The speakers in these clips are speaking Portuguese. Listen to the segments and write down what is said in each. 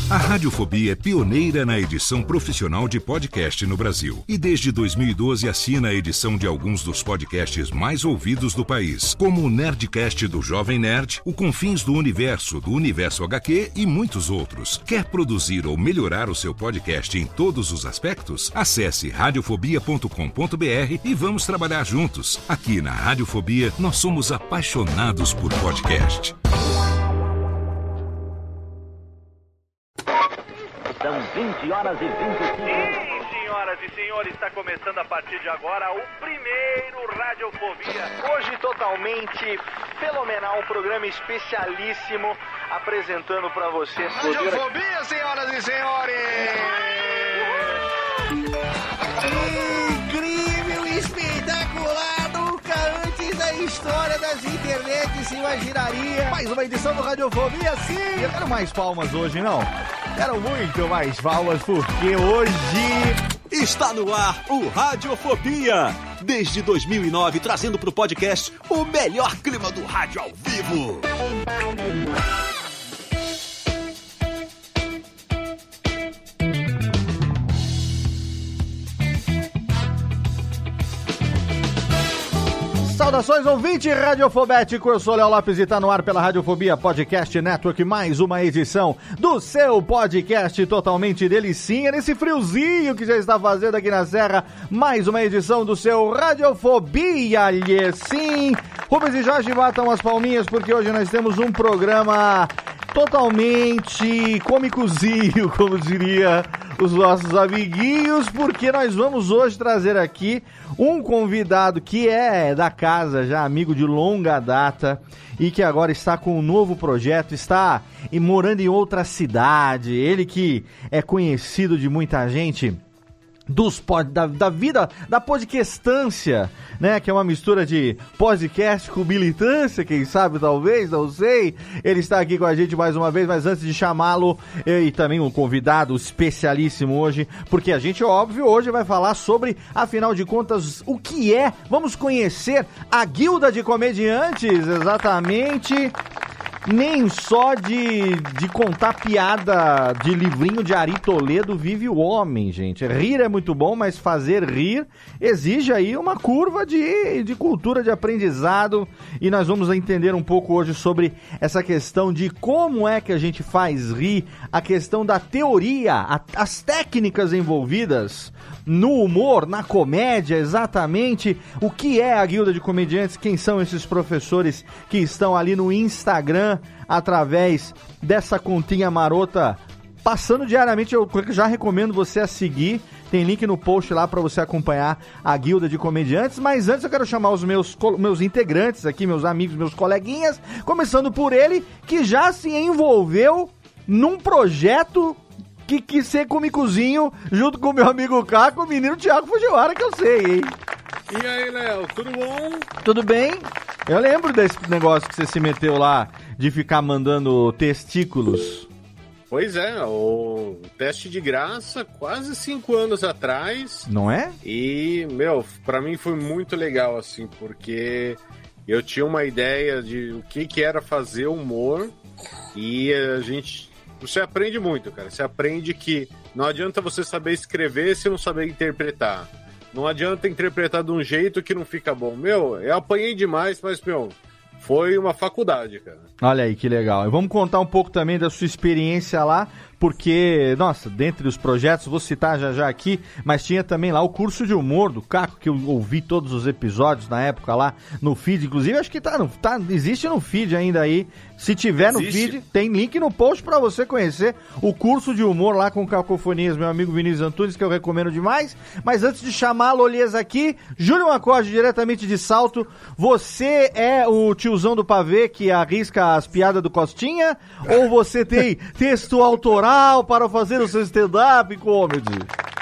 A Radiofobia é pioneira na edição profissional de podcast no Brasil. E desde 2012 assina a edição de alguns dos podcasts mais ouvidos do país, como o Nerdcast do Jovem Nerd, o Confins do Universo HQ e muitos outros. Quer produzir ou melhorar o seu podcast em todos os aspectos? Acesse radiofobia.com.br e vamos trabalhar juntos. Aqui na Radiofobia, nós somos apaixonados por podcast. São 20 horas e 25 minutos. Sim, senhoras e senhores, está começando a partir de agora o primeiro Radiofobia. Hoje totalmente fenomenal, um programa especialíssimo apresentando para vocês. Radiofobia, senhoras e senhores! Incrível, espetacular, nunca antes da história das internets se imaginaria. Mais uma edição do Radiofobia, sim! Eu quero mais palmas hoje, não? Quero muito mais palmas, porque hoje está no ar o Radiofobia. Desde 2009, trazendo pro podcast o melhor clima do rádio ao vivo. Saudações, ouvinte radiofobético, eu sou Léo Lopes e tá no ar pela Radiofobia Podcast Network, mais uma edição do seu podcast totalmente delicinha, nesse friozinho que já está fazendo aqui na Serra, mais uma edição do seu Radiofobia, e sim, Rubens e Jorge batam as palminhas, porque hoje nós temos um programa totalmente cômicozinho, como diria os nossos amiguinhos, porque nós vamos hoje trazer aqui um convidado que é da casa, já amigo de longa data, e que agora está com um novo projeto, está morando em outra cidade, ele que é conhecido de muita gente da vida, da podcastância, né, que é uma mistura de podcast com militância, quem sabe, talvez, não sei. Ele está aqui com a gente mais uma vez, mas antes de chamá-lo, e também um convidado especialíssimo hoje, porque a gente, óbvio, hoje vai falar sobre, afinal de contas, o que é, vamos conhecer a Guilda de Comediantes, exatamente. Nem só de contar piada de livrinho de Ari Toledo vive o homem, gente. Rir é muito bom, mas fazer rir exige aí uma curva de cultura, de aprendizado. E nós vamos entender um pouco hoje sobre essa questão de como é que a gente faz rir, a questão da teoria, as técnicas envolvidas no humor, na comédia, exatamente o que é a Guilda de Comediantes, quem são esses professores que estão ali no Instagram, através dessa continha marota, passando diariamente. Eu já recomendo você a seguir, tem link no post lá para você acompanhar a Guilda de Comediantes, mas antes eu quero chamar os meus integrantes aqui, meus amigos, meus coleguinhas, começando por ele, que já se envolveu num projeto que quis ser comicozinho, junto com o meu amigo Caco, o menino Thiago Fujiwara, que eu sei, hein? E aí, Léo, tudo bom? Tudo bem? Eu lembro desse negócio que você se meteu lá, de ficar mandando testículos. Pois é, o teste de graça, quase 5 anos atrás. Não é? E, pra mim foi muito legal, assim, porque eu tinha uma ideia de o que era fazer humor e você aprende muito, cara. Você aprende que não adianta você saber escrever se não saber interpretar. Não adianta interpretar de um jeito que não fica bom. Eu apanhei demais, mas, foi uma faculdade, cara. Olha aí, que legal. E vamos contar um pouco também da sua experiência lá, porque, nossa, dentre os projetos, vou citar já aqui, mas tinha também lá o curso de humor do Caco, que eu ouvi todos os episódios na época lá no feed, inclusive acho que existe no feed ainda aí. Se tiver no feed, tem link no post pra você conhecer o curso de humor lá com Cacofonias, meu amigo Vinícius Antunes, que eu recomendo demais. Mas antes de chamá-lo, Olias aqui, Júlio Macorde, diretamente de Salto, você é o tiozão do pavê que arrisca as piadas do Costinha? Ou você tem texto autoral para fazer o seu stand-up comedy?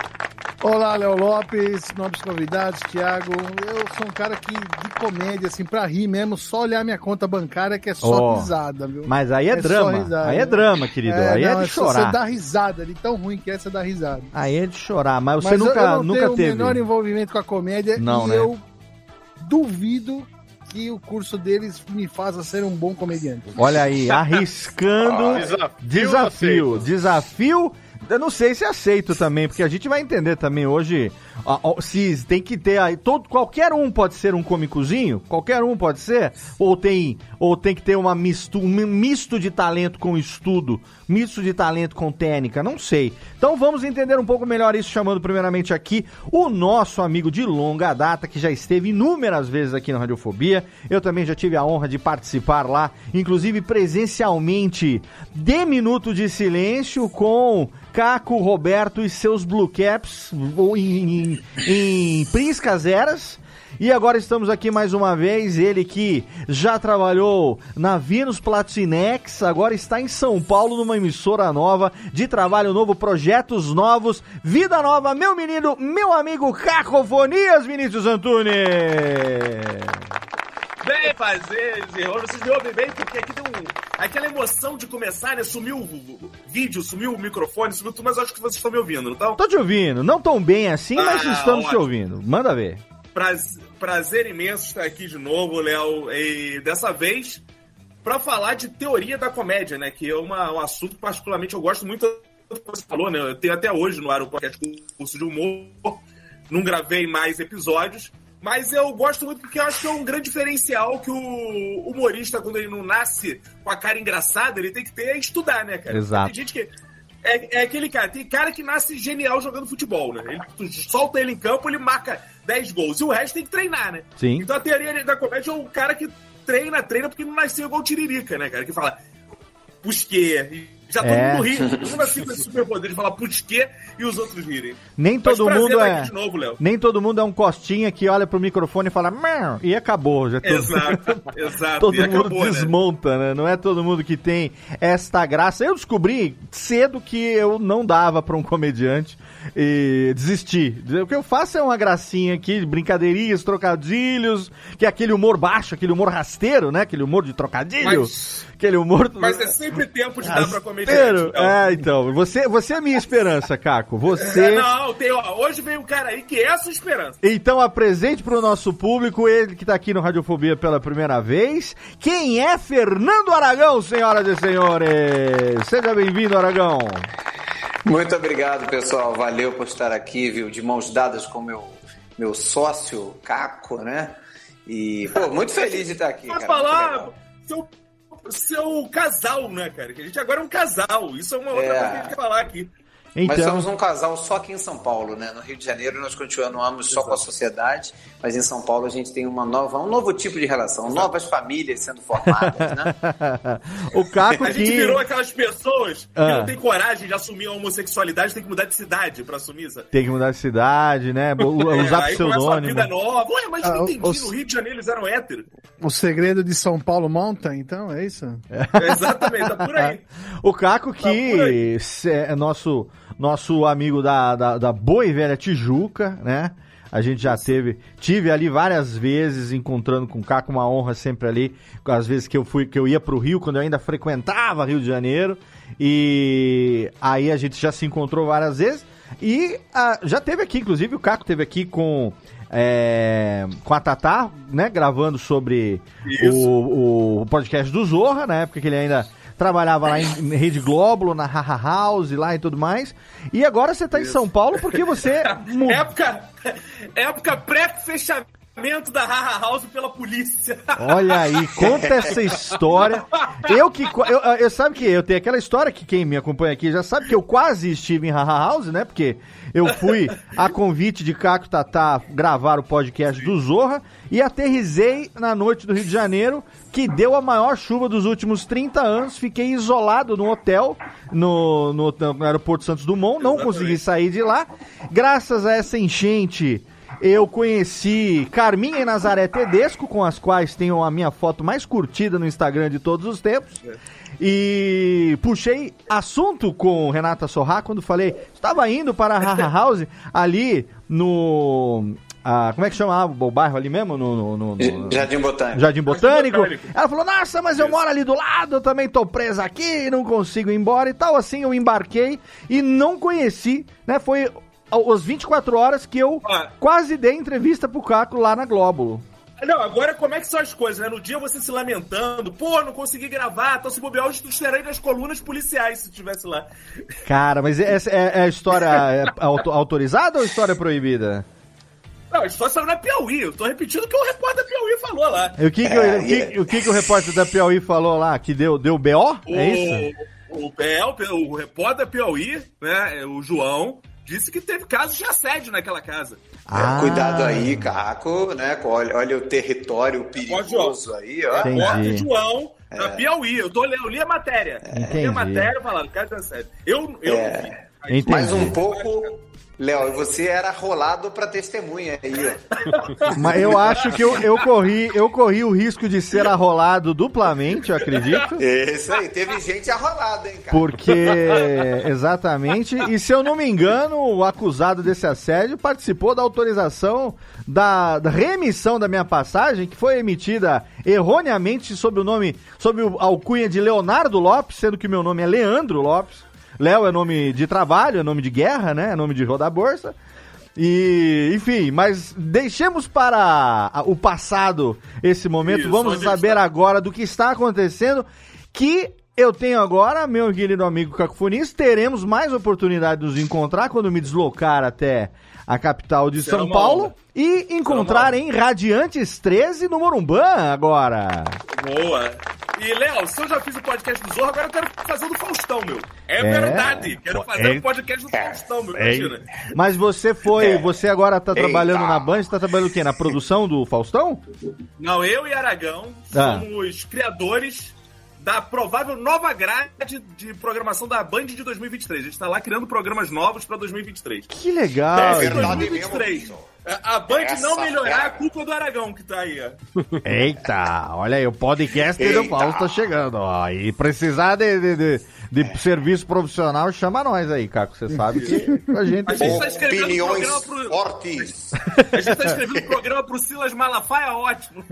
Olá, Léo Lopes, nobres convidados, Thiago. Eu sou um cara que, de comédia, assim, pra rir mesmo, só olhar minha conta bancária que é só risada, viu? Mas aí é drama, aí é drama, querido, aí é de chorar. Você dá risada ali, tão ruim que é você dar risada. Aí é de chorar, mas você nunca eu não tenho teve o menor envolvimento com a comédia, não, e né? eu duvido que o curso deles me faça ser um bom comediante. Olha aí, arriscando desafio. Eu não sei se aceito também, porque a gente vai entender também hoje se tem que ter aí, qualquer um pode ser um cômicozinho, qualquer um pode ser, ou tem que ter um misto de talento com estudo, misto de talento com técnica, não sei. Então vamos entender um pouco melhor isso, chamando primeiramente aqui o nosso amigo de longa data, que já esteve inúmeras vezes aqui no Radiofobia. Eu também já tive a honra de participar lá, inclusive presencialmente, de Minuto de Silêncio com Caco Roberto e seus Blue Caps em Priscas Eras. E agora estamos aqui mais uma vez, ele que já trabalhou na Venus Platinex, agora está em São Paulo numa emissora nova, de trabalho novo, projetos novos, vida nova, meu menino, meu amigo Cacofonias, Vinícius Antunes. Bem fazer, vocês me ouvem bem, porque aqui tem aquela emoção de começar, né? Sumiu o vídeo, sumiu o microfone, sumiu tudo, mas acho que vocês estão me ouvindo, não estão? Tô te ouvindo, não tão bem assim, mas estamos te ouvindo. Manda ver. Prazer imenso estar aqui de novo, Léo, e dessa vez para falar de teoria da comédia, né? Que é um assunto que particularmente eu gosto muito do que você falou, né? Eu tenho até hoje no ar um podcast com curso de humor, não gravei mais episódios, mas eu gosto muito porque eu acho que é um grande diferencial que o humorista, quando ele não nasce com a cara engraçada, ele tem que ter estudar, né, cara? Exato. Tem gente que é aquele cara, tem cara que nasce genial jogando futebol, né? Tu solta ele em campo, ele marca 10 gols, e o resto tem que treinar, né? Sim. Então a teoria da comédia é o cara que treina porque não nasceu igual o Tiririca, né, cara? Que fala, Pusquê, já todo mundo ri, todo mundo assim com esse superpoder de falar Pusquê e os outros rirem. Nem todo mundo de novo, Léo. Nem todo mundo é um costinha que olha pro microfone e fala Mão! E acabou. Já Exato. Todo e mundo acabou, desmonta, né? Não é todo mundo que tem esta graça. Eu descobri cedo que eu não dava pra um comediante e desisti. O que eu faço é uma gracinha aqui, brincadeirinhas, trocadilhos, que é aquele humor baixo, aquele humor rasteiro, né? Aquele humor de trocadilho. Aquele humor... Mas é sempre tempo de dar pra comediante. Então. Você é minha esperança, Caco. Você... hoje vem um cara aí que é a sua esperança. Então apresente pro nosso público, ele que tá aqui no Radiofobia pela primeira vez. Quem é Fernando Aragão, senhoras e senhores? Seja bem-vindo, Aragão. Muito obrigado, pessoal. Valeu por estar aqui, viu? De mãos dadas com meu sócio, Caco, né? E, muito feliz de estar aqui, cara. Falar seu casal, né, cara? Que a gente agora é um casal. Isso é uma outra coisa que a gente quer falar aqui. Mas somos um casal só aqui em São Paulo, né? No Rio de Janeiro nós continuamos só com a sociedade, mas em São Paulo a gente tem um novo tipo de relação, novas famílias sendo formadas, né? O Caco a gente virou aquelas pessoas que não tem coragem de assumir a homossexualidade, tem que mudar de cidade pra assumir isso. Tem que mudar de cidade, né? Usar pseudônimo. Uma vida nova. Ué, mas não entendi, no Rio de Janeiro eles eram héteros. O segredo de São Paulo Mountain, então, é isso? Exatamente, tá por aí. O Caco que é nosso amigo da boa e velha Tijuca, né? A gente já tive ali várias vezes encontrando com o Caco, uma honra sempre ali, às vezes que eu ia pro Rio, quando eu ainda frequentava Rio de Janeiro, e aí a gente já se encontrou várias vezes, e já teve aqui, inclusive o Caco teve aqui com a Tatá, né, gravando sobre o podcast do Zorra, na época que ele ainda trabalhava lá em Rede Globo, na Haha House lá e tudo mais. E agora você tá em São Paulo porque você... época pré-fechamento da Haha House pela polícia. Olha aí, conta essa história. Eu sabe que eu tenho aquela história que quem me acompanha aqui já sabe que eu quase estive em Haha House, né? Porque eu fui a convite de Caco Tatá gravar o podcast do Zorra e aterrisei na noite do Rio de Janeiro, que deu a maior chuva dos últimos 30 anos. Fiquei isolado no hotel, no aeroporto Santos Dumont, não consegui sair de lá. Graças a essa enchente, eu conheci Carminha e Nazaré Tedesco, com as quais tenho a minha foto mais curtida no Instagram de todos os tempos. E puxei assunto com Renata Sorrá quando falei, estava indo para a Haha House ali no... como é que chama o bairro ali mesmo? No Jardim Botânico. Jardim Botânico. Ela falou, nossa, mas eu moro ali do lado, eu também tô presa aqui, não consigo ir embora e tal. Assim, eu embarquei e não conheci, né? Foi às 24 horas que eu quase dei entrevista pro Caco lá na Globo. Não, agora como é que são as coisas, né? No dia você se lamentando, pô, não consegui gravar, então se bobear, hoje tu estaria nas colunas policiais se estivesse lá. Cara, mas essa é a história autorizada ou história proibida? Não, a história saiu na Piauí, eu tô repetindo o que o repórter da Piauí falou lá. O que o repórter da Piauí falou lá? Que deu BO? É isso? O repórter da Piauí, né, o João, disse que teve casos de assédio naquela casa. Cuidado aí, Caco, né? Olha o território perigoso aí, ó. Repórter João, na Piauí. Eu li a matéria. Entendi. Li a matéria falando, cara de assédio. Eu Entendi. Mais um pouco... Léo, você era rolado pra testemunha aí, ó. Mas eu acho que eu corri o risco de ser arrolado duplamente, eu acredito. Isso aí, teve gente arrolada, hein, cara? Porque, exatamente, e se eu não me engano, o acusado desse assédio participou da autorização da remissão da minha passagem, que foi emitida erroneamente sob a alcunha de Leonardo Lopes, sendo que meu nome é Leandro Lopes. Léo é nome de trabalho, é nome de guerra, né? É nome de rodar bolsa. E, enfim, mas deixemos para o passado esse momento. Isso, vamos saber agora do que está acontecendo, que eu tenho agora, meu querido amigo Cacofonista, teremos mais oportunidade de nos encontrar quando me deslocar até a capital de São Paulo e encontrar em Radiantes 13 no Morumbã agora. Boa! E, Léo, se eu já fiz o podcast do Zorro, agora eu quero fazer o do Faustão, meu. É verdade. Quero fazer o podcast do Faustão, meu. Imagina. Mas você agora tá trabalhando na Band, você tá trabalhando o quê? Na produção do Faustão? Não, eu e Aragão somos criadores da provável nova grade de programação da Band de 2023. A gente tá lá criando programas novos pra 2023. Que legal! É verdade 2023. Mesmo. A Band não melhorar, a culpa é do Aragão que tá aí, ó. Eita, olha aí, o podcast do Fausto tá chegando, ó. E precisar de serviço profissional, chama nós aí, Caco. Você sabe que a gente tá escrevendo opiniões fortes. A gente tá escrevendo um programa pro Silas Malafaia, ótimo.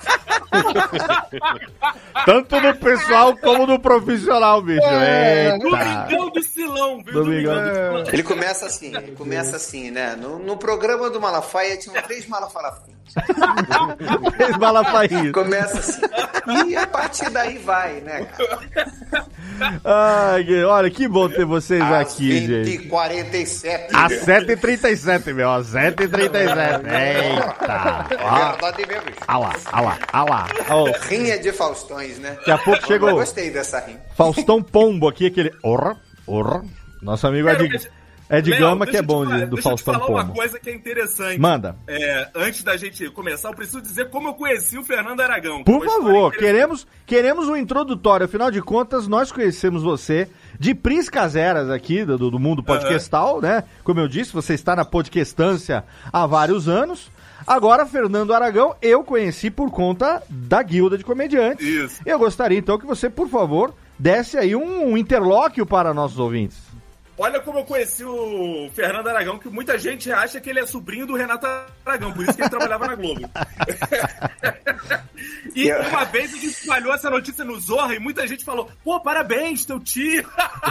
Tanto no pessoal como no profissional, bicho. Domingão do Silão, viu? Domingão do Silão. Ele começa assim, né? No programa do Malafaia tinham 3 Malafaia. 3 Malafaia. Começa assim. E a partir daí vai, né, cara? Ai, olha, que bom ter vocês aqui, gente. 20h47. Às 7h37, meu. Às 7h37. Eita. É verdade mesmo. Olha lá. Rinha de Faustões, né? Daqui a pouco chegou. Eu gostei dessa rinha. Faustão Pombo aqui, aquele... Orra. Nosso amigo Ed Gama, que é bom do Faustão Pombo. Deixa eu te falar uma coisa que é interessante. Manda. Antes da gente começar, eu preciso dizer como eu conheci o Fernando Aragão. Por favor, queremos um introdutório. Afinal de contas, nós conhecemos você de priscas eras aqui do mundo podcastal, né? Como eu disse, você está na podcastância há vários anos. Agora, Fernando Aragão, eu conheci por conta da Guilda de Comediantes. Isso. Eu gostaria, então, que você, por favor, desse aí um interlóquio para nossos ouvintes. Olha como eu conheci o Fernando Aragão, que muita gente acha que ele é sobrinho do Renato Aragão, por isso que ele trabalhava na Globo. E uma vez a gente espalhou essa notícia no Zorra e muita gente falou, pô, parabéns, teu tio.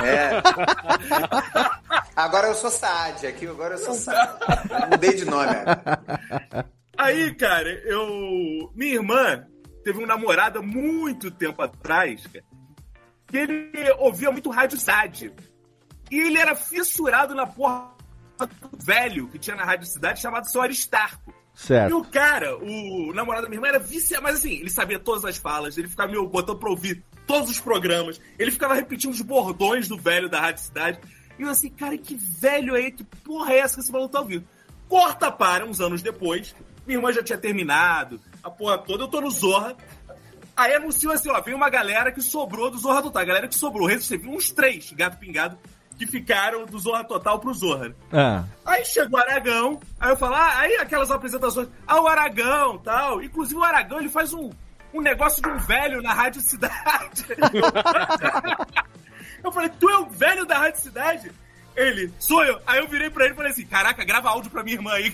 Agora eu sou Saad, agora eu sou Saad. Mudei de nome. Aí, cara, minha irmã teve um namorado há muito tempo atrás, cara, que ele ouvia muito Rádio Saad. E ele era fissurado na porra do velho que tinha na Rádio Cidade, chamado Seu Aristarco. Certo. E o cara, o namorado da minha irmã, era viciado. Mas assim, ele sabia todas as falas, ele ficava me botando pra ouvir todos os programas. Ele ficava repetindo os bordões do velho da Rádio Cidade. E eu assim, cara, que velho é? Que porra é essa que esse maluco tá ouvindo? Corta para, uns anos depois, minha irmã já tinha terminado, a porra toda, eu tô no Zorra. Aí anunciou assim, ó, veio uma galera que sobrou do Zorra Total. A galera que sobrou, recebeu uns 3, gato pingado, que ficaram do Zorra Total pro Zorra. Aí chegou o Aragão, aí eu falo, aí aquelas apresentações, o Aragão, tal. Inclusive o Aragão, ele faz um negócio de um velho na Rádio Cidade. Eu falei, tu é o velho da Rádio Cidade? Ele, sou eu. Aí eu virei pra ele e falei assim, caraca, grava áudio pra minha irmã aí,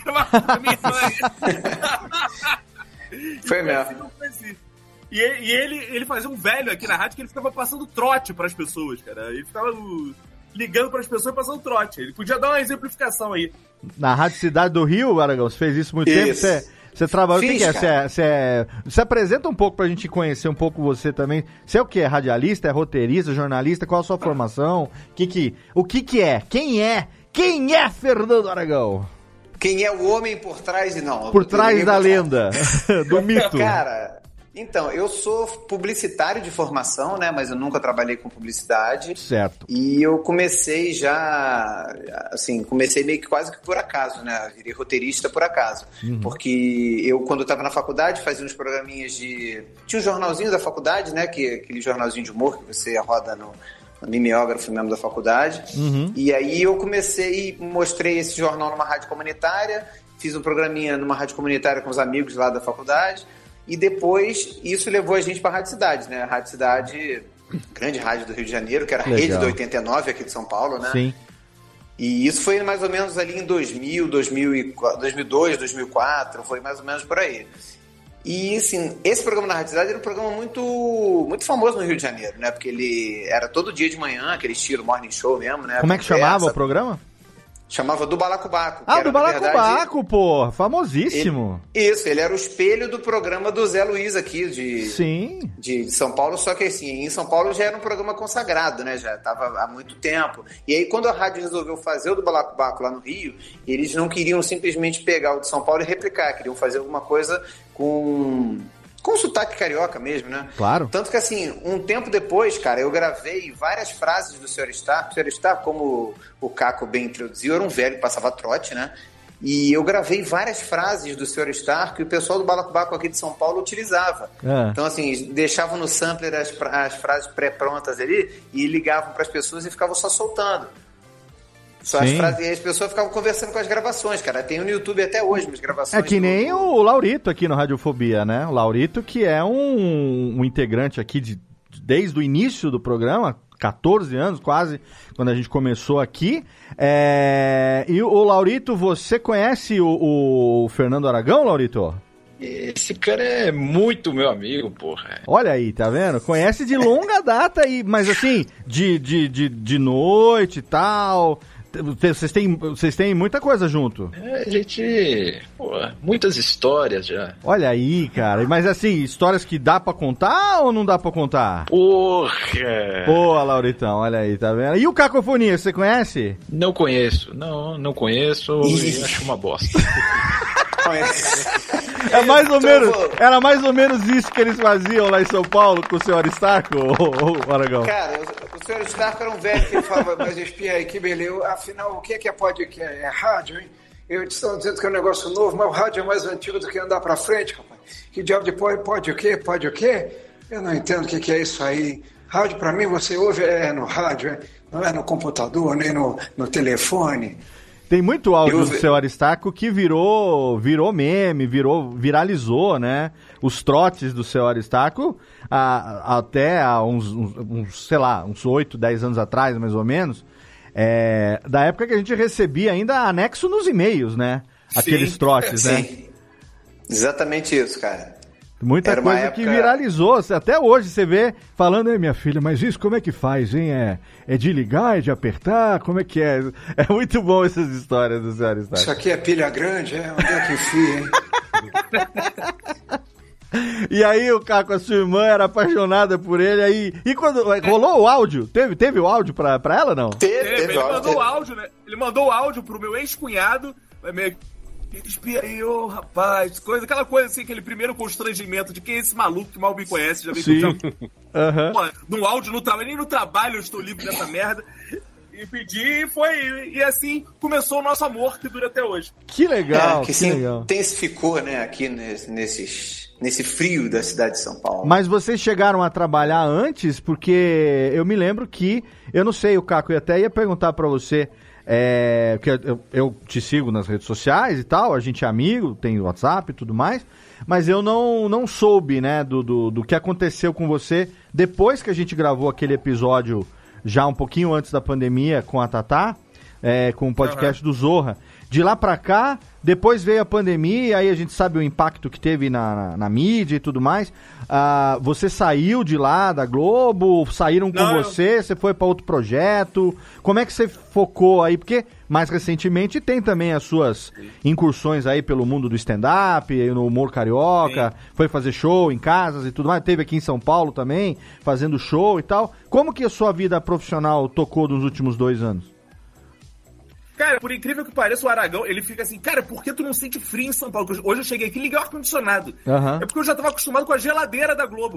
Foi mesmo. E ele fazia um velho aqui na rádio que ele ficava passando trote pras pessoas, cara. Ele ficava ligando pras pessoas e passando trote. Ele podia dar uma exemplificação aí. Na Rádio Cidade do Rio, Aragão, você fez isso muito tempo. Você trabalha, o que Fiz, que é? Você apresenta um pouco pra gente conhecer um pouco você também. Você é o que? É radialista, é roteirista, jornalista? Qual a sua formação? O que é? Quem é? Quem é Fernando Aragão? Quem é o homem por trás Por trás da lenda, do mito. Cara, então, eu sou publicitário de formação, né? Mas eu nunca trabalhei com publicidade. Certo. E eu comecei comecei meio que quase que por acaso, né? Virei roteirista por acaso. Porque eu, quando eu tava na faculdade, fazia uns programinhas de... Tinha um jornalzinho da faculdade, né? Aquele jornalzinho de humor que você roda no mimeógrafo mesmo da faculdade. E aí eu mostrei esse jornal numa rádio comunitária, fiz um programinha numa rádio comunitária com os amigos lá da faculdade, e depois isso levou a gente pra Rádio Cidade, né? A Rádio Cidade, grande rádio do Rio de Janeiro, que era a rede do 89 aqui de São Paulo, né? Sim. E isso foi mais ou menos ali em 2002, 2004, foi mais ou menos por aí. E, assim, esse programa na Rádio Cidade era um programa muito, muito famoso no Rio de Janeiro, né? Porque ele era todo dia de manhã, aquele estilo morning show mesmo, né? Como é que chamava o programa? Chamava Do Balacobaco. Do Balacobaco, pô! Famosíssimo. Ele era o espelho do programa do Zé Luiz aqui Sim. de São Paulo, só que assim, em São Paulo já era um programa consagrado, né? Já estava há muito tempo. E aí, quando a rádio resolveu fazer o do Balacobaco lá no Rio, eles não queriam simplesmente pegar o de São Paulo e replicar, queriam fazer alguma coisa com sotaque carioca mesmo, né? Claro. Tanto que, assim, um tempo depois, cara, eu gravei várias frases do Sr. Stark. O Sr. Stark, como o Caco bem introduziu, era um velho que passava trote, né? E eu gravei várias frases do Sr. Stark que o pessoal do Balacobaco aqui de São Paulo utilizava. Então, assim, deixavam no sampler as frases pré-prontas ali e ligavam para as pessoas e ficavam só soltando. Só as frases, e as pessoas ficavam conversando com as gravações, cara. Tem no YouTube até hoje as gravações. É que nem o Laurito aqui no Radiofobia, né? O Laurito, que é um integrante aqui desde o início do programa, 14 anos quase, quando a gente começou aqui. E o Laurito, você conhece o Fernando Aragão, Laurito? Esse cara é muito meu amigo, porra. Olha aí, tá vendo? Conhece de longa data aí, mas assim, de noite e tal... Vocês têm muita coisa junto. A gente... muitas histórias já. Olha aí, cara. Mas assim, histórias que dá pra contar ou não dá pra contar? Porra! Boa, Lauritão, olha aí, tá vendo? E o Cacofonia, você conhece? Não conheço. Não conheço e acho uma bosta. Era mais ou menos isso que eles faziam lá em São Paulo com o senhor Stark, ou Aragão? Cara, o senhor Stark era um velho que falava, mas espia aí, que beleza. Afinal, o que é podcast? É rádio, hein? Eu estou dizendo que é um negócio novo, mas o rádio é mais antigo do que andar pra frente, rapaz. Que diabo de pode o quê? Pode o quê? Eu não entendo o que é isso aí. Rádio, pra mim, você ouve no rádio, não é no computador, nem no telefone. Tem muito áudio do seu Aristarco que virou meme, viralizou, né? Os trotes do seu Aristarco até há uns 8, 10 anos atrás, mais ou menos, da época que a gente recebia ainda anexo nos e-mails, né? Aqueles trotes, né? Sim, exatamente isso, cara. Muita coisa que viralizou, até hoje você vê falando, minha filha, mas isso como é que faz, hein? É de ligar, é de apertar, como é que é? É muito bom essas histórias do senhor Aristarco. Isso aqui é pilha grande, onde é que enfia, hein? E aí o Caco, a sua irmã, era apaixonada por ele, e quando rolou o áudio, teve o áudio pra ela, não? Teve, ele mandou o áudio, né? Ele mandou o áudio pro meu ex-cunhado, meio espia aí, rapaz, aquela coisa assim, aquele primeiro constrangimento de quem é esse maluco que mal me conhece, já vem no áudio, no trabalho, nem no trabalho eu estou livre dessa merda. E pedi e assim começou o nosso amor que dura até hoje. Que legal, que legal. Intensificou, né, aqui nesse frio da cidade de São Paulo. Mas vocês chegaram a trabalhar antes? Porque eu me lembro que, eu não sei, o Caco, eu até ia perguntar pra você, porque eu te sigo nas redes sociais e tal, a gente é amigo, tem WhatsApp e tudo mais, mas eu não soube, né, do que aconteceu com você depois que a gente gravou aquele episódio já um pouquinho antes da pandemia com a Tatá, com o podcast do Zorra. De lá pra cá, depois veio a pandemia, aí a gente sabe o impacto que teve na mídia e tudo mais. Você saiu de lá, da Globo, saíram com você foi pra outro projeto. Como é que você focou aí? Porque, mais recentemente, tem também as suas incursões aí pelo mundo do stand-up, no humor carioca, foi fazer show em casas e tudo mais. Teve aqui em São Paulo também, fazendo show e tal. Como que a sua vida profissional tocou nos últimos 2 anos? Cara, por incrível que pareça, o Aragão, ele fica assim, cara, por que tu não sente frio em São Paulo? Porque hoje eu cheguei aqui e liguei o ar-condicionado. É porque eu já tava acostumado com a geladeira da Globo.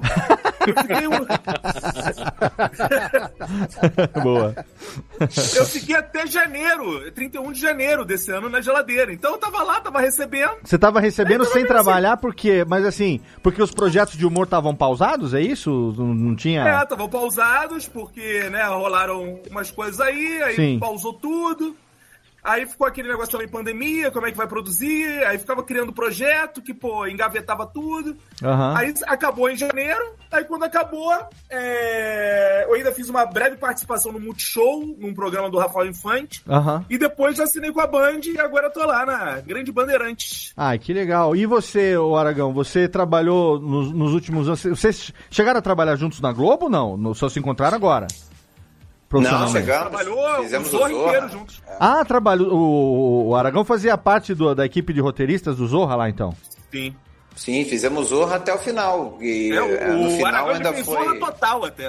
Boa. Eu fiquei até janeiro, 31 de janeiro desse ano na geladeira. Então eu tava lá, tava recebendo. Você tava recebendo sem trabalhar por quê? Mas assim, porque os projetos de humor estavam pausados, é isso? Não tinha... Estavam pausados porque, né, rolaram umas coisas aí pausou tudo. Aí ficou aquele negócio também, pandemia, como é que vai produzir? Aí ficava criando projeto que, engavetava tudo. Aí acabou em janeiro. Aí quando acabou, eu ainda fiz uma breve participação no Multishow, num programa do Rafael Infante. E depois já assinei com a Band e agora tô lá na Grande Bandeirantes. Ai, que legal. E você, Aragão, você trabalhou nos últimos anos... Vocês chegaram a trabalhar juntos na Globo ou não? Só se encontraram agora? Não, chegamos. Trabalhou fizemos o Zorra inteiro juntos. Trabalhou. O Aragão fazia parte da equipe de roteiristas do Zorra lá, então? Sim, fizemos Zorra até o final. E no final Aragão ainda fez foi. Zorra total até.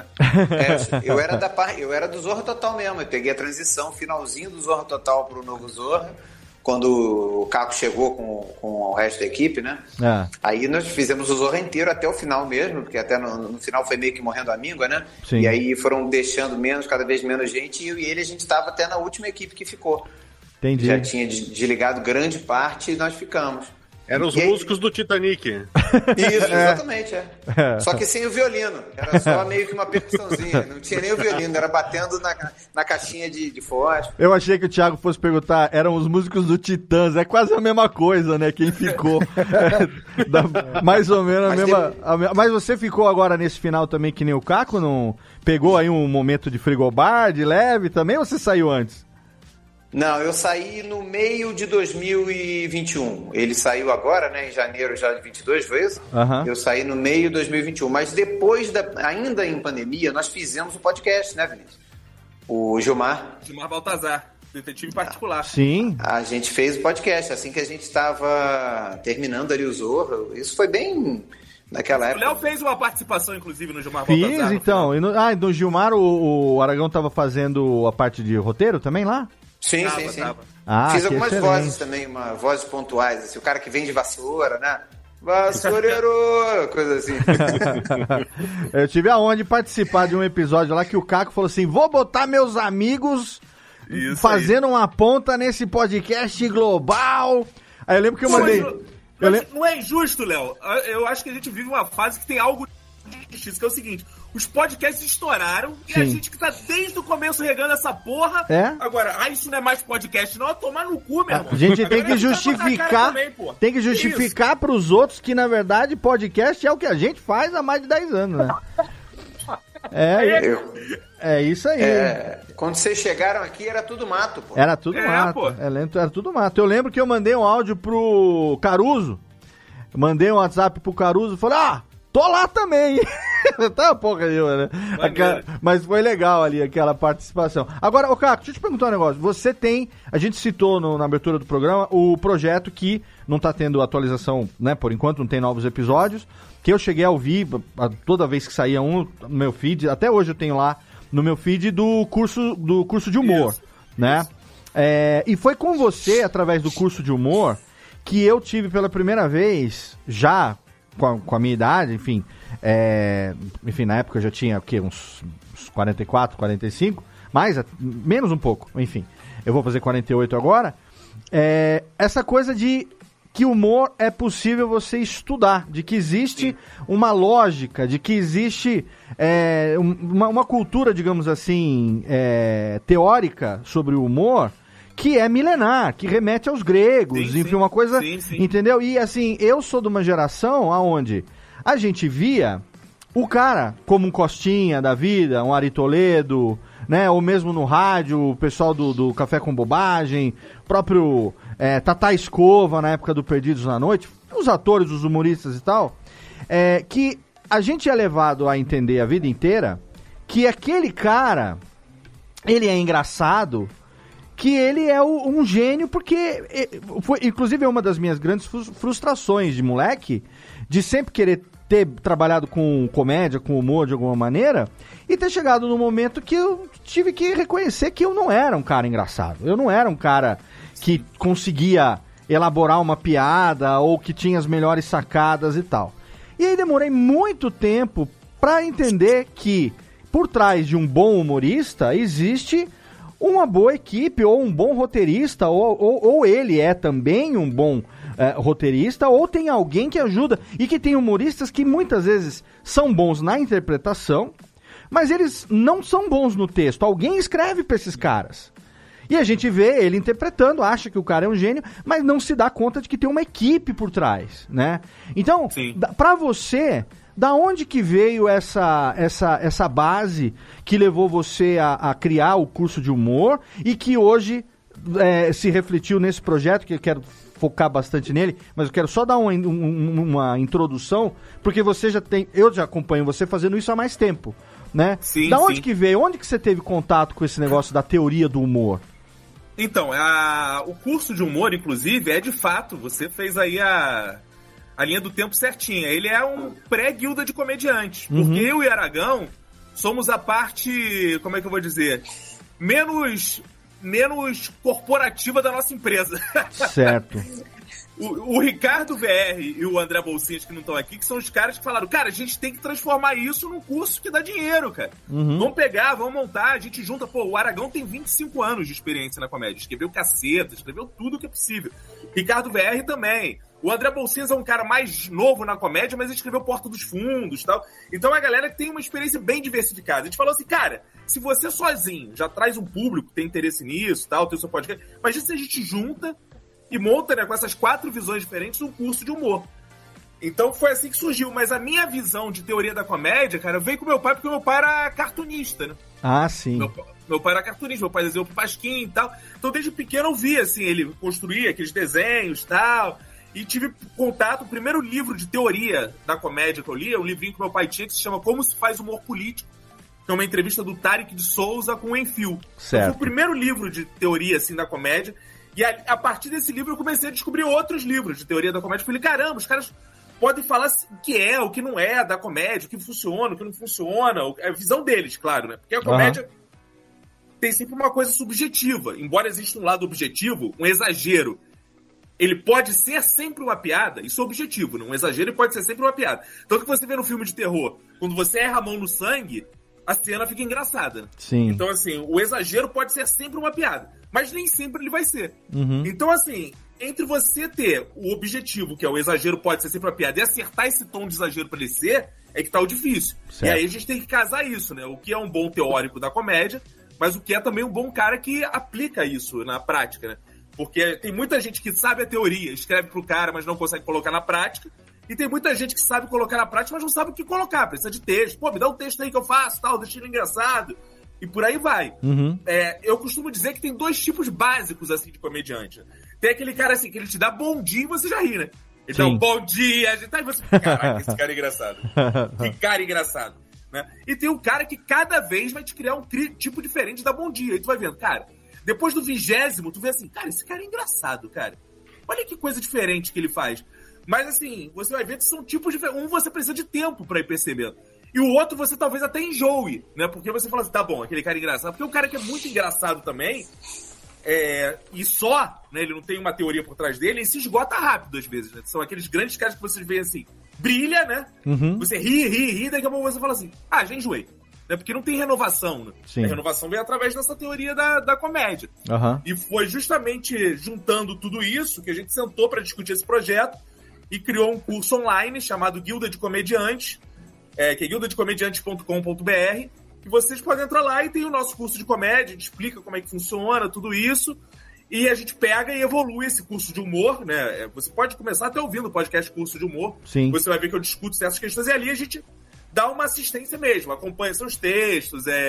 Eu era do Zorra Total mesmo. Eu peguei a transição, finalzinho do Zorra Total pro novo Zorra. Quando o Caco chegou com o resto da equipe, né? Aí nós fizemos o Zorra inteiro até o final mesmo, porque até no final foi meio que morrendo a míngua, né? Sim. E aí foram deixando cada vez menos gente, e eu e ele a gente estava até na última equipe que ficou. Entendi. Já tinha desligado grande parte e nós ficamos. Eram os músicos do Titanic. Isso, exatamente, Só que sem o violino. Era só meio que uma percussãozinha. Não tinha nem o violino, era batendo na caixinha de fósforo. Eu achei que o Thiago fosse perguntar, eram os músicos do Titãs. É quase a mesma coisa, né? Quem ficou. Mais ou menos a mesma... Mas você ficou agora nesse final também que nem o Caco? Não pegou aí um momento de frigobar, de leve também, ou você saiu antes? Não, eu saí no meio de 2021. Ele saiu agora, né, em janeiro já de 22, foi isso? Eu saí no meio de 2021. Mas depois, ainda em pandemia, nós fizemos o podcast, né, Vinícius? O Gilmar Baltazar, detetive particular. Sim. A gente fez o podcast, assim que a gente estava terminando ali o Zorra. Isso foi bem... naquela época. O Léo fez uma participação, inclusive, no Gilmar Baltazar. Fiz, então. No Gilmar, o Aragão estava fazendo a parte de roteiro também lá? Sim. Fiz algumas vozes também, vozes pontuais, assim, o cara que vem de vassoura, né? Vassoureiro, coisa assim. Eu tive a honra de participar de um episódio lá que o Caco falou assim, vou botar meus amigos fazendo uma ponta nesse podcast global. Aí eu lembro que eu mandei... Não é injusto, Léo. Eu acho que a gente vive uma fase que tem algo de justiça, que é o seguinte... Os podcasts estouraram e a gente que tá desde o começo regando essa porra. Agora, isso não é mais podcast, não. Tomar no cu, meu irmão. A gente tem que justificar. Tem que justificar pros outros que, na verdade, podcast é o que a gente faz há mais de 10 anos, né? É isso aí. Quando vocês chegaram aqui, era tudo mato, pô. Era tudo mato. Era tudo mato. Eu lembro que eu mandei um áudio pro Caruso. Mandei um WhatsApp pro Caruso e falei, tô lá também. Tá uma porra nenhuma, né? Mas foi legal ali aquela participação. Agora, Caco, deixa eu te perguntar um negócio. Você tem, a gente citou na abertura do programa, o projeto que não tá tendo atualização, né? Por enquanto não tem novos episódios, que eu cheguei a ouvir toda vez que saía um no meu feed, até hoje eu tenho lá no meu feed do curso de humor, né? E foi com você, através do curso de humor, que eu tive pela primeira vez, já com a minha idade, enfim, na época eu já tinha, uns 44, 45, menos um pouco, enfim, eu vou fazer 48 agora, essa coisa de que humor é possível você estudar, de que existe uma lógica, de que existe uma cultura, digamos assim, teórica sobre o humor, que é milenar, que remete aos gregos, enfim, uma coisa, entendeu? E assim, eu sou de uma geração onde a gente via o cara como um Costinha da vida, um Ari Toledo, né? Ou mesmo no rádio, o pessoal do Café com Bobagem, próprio Tatá Escova, na época do Perdidos na Noite, os atores, os humoristas e tal, que a gente é levado a entender a vida inteira que aquele cara, ele é engraçado, que ele é um gênio, porque foi, inclusive, uma das minhas grandes frustrações de moleque, de sempre querer ter trabalhado com comédia, com humor de alguma maneira, e ter chegado no momento que eu tive que reconhecer que eu não era um cara engraçado. Eu não era um cara que conseguia elaborar uma piada ou que tinha as melhores sacadas e tal. E aí demorei muito tempo pra entender que por trás de um bom humorista existe uma boa equipe, ou um bom roteirista, ou ele é também um bom roteirista, ou tem alguém que ajuda, e que tem humoristas que muitas vezes são bons na interpretação, mas eles não são bons no texto. Alguém escreve pra esses caras. E a gente vê ele interpretando, acha que o cara é um gênio, mas não se dá conta de que tem uma equipe por trás, né? Então, pra você, da onde que veio essa base que levou você a criar o curso de humor e que hoje se refletiu nesse projeto, que eu quero focar bastante nele, mas eu quero só dar uma introdução, porque você eu já acompanho você fazendo isso há mais tempo, né? Sim, da onde que veio? Onde que você teve contato com esse negócio da teoria do humor? Então, o curso de humor, inclusive, de fato, você fez aí a linha do tempo certinha. Ele é um pré-guilda de comediantes. Porque eu e Aragão somos a parte, como é que eu vou dizer, menos corporativa da nossa empresa. Certo. O Ricardo VR e o André Bolsinhas, que não estão aqui, que são os caras que falaram, cara, a gente tem que transformar isso num curso que dá dinheiro, cara. Vamos pegar, vamos montar, a gente junta. Pô, o Aragão tem 25 anos de experiência na comédia. Escreveu Caceta, escreveu tudo que é possível. Ricardo VR também. O André Bolsinhas é um cara mais novo na comédia, mas ele escreveu Porta dos Fundos e tal. Então é a galera que tem uma experiência bem diversificada. A gente falou assim, cara, se você sozinho já traz um público que tem interesse nisso, tal, tem o seu podcast, imagina se a gente junta e monta, né, com essas 4 visões diferentes, um curso de humor. Então foi assim que surgiu. Mas a minha visão de teoria da comédia, cara, veio com meu pai, porque meu pai era cartunista, né? Ah, sim. Meu pai era cartunista, meu pai desenhou pro Pasquim e tal. Então desde pequeno eu via, assim, ele construía aqueles desenhos e tal. E tive contato, o primeiro livro de teoria da comédia que eu li, é um livrinho que meu pai tinha, que se chama Como se faz humor político, que é uma entrevista do Tarek de Souza com o Enfio. Então, foi o primeiro livro de teoria, assim, da comédia. E a partir desse livro eu comecei a descobrir outros livros de teoria da comédia. Falei, caramba, os caras podem falar o que é, o que não é da comédia, o que funciona, o que não funciona. A visão deles, claro, né? Porque a comédia tem sempre uma coisa subjetiva. Embora exista um lado objetivo, um exagero, ele pode ser sempre uma piada, isso é objetivo, né? Um exagero pode ser sempre uma piada. Tanto que você vê no filme de terror, quando você erra a mão no sangue, a cena fica engraçada, né? Sim. Então, assim, o exagero pode ser sempre uma piada, mas nem sempre ele vai ser. Então, assim, entre você ter o objetivo, que é o exagero pode ser sempre uma piada, e acertar esse tom de exagero pra ele ser, é que tá o difícil. Certo. E aí a gente tem que casar isso, né? O que é um bom teórico da comédia, mas o que é também um bom cara que aplica isso na prática, né? Porque tem muita gente que sabe a teoria, escreve pro cara, mas não consegue colocar na prática. E tem muita gente que sabe colocar na prática, mas não sabe o que colocar. Precisa de texto. Pô, me dá um texto aí que eu faço, tal, deixa ele engraçado. E por aí vai. Eu costumo dizer que tem 2 tipos básicos, assim, de comediante. Tem aquele cara, assim, que ele te dá bom dia e você já ri, né? Ele dá um bom dia, aí você fica, caraca, esse cara é engraçado. Que cara engraçado. Né? E tem um cara que cada vez vai te criar um tipo diferente de dar bom dia. Aí tu vai vendo, cara... Depois do 20º, tu vê assim, cara, esse cara é engraçado, cara. Olha que coisa diferente que ele faz. Mas assim, você vai ver que são tipos diferentes. Um você precisa de tempo pra ir percebendo. E o outro você talvez até enjoe, né? Porque você fala assim, tá bom, aquele cara é engraçado. Porque o cara que é muito engraçado também, e só, né, ele não tem uma teoria por trás dele, ele se esgota rápido às vezes, né? São aqueles grandes caras que vocês veem assim, brilha, né? Você ri, daqui a pouco você fala assim, já enjoei. Né? Porque não tem renovação, né? A renovação vem através dessa teoria da comédia. E foi justamente juntando tudo isso que a gente sentou para discutir esse projeto e criou um curso online chamado Guilda de Comediantes, que é guildadecomediantes.com.br, que vocês podem entrar lá e tem o nosso curso de comédia, a gente explica como é que funciona, tudo isso, e a gente pega e evolui esse curso de humor, né? Você pode começar até ouvindo o podcast Curso de Humor, você vai ver que eu discuto certas questões, e ali a gente dá uma assistência mesmo, acompanha seus textos,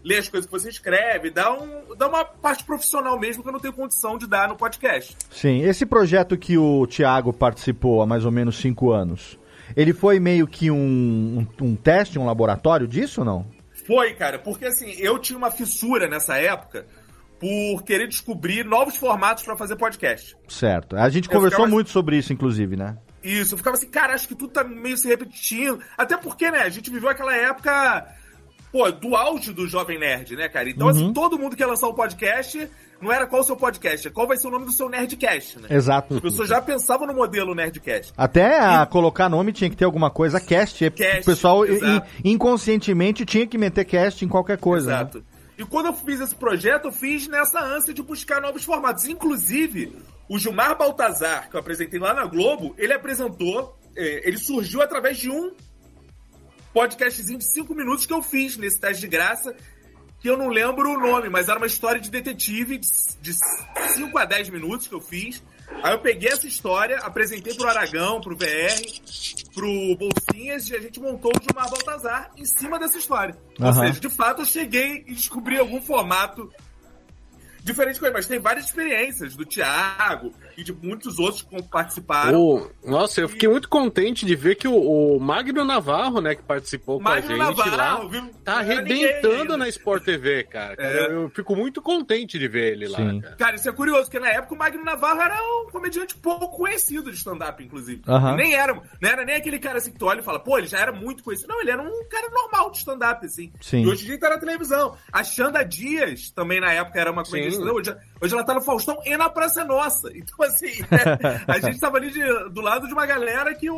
ler as coisas que você escreve, dá uma parte profissional mesmo que eu não tenho condição de dar no podcast. Sim, esse projeto que o Thiago participou há mais ou menos 5 anos, ele foi meio que um teste, um laboratório disso ou não? Foi, cara, porque assim, eu tinha uma fissura nessa época por querer descobrir novos formatos pra fazer podcast. Certo, a gente conversou muito sobre isso, inclusive, né? Isso, eu ficava assim, cara, acho que tudo tá meio se repetindo. Até porque, né, a gente viveu aquela época, do auge do Jovem Nerd, né, cara? Então, assim, todo mundo que ia lançar um podcast, não era qual o seu podcast, é qual vai ser o nome do seu Nerdcast, né? Exato. As pessoas já pensavam no modelo Nerdcast. Até colocar nome tinha que ter alguma coisa, cast. O pessoal inconscientemente tinha que meter cast em qualquer coisa. Exato. Né? E quando eu fiz esse projeto, eu fiz nessa ânsia de buscar novos formatos. Inclusive, o Gilmar Baltazar, que eu apresentei lá na Globo, ele apresentou, ele surgiu através de um podcastzinho de 5 minutos que eu fiz nesse teste de graça, que eu não lembro o nome, mas era uma história de detetive de 5 a 10 minutos que eu fiz. Aí eu peguei essa história, apresentei pro Aragão, pro VR, pro Bolsinhas, e a gente montou o Gilmar Baltazar em cima dessa história. Ou seja, de fato eu cheguei e descobri algum formato diferente com ele, mas tem várias experiências do Thiago e de muitos outros que participaram. Nossa, eu fiquei muito contente de ver que o Magno Navarro, né, que participou com a gente lá, tá arrebentando na Sport TV, cara. Eu fico muito contente de ver ele lá, cara. Cara, isso é curioso, porque na época o Magno Navarro era um comediante pouco conhecido de stand-up, inclusive. Nem era nem aquele cara assim que tu olha e fala, pô, ele já era muito conhecido. Não, ele era um cara normal de stand-up, assim. Sim. E hoje em dia tá na televisão. A Xanda Dias também na época era uma comediante. Hoje ela tá no Faustão e na Praça Nossa. Então, assim, a gente tava ali do lado de uma galera que,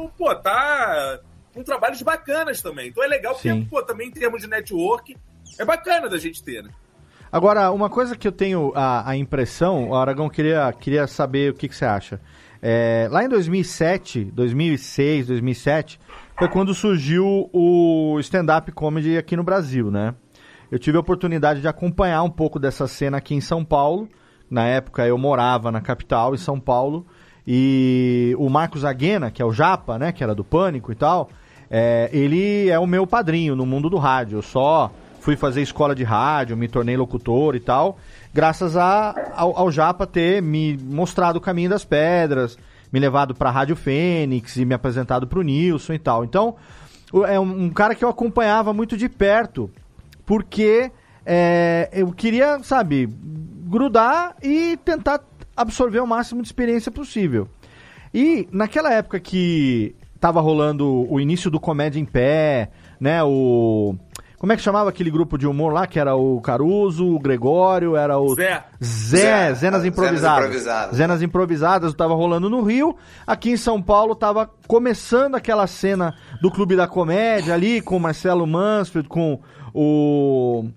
tá com trabalhos bacanas também. Então é legal porque, também em termos de network, é bacana da gente ter, né? Agora, uma coisa que eu tenho a impressão, o Aragão queria saber o que você acha. Lá em 2007, 2006, 2007, foi quando surgiu o stand-up comedy aqui no Brasil, né? Eu tive a oportunidade de acompanhar um pouco dessa cena aqui em São Paulo. Na época eu morava na capital, em São Paulo, e o Marcos Aguena, que é o Japa, né, que era do Pânico e tal, ele é o meu padrinho no mundo do rádio. Eu só fui fazer escola de rádio, me tornei locutor e tal, graças ao Japa ter me mostrado o caminho das pedras, me levado pra Rádio Fênix e me apresentado pro Nilson e tal. Então, é um cara que eu acompanhava muito de perto, porque eu queria, sabe, grudar e tentar absorver o máximo de experiência possível. E naquela época que tava rolando o início do Comédia em Pé, né, como é que chamava aquele grupo de humor lá, que era o Caruso, o Gregório, era o... Zenas Improvisadas. Zenas Improvisadas, tava rolando no Rio. Aqui em São Paulo tava começando aquela cena do Clube da Comédia ali, com o Marcelo Mansfield, com o...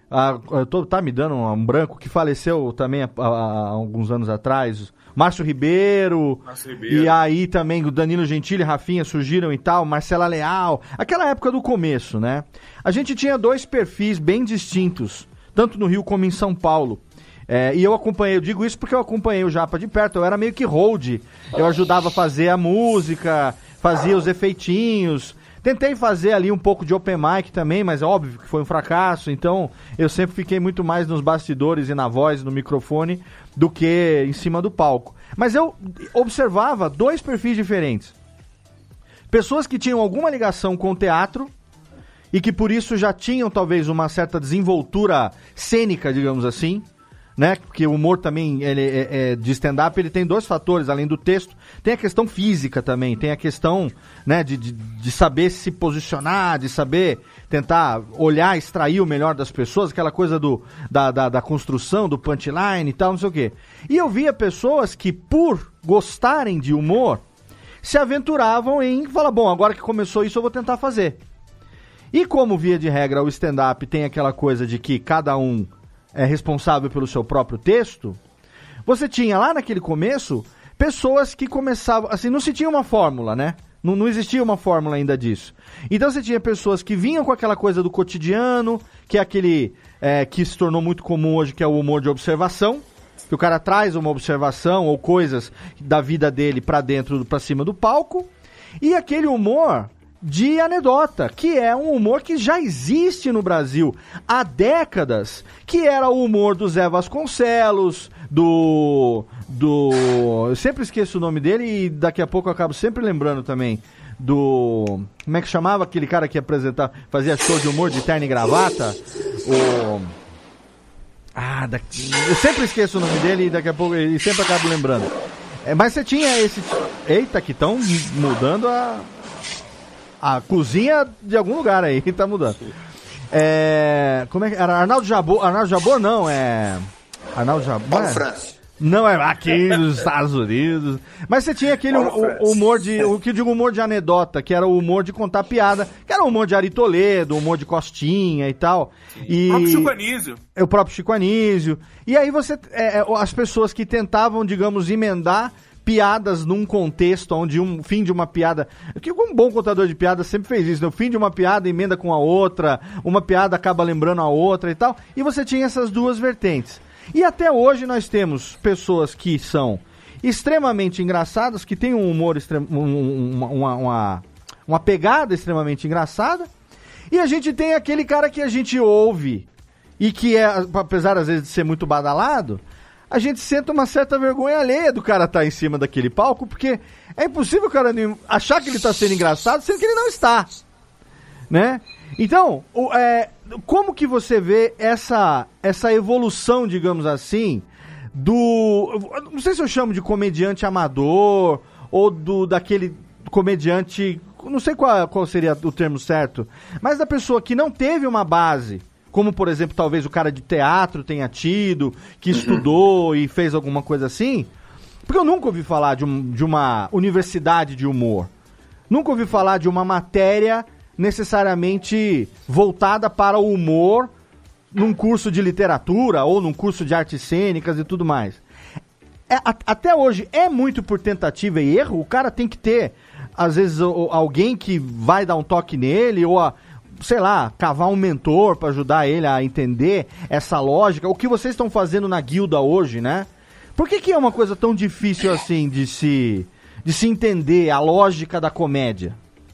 tá me dando um branco, que faleceu também há alguns anos atrás, Márcio Ribeiro, e aí também o Danilo Gentili e Rafinha surgiram e tal, Marcela Leal, aquela época do começo, né? A gente tinha 2 perfis bem distintos, tanto no Rio como em São Paulo. E eu digo isso porque eu acompanhei o Japa de perto, eu era meio que hold, eu ajudava a fazer a música, fazia os efeitinhos. Tentei fazer ali um pouco de open mic também, mas é óbvio que foi um fracasso, então eu sempre fiquei muito mais nos bastidores e na voz, no microfone, do que em cima do palco. Mas eu observava 2 perfis diferentes. Pessoas que tinham alguma ligação com o teatro e que por isso já tinham talvez uma certa desenvoltura cênica, digamos assim, né? Porque o humor também, de stand-up, ele tem 2 fatores, além do texto. Tem a questão física também, tem a questão, né, de saber se posicionar, de saber tentar olhar, extrair o melhor das pessoas, aquela coisa da construção, do punchline e tal, não sei o quê. E eu via pessoas que, por gostarem de humor, se aventuravam em falar, bom, agora que começou isso eu vou tentar fazer. E como, via de regra, o stand-up tem aquela coisa de que cada um é responsável pelo seu próprio texto, você tinha lá naquele começo pessoas que começavam, assim, não se tinha uma fórmula, né? Não existia uma fórmula ainda disso. Então você tinha pessoas que vinham com aquela coisa do cotidiano, que é aquele que se tornou muito comum hoje, que é o humor de observação, que o cara traz uma observação ou coisas da vida dele pra cima do palco, e aquele humor de anedota, que é um humor que já existe no Brasil há décadas, que era o humor do Zé Vasconcelos, eu sempre esqueço o nome dele e daqui a pouco eu acabo sempre lembrando também como é que chamava aquele cara que apresentava, fazia show de humor de terno e gravata? Eu sempre esqueço o nome dele e daqui a pouco ele sempre acabo lembrando. Mas você tinha esse... Eita, que estão mudando a cozinha de algum lugar aí, que tá mudando. Como é que era? Arnaldo Jabor não, Arnaldo Jabor. Paulo Francis. Não, é aqui nos Estados Unidos. Mas você tinha aquele humor humor de anedota, que era o humor de contar piada, que era o humor de Ari Toledo, o humor de Costinha e tal. E... O próprio Chico Anísio. O próprio Chico Anísio. E aí as pessoas que tentavam, digamos, emendar piadas num contexto onde um fim de uma piada... Que um bom contador de piadas sempre fez isso, né? O fim de uma piada emenda com a outra, uma piada acaba lembrando a outra e tal. E você tinha essas duas vertentes. E até hoje nós temos pessoas que são extremamente engraçadas, que têm um humor, uma pegada extremamente engraçada, e a gente tem aquele cara que a gente ouve e que apesar às vezes de ser muito badalado, a gente sente uma certa vergonha alheia do cara estar em cima daquele palco, porque é impossível o cara achar que ele está sendo engraçado, sendo que ele não está, né? Então, como que você vê essa evolução, digamos assim, não sei se eu chamo de comediante amador, ou daquele comediante, não sei qual seria o termo certo, mas da pessoa que não teve uma base, como, por exemplo, talvez o cara de teatro tenha tido, que estudou e fez alguma coisa assim, porque eu nunca ouvi falar de uma universidade de humor, nunca ouvi falar de uma matéria necessariamente voltada para o humor num curso de literatura ou num curso de artes cênicas e tudo mais. Até hoje é muito por tentativa e erro. O cara tem que ter, às vezes, alguém que vai dar um toque nele ou, sei lá, cavar um mentor para ajudar ele a entender essa lógica. O que vocês estão fazendo na guilda hoje, né? Por que é uma coisa tão difícil assim de se entender a lógica da comédia?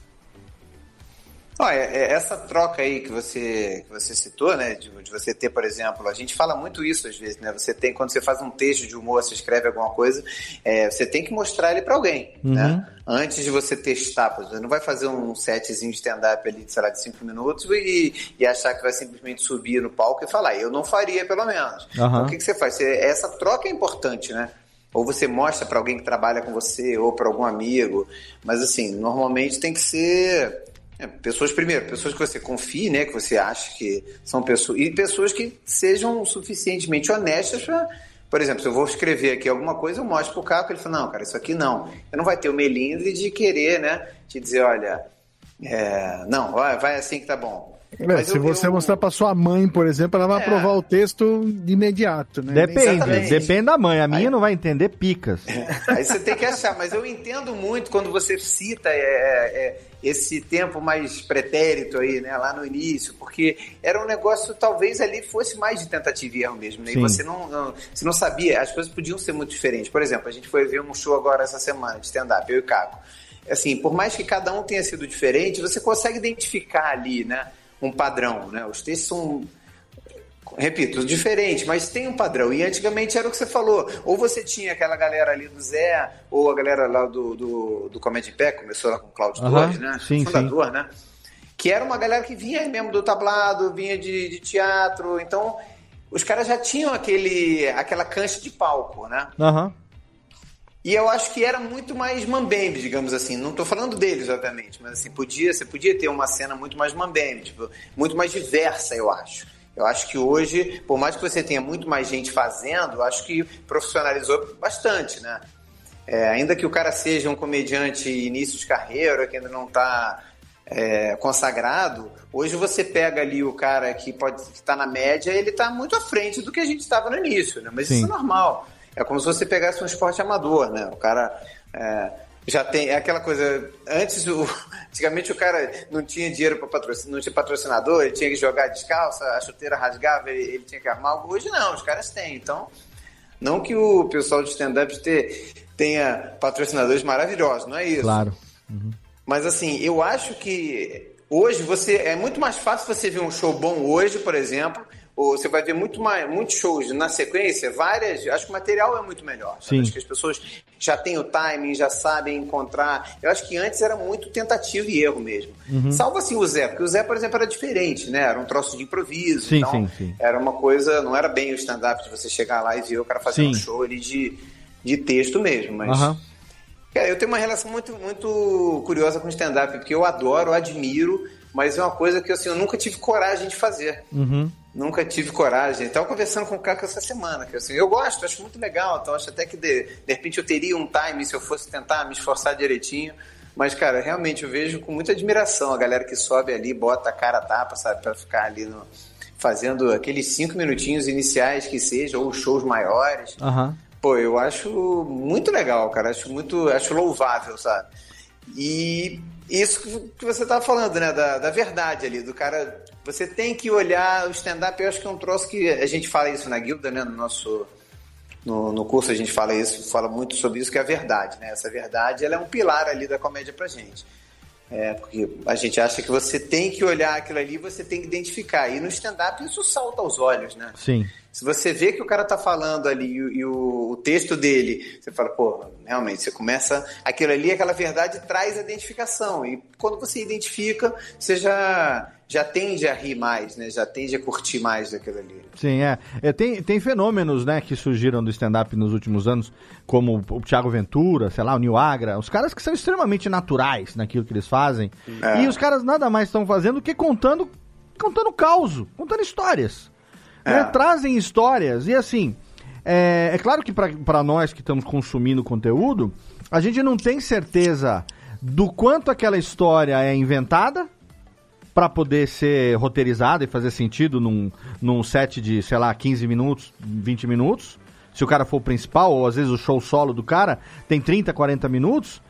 Olha, essa troca aí que você citou, né, de você ter, por exemplo, a gente fala muito isso às vezes, né, quando você faz um texto de humor, você escreve alguma coisa, você tem que mostrar ele para alguém, né, antes de você testar, você não vai fazer um setzinho de stand-up ali, sei lá, de 5 minutos e achar que vai simplesmente subir no palco e falar, eu não faria pelo menos. Então o que você faz? Essa troca é importante, né? Ou você mostra para alguém que trabalha com você, ou para algum amigo, mas assim, normalmente tem que ser... pessoas que você confie, né, que você acha que são pessoas, e pessoas que sejam suficientemente honestas para, por exemplo, se eu vou escrever aqui alguma coisa, eu mostro pro cara, ele fala, não, cara, isso aqui não. Você não vai ter o melindre de querer, né, te dizer, olha, não, vai assim que tá bom. Se você mostrar pra sua mãe, por exemplo, ela vai aprovar o texto de imediato, né? Depende da mãe. A minha não vai entender picas. Aí você tem que achar, mas eu entendo muito quando você cita esse tempo mais pretérito aí, né, lá no início, porque era um negócio, talvez ali fosse mais de tentativa e erro mesmo, né? E você não sabia, as coisas podiam ser muito diferentes. Por exemplo, a gente foi ver um show agora essa semana de stand-up, eu e Caco. Assim, por mais que cada um tenha sido diferente, você consegue identificar ali, né, um padrão, né? Os textos são, repito, diferentes, mas tem um padrão. E antigamente era o que você falou. Ou você tinha aquela galera ali do Zé, ou a galera lá do Comédia em Pé, começou lá com o Cláudio Torres, né? Fundador, né? Que era uma galera que vinha mesmo do tablado, vinha de teatro. Então, os caras já tinham aquela cancha de palco, né? E eu acho que era muito mais mambembe, digamos assim. Não estou falando deles, obviamente, mas assim, você podia ter uma cena muito mais mambembe, tipo, muito mais diversa, eu acho. Eu acho que hoje, por mais que você tenha muito mais gente fazendo, eu acho que profissionalizou bastante, né? Ainda que o cara seja um comediante início de carreira, que ainda não está consagrado, hoje você pega ali o cara que está na média, ele está muito à frente do que a gente estava no início, né? Mas isso é normal. É como se você pegasse um esporte amador, né? O cara já tem aquela coisa... Antigamente o cara não tinha dinheiro para patrocinar, não tinha patrocinador, ele tinha que jogar descalço, a chuteira rasgava, ele tinha que armar algo. Hoje não, os caras têm. Então, não que o pessoal de stand-up tenha patrocinadores maravilhosos, não é isso. Claro. Mas assim, eu acho que hoje é muito mais fácil você ver um show bom hoje, por exemplo, ou você vai ver muitos shows na sequência, acho que o material é muito melhor. Acho que as pessoas já têm o timing, já sabem encontrar. Eu acho que antes era muito tentativa e erro mesmo. Salvo assim o Zé, porque o Zé, por exemplo, era diferente, né? Era um troço de improviso. Sim. Era uma coisa, não era bem o stand-up de você chegar lá e ver o cara fazendo um show ali de texto mesmo, mas... Cara, eu tenho uma relação muito, muito curiosa com stand-up, porque eu adoro, eu admiro, mas é uma coisa que assim, eu nunca tive coragem de fazer. Nunca tive coragem. Estava conversando com o Caco essa semana, que assim, eu gosto, acho muito legal, então acho até que de repente eu teria um time se eu fosse tentar me esforçar direitinho. Mas, cara, realmente eu vejo com muita admiração a galera que sobe ali, bota a cara a tapa, sabe, pra ficar ali fazendo aqueles 5 minutinhos iniciais que seja, ou shows maiores. Pô, eu acho muito legal, cara. Acho louvável, sabe? E isso que você tava falando, né? Da verdade ali, do cara... Você tem que olhar o stand-up, eu acho que é um troço que... A gente fala isso na guilda, né? No curso a gente fala muito sobre isso, que é a verdade, né? Essa verdade, ela é um pilar ali da comédia pra gente. Porque a gente acha que você tem que olhar aquilo ali, você tem que identificar. E no stand-up isso salta aos olhos, né? Sim. Se você vê que o cara tá falando ali e o texto dele, você fala, pô, realmente, você começa... Aquilo ali, aquela verdade traz a identificação. E quando você identifica, você já tende a rir mais, né? Já tende a curtir mais daquilo ali. Sim, tem fenômenos, né, que surgiram do stand-up nos últimos anos, como o Thiago Ventura, sei lá, o Nil Agra, os caras que são extremamente naturais naquilo que eles fazem. E os caras nada mais estão fazendo do que contando caos, contando histórias. Né? Trazem histórias e assim, é claro que para nós que estamos consumindo conteúdo, a gente não tem certeza do quanto aquela história é inventada para poder ser roteirizada e fazer sentido num set de, sei lá, 15 minutos, 20 minutos, se o cara for o principal, ou às vezes o show solo do cara tem 30, 40 minutos.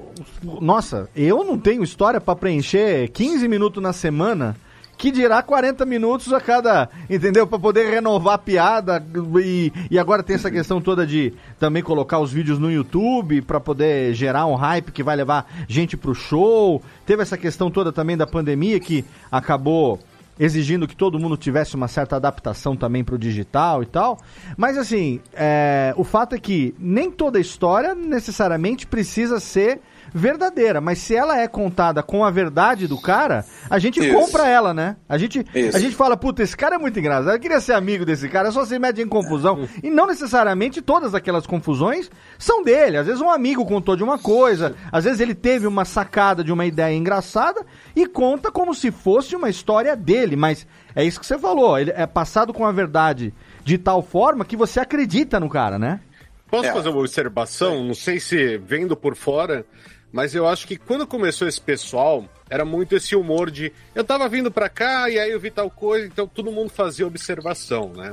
Nossa, eu não tenho história para preencher 15 minutos na semana, que dirá 40 minutos a cada, entendeu? Pra poder renovar a piada e agora tem essa questão toda de também colocar os vídeos no YouTube pra poder gerar um hype que vai levar gente pro show. Teve essa questão toda também da pandemia que acabou exigindo que todo mundo tivesse uma certa adaptação também pro digital e tal. Mas assim, o fato é que nem toda história necessariamente precisa ser verdadeira, mas se ela é contada com a verdade do cara, a gente compra ela, né? A gente fala, puta, esse cara é muito engraçado, eu queria ser amigo desse cara, só se mete em confusão. E não necessariamente todas aquelas confusões são dele. Às vezes um amigo contou de uma coisa, às vezes ele teve uma sacada de uma ideia engraçada e conta como se fosse uma história dele, mas é isso que você falou, ele é passado com a verdade de tal forma que você acredita no cara, né? Posso fazer uma observação? Não sei se vendo por fora, mas eu acho que quando começou esse pessoal, era muito esse humor de eu tava vindo pra cá e aí eu vi tal coisa, então todo mundo fazia observação, né?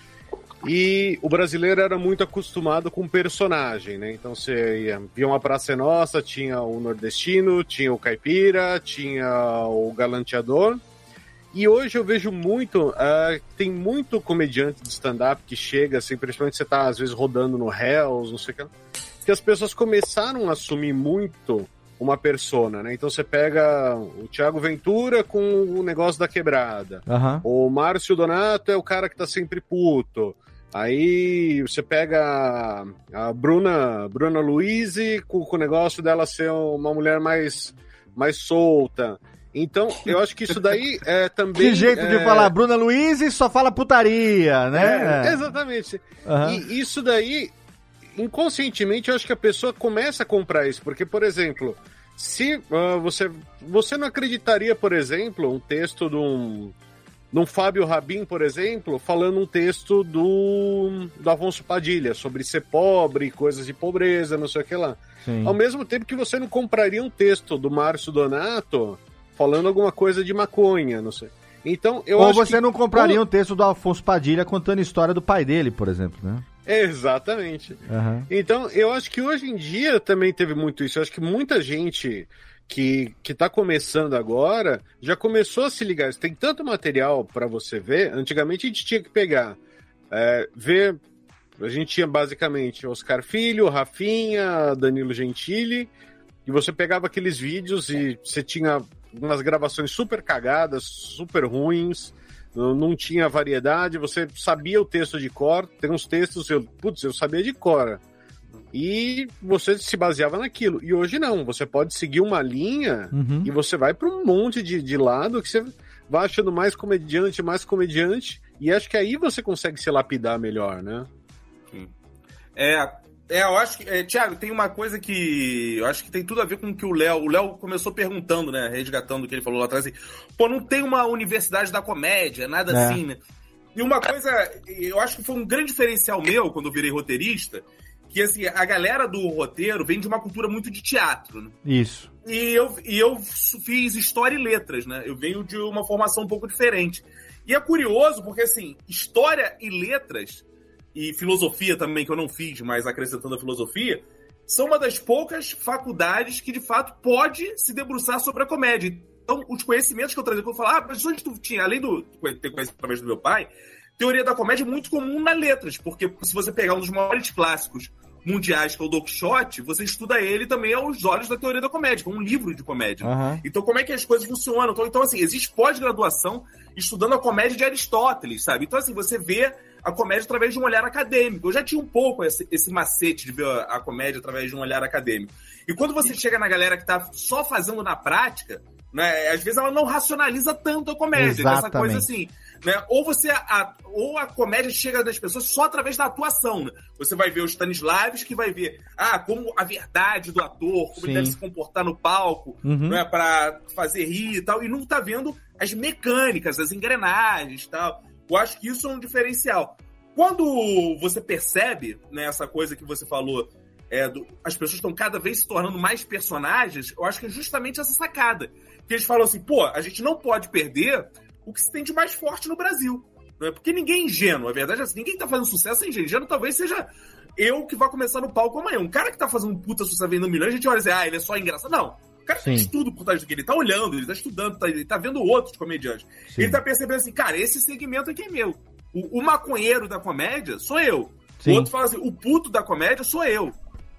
E o brasileiro era muito acostumado com personagem, né? Então você via uma Praça é Nossa, tinha o nordestino, tinha o caipira, tinha o galanteador. E hoje eu vejo muito, tem muito comediante de stand-up que chega, assim, principalmente você tá às vezes rodando no Hells, não sei o que as pessoas começaram a assumir muito uma persona, né? Então você pega o Thiago Ventura com o negócio da quebrada. O Márcio Donato é o cara que tá sempre puto. Aí você pega a Bruna Luiz com o negócio dela ser uma mulher mais solta. Então, eu acho que isso daí é também... Que jeito de falar, Bruna Luiz só fala putaria, né? Exatamente. E isso daí, inconscientemente, eu acho que a pessoa começa a comprar isso. Porque, por exemplo, se você não acreditaria, por exemplo, um texto de um Fábio Rabin, por exemplo, falando um texto do Afonso Padilha, sobre ser pobre, coisas de pobreza, não sei o que lá. Sim. Ao mesmo tempo que você não compraria um texto do Márcio Donato falando alguma coisa de maconha, não sei. Então, Ou você não compraria um texto do Afonso Padilha contando a história do pai dele, por exemplo, né? Exatamente. Então, eu acho que hoje em dia também teve muito isso. Eu acho que muita gente que tá começando agora já começou a se ligar. Tem tanto material para você ver. Antigamente a gente tinha que pegar, ver... A gente tinha basicamente Oscar Filho, Rafinha, Danilo Gentili... e você pegava aqueles vídeos e você tinha umas gravações super cagadas, super ruins, não tinha variedade, você sabia o texto de cor, tem uns textos, eu sabia de cor. E você se baseava naquilo. E hoje não, você pode seguir uma linha e você vai para um monte de lado que você vai achando mais comediante, e acho que aí você consegue se lapidar melhor, né? Sim. Eu acho que, Thiago, tem uma coisa que eu acho que tem tudo a ver com o que o Léo começou perguntando, né, resgatando o que ele falou lá atrás, assim, pô, não tem uma universidade da comédia, nada assim, né? E uma coisa, eu acho que foi um grande diferencial meu, quando eu virei roteirista, que, assim, a galera do roteiro vem de uma cultura muito de teatro, né? Isso. E eu fiz história e letras, né? Eu venho de uma formação um pouco diferente. E é curioso, porque, assim, história e letras, e filosofia também, que eu não fiz, mas acrescentando a filosofia, são uma das poucas faculdades que, de fato, pode se debruçar sobre a comédia. Então, os conhecimentos que eu trazia, quando eu falava, mas onde tu tinha, além de ter conhecido através do meu pai, teoria da comédia é muito comum nas letras, porque se você pegar um dos maiores clássicos mundiais, que é o Don Quixote, você estuda ele também aos olhos da teoria da comédia, que é um livro de comédia. Então, como é que as coisas funcionam? Então, assim, existe pós-graduação estudando a comédia de Aristóteles, sabe? Então, assim, você vê a comédia através de um olhar acadêmico. Eu já tinha um pouco esse macete de ver a comédia através de um olhar acadêmico. E quando você chega na galera que tá só fazendo na prática, né, às vezes ela não racionaliza tanto a comédia. Essa coisa assim, né? Ou a comédia chega das pessoas só através da atuação, né? Você vai ver o Stanislavski, que vai ver como a verdade do ator, como ele deve se comportar no palco, né, para fazer rir e tal, e não tá vendo as mecânicas, as engrenagens e tal. Eu acho que isso é um diferencial. Quando você percebe, né, essa coisa que você falou, as pessoas estão cada vez se tornando mais personagens, eu acho que é justamente essa sacada. Que eles falam assim, pô, a gente não pode perder o que se tem de mais forte no Brasil. Né? Porque ninguém é ingênuo, a verdade é assim, ninguém tá fazendo sucesso é ingênuo. Talvez seja eu que vá começar no palco amanhã. Um cara que tá fazendo um puta sucesso vendendo milhões, a gente olha assim, ele é só engraçado. Não. O cara tem estudo por trás do que ele tá olhando, ele tá estudando, ele tá vendo outros comediantes. Sim. Ele tá percebendo assim, cara, esse segmento aqui é meu. O maconheiro da comédia sou eu. Sim. O outro fala assim, o puto da comédia sou eu.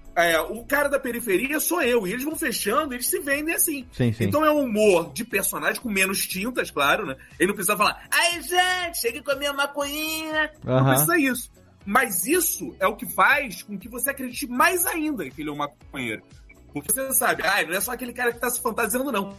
O cara da periferia sou eu. E eles vão fechando, eles se vendem assim. Sim. Então é um humor de personagem com menos tintas, claro, né? Ele não precisa falar, aí, gente, chega e comer uma maconhinha. Não precisa isso. Mas isso é o que faz com que você acredite mais ainda que ele é um maconheiro. Porque você sabe, não é só aquele cara que tá se fantasiando, não.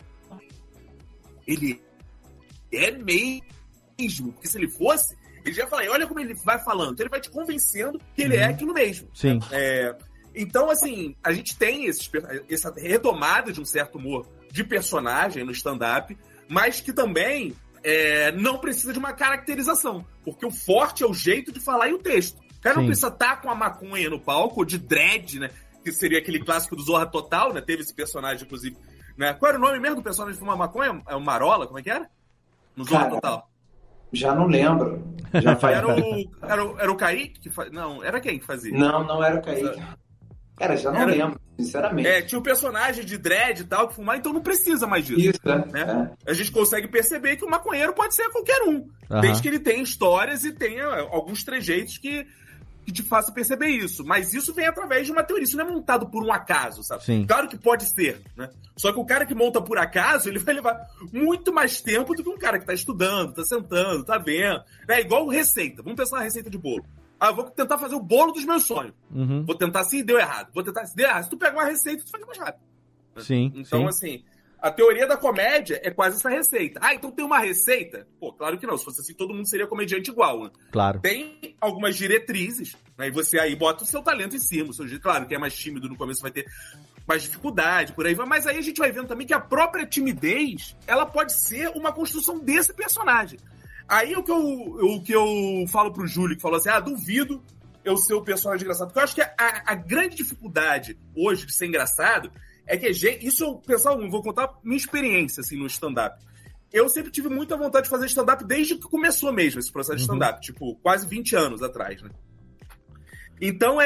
Ele é mesmo. Porque se ele fosse, ele já ia falar, olha como ele vai falando. Então ele vai te convencendo que ele é aquilo mesmo. Sim. Então, assim, a gente tem essa retomada de um certo humor de personagem no stand-up, mas que também não precisa de uma caracterização. Porque o forte é o jeito de falar e o texto. O cara não precisa estar com a maconha no palco, ou de dread, né? Que seria aquele clássico do Zorra Total, né? Teve esse personagem, inclusive. Né? Qual era o nome mesmo do personagem que fuma maconha? É o Marola? Como é que era? No Zorra Total. Já não lembro. Já faz... era o Kaique que fazia? Não, era quem que fazia? Não era o Kaique. Já não lembro, sinceramente. Tinha um personagem de dread e tal que fumava, então não precisa mais disso. Isso, né? A gente consegue perceber que o maconheiro pode ser qualquer um. Desde que ele tenha histórias e tenha alguns trejeitos que te faça perceber isso. Mas isso vem através de uma teoria. Isso não é montado por um acaso, sabe? Sim. Claro que pode ser, né? Só que o cara que monta por acaso, ele vai levar muito mais tempo do que um cara que tá estudando, tá sentando, tá vendo. É igual receita. Vamos pensar na receita de bolo. Eu vou tentar fazer o bolo dos meus sonhos. Vou tentar assim, deu errado. Vou tentar assim, deu errado. Se tu pegar uma receita, tu faz mais rápido. Sim. Então, assim, a teoria da comédia é quase essa receita. Então tem uma receita? Pô, claro que não. Se fosse assim, todo mundo seria comediante igual, né? Claro. Tem algumas diretrizes, né? E você aí bota o seu talento em cima. Claro, quem é mais tímido no começo vai ter mais dificuldade, por aí vai. Mas aí a gente vai vendo também que a própria timidez, ela pode ser uma construção desse personagem. Aí o que eu falo pro Júlio, que falou assim, duvido eu ser o personagem engraçado. Porque eu acho que a grande dificuldade hoje de ser engraçado é que isso eu vou contar minha experiência assim, no stand-up. Eu sempre tive muita vontade de fazer stand-up desde que começou mesmo esse processo de stand-up, tipo, quase 20 anos atrás, né? Então,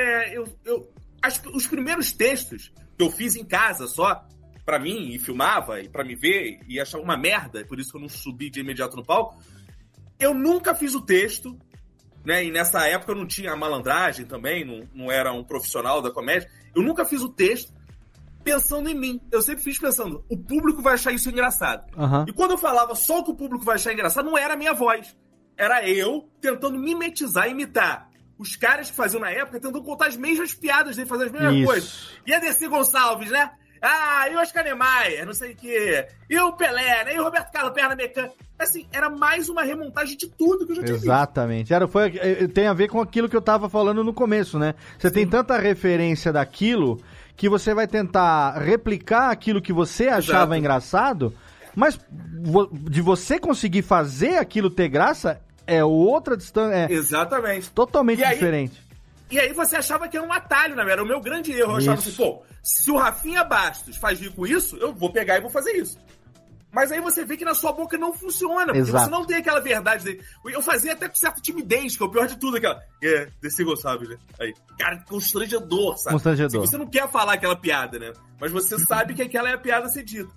os primeiros textos que eu fiz em casa só, pra mim, e filmava, e pra me ver, e achava uma merda, por isso que eu não subi de imediato no palco, eu nunca fiz o texto, né? E nessa época eu não tinha a malandragem também, não era um profissional da comédia, eu nunca fiz o texto pensando em mim. Eu sempre fiz pensando, o público vai achar isso engraçado. Uhum. E quando eu falava só o que o público vai achar engraçado, não era a minha voz. Era eu tentando mimetizar, imitar os caras que faziam na época, tentando contar as mesmas piadas dele, fazer as mesmas coisas. E a Dercy Gonçalves, né? Ah, e o Oscar Niemeyer, não sei o quê. E o Pelé, né? E o Roberto Carlos, perna mecânica. Assim, era mais uma remontagem de tudo que eu já tinha visto. Exatamente. Tem a ver com aquilo que eu tava falando no começo, né? Você tem tanta referência daquilo que você vai tentar replicar aquilo que você achava engraçado, mas de você conseguir fazer aquilo ter graça é outra distância. Exatamente. Totalmente diferente. E aí você achava que era um atalho, né? Era o meu grande erro. Eu achava assim, pô, se o Rafinha Bastos faz rir com isso, eu vou pegar e vou fazer isso. Mas aí você vê que na sua boca não funciona, porque você não tem aquela verdade dele. Eu fazia até com certa timidez, que é o pior de tudo, aquela... Dercy Gonçalves, né? Aí, cara, constrangedor, sabe? Constrangedor. Assim, você não quer falar aquela piada, né? Mas você sabe que aquela é a piada a ser dita.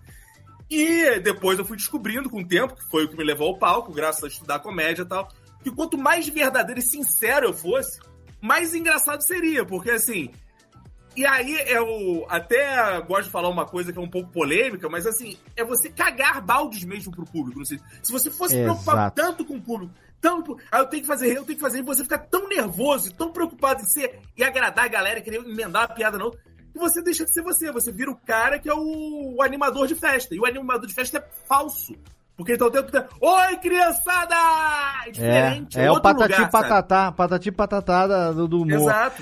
E depois eu fui descobrindo com o tempo, que foi o que me levou ao palco, graças a estudar comédia e tal, que quanto mais verdadeiro e sincero eu fosse, mais engraçado seria, porque assim... E aí eu até gosto de falar uma coisa que é um pouco polêmica, mas assim, é você cagar baldes mesmo pro público. Não sei. Se você fosse preocupado tanto com o público, eu tenho que fazer, e você fica tão nervoso, tão preocupado em ser e agradar a galera, querer emendar a piada não, que você deixa de ser você vira o cara que é o animador de festa. E o animador de festa é falso. Porque ele tá o tempo todo, oi, criançada! É diferente, é o patati patatá do humor. Exato.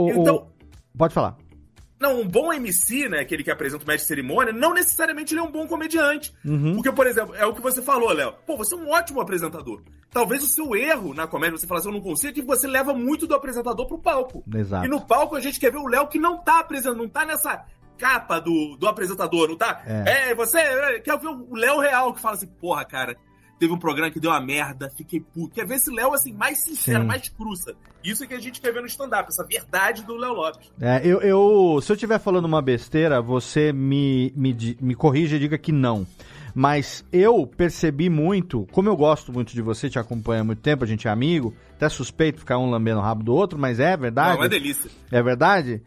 Pode falar. Não, um bom MC, né, aquele que apresenta o mestre de cerimônia, não necessariamente ele é um bom comediante. Uhum. Porque, por exemplo, é o que você falou, Léo. Pô, você é um ótimo apresentador. Talvez o seu erro na comédia, você fala assim, eu não consigo, é que você leva muito do apresentador pro palco. Exato. E no palco a gente quer ver o Léo que não tá apresentando, não tá nessa capa do apresentador, não tá? Você quer ver o Léo real que fala assim, porra, cara, teve um programa que deu uma merda, fiquei puto. Quer ver esse Léo, assim, mais sincero, mais cruza. Isso é que a gente quer ver no stand-up, essa verdade do Léo Lopes. Se eu estiver falando uma besteira, você me corrija e diga que não. Mas eu percebi muito, como eu gosto muito de você, te acompanho há muito tempo, a gente é amigo, até suspeito ficar um lambendo o rabo do outro, mas é verdade. Não, é delícia. É verdade?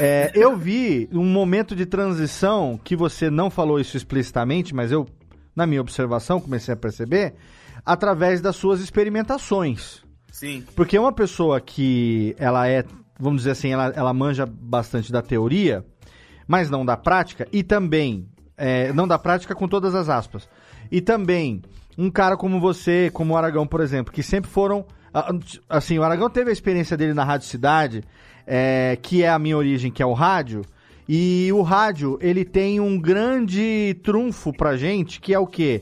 Eu vi um momento de transição que você não falou isso explicitamente, mas eu, na minha observação, comecei a perceber, através das suas experimentações. Sim. Porque uma pessoa que ela vamos dizer assim, ela manja bastante da teoria, mas não da prática, e também, não da prática com todas as aspas, e também um cara como você, como o Aragão, por exemplo, que sempre foram, assim, o Aragão teve a experiência dele na Rádio Cidade, que é a minha origem, que é o rádio, e o rádio, ele tem um grande trunfo pra gente, que é o quê?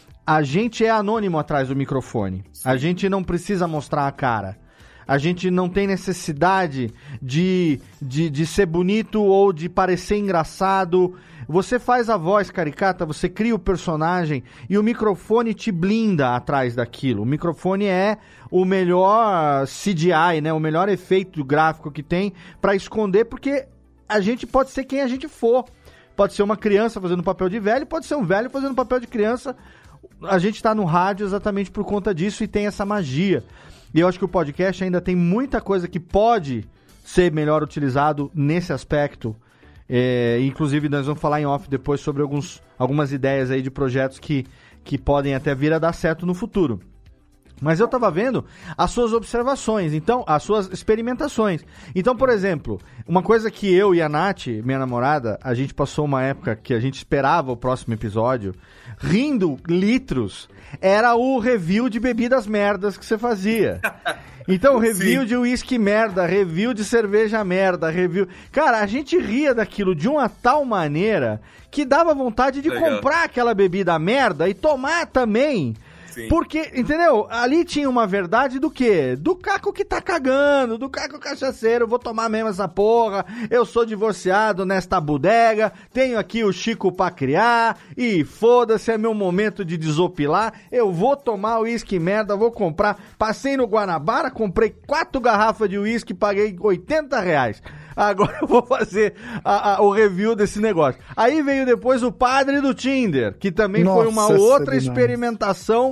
A gente é anônimo atrás do microfone. Sim. A gente não precisa mostrar a cara. A gente não tem necessidade de ser bonito ou de parecer engraçado. Você faz a voz caricata, você cria o personagem e o microfone te blinda atrás daquilo. O microfone é o melhor CGI, né? O melhor efeito gráfico que tem pra esconder, porque a gente pode ser quem a gente for. Pode ser uma criança fazendo papel de velho, pode ser um velho fazendo papel de criança. A gente tá no rádio exatamente por conta disso e tem essa magia. E eu acho que o podcast ainda tem muita coisa que pode ser melhor utilizado nesse aspecto. Inclusive, nós vamos falar em off depois sobre algumas ideias aí de projetos que podem até vir a dar certo no futuro. Mas eu tava vendo as suas observações, então, as suas experimentações. Então, por exemplo, uma coisa que eu e a Nath, minha namorada, a gente passou uma época que a gente esperava o próximo episódio, rindo litros, era o review de bebidas merdas que você fazia. Então, review de uísque merda, review de cerveja merda, review... Cara, a gente ria daquilo de uma tal maneira que dava vontade de comprar aquela bebida merda e tomar também... Porque, entendeu? Ali tinha uma verdade do quê? Do caco que tá cagando, do caco cachaceiro, vou tomar mesmo essa porra, eu sou divorciado nesta bodega, tenho aqui o Chico pra criar, e foda-se, é meu momento de desopilar, eu vou tomar uísque merda, vou comprar, passei no Guanabara, comprei 4 garrafas de uísque, paguei R$80. Agora eu vou fazer o review desse negócio. Aí veio depois o Padre do Tinder, que também foi uma outra experimentação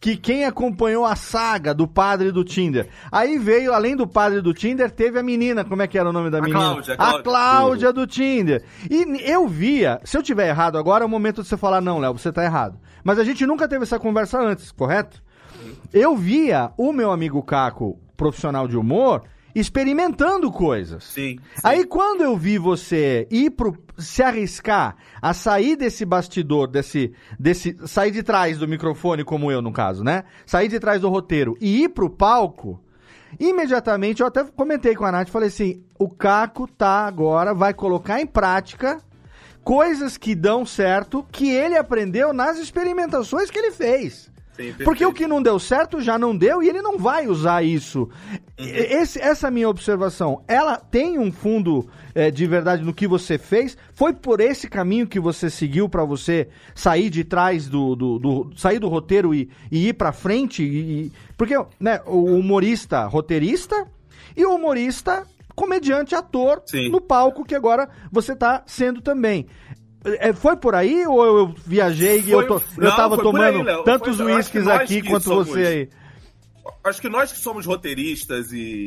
que quem acompanhou a saga do padre do Tinder. Aí veio, além do padre do Tinder, teve a menina, como é que era o nome da menina? A Cláudia do Tinder. E eu via, se eu tiver errado agora, é o momento de você falar, não, Léo, você tá errado. Mas a gente nunca teve essa conversa antes, correto? Eu via o meu amigo Caco, profissional de humor, experimentando coisas. Sim. Aí quando eu vi você se arriscar a sair desse bastidor, sair de trás do microfone, como eu no caso, né? Sair de trás do roteiro e ir pro palco, imediatamente eu até comentei com a Nath, falei assim, o Caco vai colocar em prática coisas que dão certo, que ele aprendeu nas experimentações que ele fez. Sim, porque o que não deu certo já não deu e ele não vai usar isso. Essa minha observação, ela tem um fundo de verdade no que você fez? Foi por esse caminho que você seguiu para você sair de trás sair do roteiro e ir pra frente? Porque, né, o humorista roteirista e o humorista comediante ator no palco, que agora você tá sendo também. Foi por aí ou eu viajei e eu tava tomando aí, tantos uísques aqui quanto você aí? Acho que nós que somos roteiristas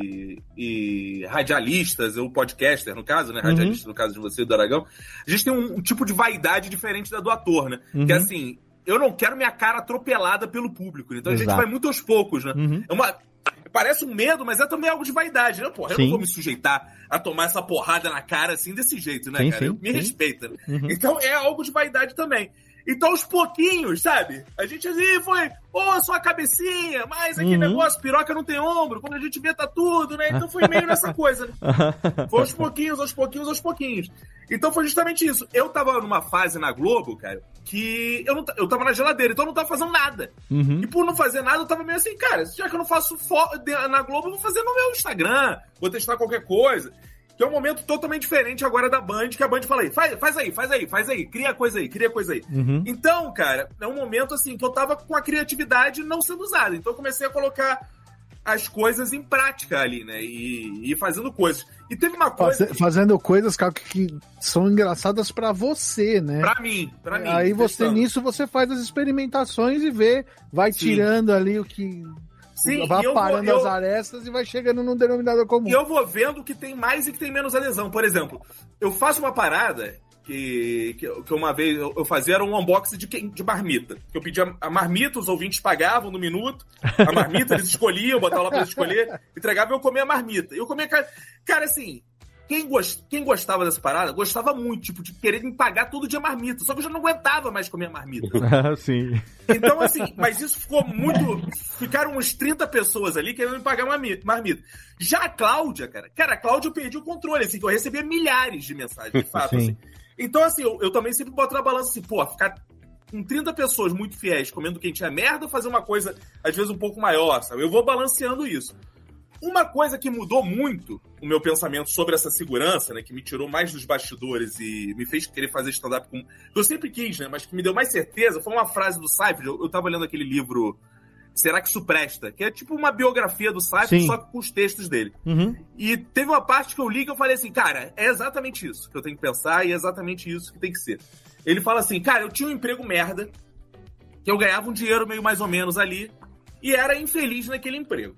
e radialistas, ou podcaster no caso, né? Radialista no caso de você e do Aragão, a gente tem um tipo de vaidade diferente da do ator, né? Que é assim, eu não quero minha cara atropelada pelo público, então a gente vai muito aos poucos, né? Parece um medo, mas é também algo de vaidade, né? Porra, eu não vou me sujeitar a tomar essa porrada na cara assim, desse jeito, né, cara? Me respeita, né? Então é algo de vaidade também. Então, aos pouquinhos, sabe? A gente assim foi, só a cabecinha, mas aquele negócio, piroca não tem ombro, quando a gente vê tá tudo, né? Então foi meio nessa coisa, né? Foi aos pouquinhos, aos pouquinhos, aos pouquinhos. Então foi justamente isso. Eu tava numa fase na Globo, cara, que eu tava na geladeira, então eu não tava fazendo nada. E por não fazer nada, eu tava meio assim, cara, já que eu não faço na Globo, eu vou fazer no meu Instagram, vou testar qualquer coisa. Que é um momento totalmente diferente agora da Band, que a Band fala aí, faz aí, cria coisa aí. Então, cara, é um momento assim, que eu tava com a criatividade não sendo usada. Então eu comecei a colocar as coisas em prática ali, né? E fazendo coisas. E teve uma coisa... Fazendo coisas, cara, que são engraçadas pra você, né? Pra mim. Aí nisso você faz as experimentações e vai tirando ali o que... Sim, vai parando as arestas e vai chegando num denominador comum. E eu vou vendo o que tem mais e que tem menos adesão. Por exemplo, eu faço uma parada que uma vez eu fazia, era um unboxing de marmita. Eu pedia a marmita, os ouvintes pagavam no minuto, a marmita eles escolhiam, botavam lá pra eles escolher, entregava e eu comia a marmita. Eu comia, cara, assim... Quem gostava dessa parada, gostava muito, tipo, de querer me pagar todo dia marmita. Só que eu já não aguentava mais comer marmita. Sim. Então, assim, mas isso ficou muito... Ficaram uns 30 pessoas ali querendo me pagar marmita. Já a Cláudia, a Cláudia eu perdi o controle, assim, que eu recebia milhares de mensagens, de fato, assim. Então, assim, eu também sempre boto na balança, assim, ficar com 30 pessoas muito fiéis comendo quem tinha merda ou fazer uma coisa, às vezes, um pouco maior, sabe? Eu vou balanceando isso. Uma coisa que mudou muito o meu pensamento sobre essa segurança, né, que me tirou mais dos bastidores e me fez querer fazer stand-up que eu sempre quis, né, mas que me deu mais certeza, foi uma frase do Seinfeld. Eu tava lendo aquele livro Será que Isso Presta? Que é tipo uma biografia do Seinfeld, só com os textos dele. E teve uma parte que eu li que eu falei assim, cara, é exatamente isso que eu tenho que pensar e é exatamente isso que tem que ser. Ele fala assim, cara, eu tinha um emprego merda, que eu ganhava um dinheiro meio mais ou menos ali, e era infeliz naquele emprego.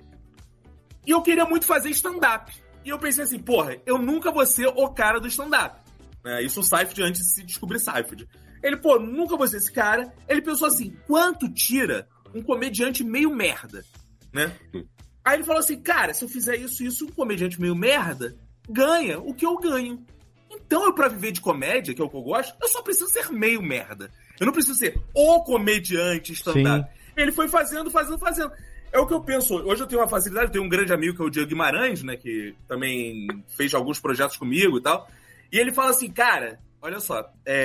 E eu queria muito fazer stand-up. E eu pensei assim, eu nunca vou ser o cara do stand-up. Isso o Seinfeld antes de se descobrir Seinfeld. Ele, nunca vou ser esse cara. Ele pensou assim, quanto tira um comediante meio merda? Né? Aí ele falou assim, cara, se eu fizer isso, um comediante meio merda ganha o que eu ganho. Então, pra viver de comédia, que é o que eu gosto, eu só preciso ser meio merda. Eu não preciso ser o comediante stand-up. Ele foi fazendo. É o que eu penso. Hoje eu tenho uma facilidade, eu tenho um grande amigo que é o Diego Guimarães, né, que também fez alguns projetos comigo e tal. E ele fala assim, cara, olha só,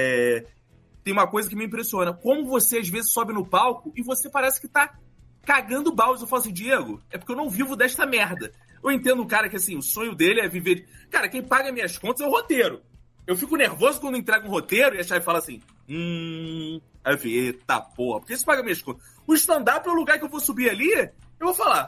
tem uma coisa que me impressiona. Como você às vezes sobe no palco e você parece que tá cagando balde. Eu falo assim, Diego, é porque eu não vivo desta merda. Eu entendo um cara que, assim, o sonho dele é viver... Cara, quem paga minhas contas é o roteiro. Eu fico nervoso quando entrego um roteiro e a chave fala assim, Aí eu fico, eita porra, por que você paga minhas contas? O stand-up é o lugar que eu vou subir ali, eu vou falar,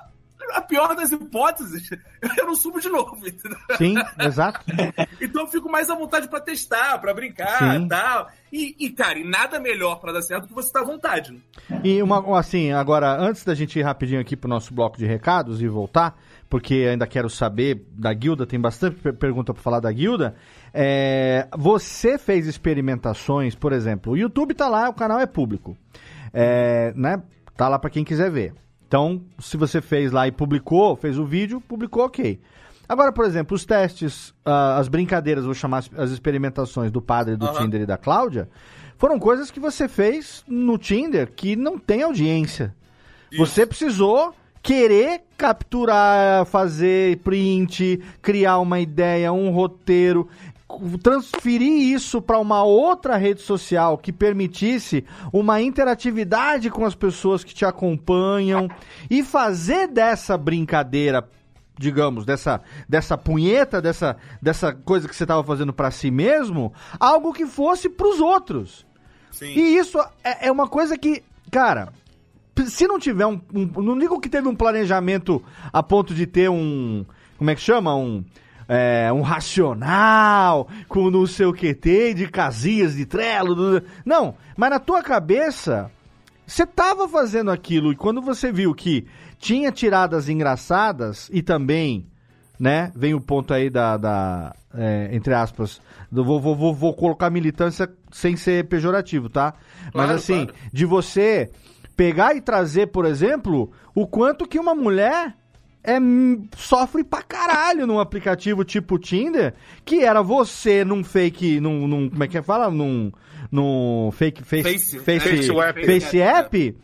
a pior das hipóteses, eu não subo de novo, entendeu? Sim, exato. Então eu fico mais à vontade pra testar, pra brincar e tal. Cara, e nada melhor pra dar certo do que você tá à vontade, né? E assim, agora, antes da gente ir rapidinho aqui pro nosso bloco de recados e voltar, porque ainda quero saber da Guilda, tem bastante pergunta pra falar da Guilda. Você fez experimentações, por exemplo, o YouTube tá lá, o canal é público. Né? Tá lá pra quem quiser ver. Então, se você fez lá e publicou, fez o vídeo, publicou, ok. Agora, por exemplo, os testes, as brincadeiras, vou chamar as experimentações do Padre, do Tinder e da Cláudia, foram coisas que você fez no Tinder que não tem audiência. Isso. Você precisou querer capturar, fazer print, criar uma ideia, um roteiro, transferir isso para uma outra rede social que permitisse uma interatividade com as pessoas que te acompanham e fazer dessa brincadeira, digamos, dessa punheta, dessa coisa que você estava fazendo para si mesmo, algo que fosse para os outros. Sim. E isso é uma coisa que, cara, se não tiver não digo que teve um planejamento a ponto de ter como é que chama? Um racional, com não sei o que tem, de casinhas de Trello. Não, mas na tua cabeça, você tava fazendo aquilo e quando você viu que tinha tiradas engraçadas e também, né, vem o ponto aí entre aspas, vou colocar militância sem ser pejorativo, tá? Claro, mas assim, claro. De você pegar e trazer, por exemplo, o quanto que uma mulher sofre pra caralho num aplicativo tipo Tinder, que era você num fake, como é que fala? Num face app,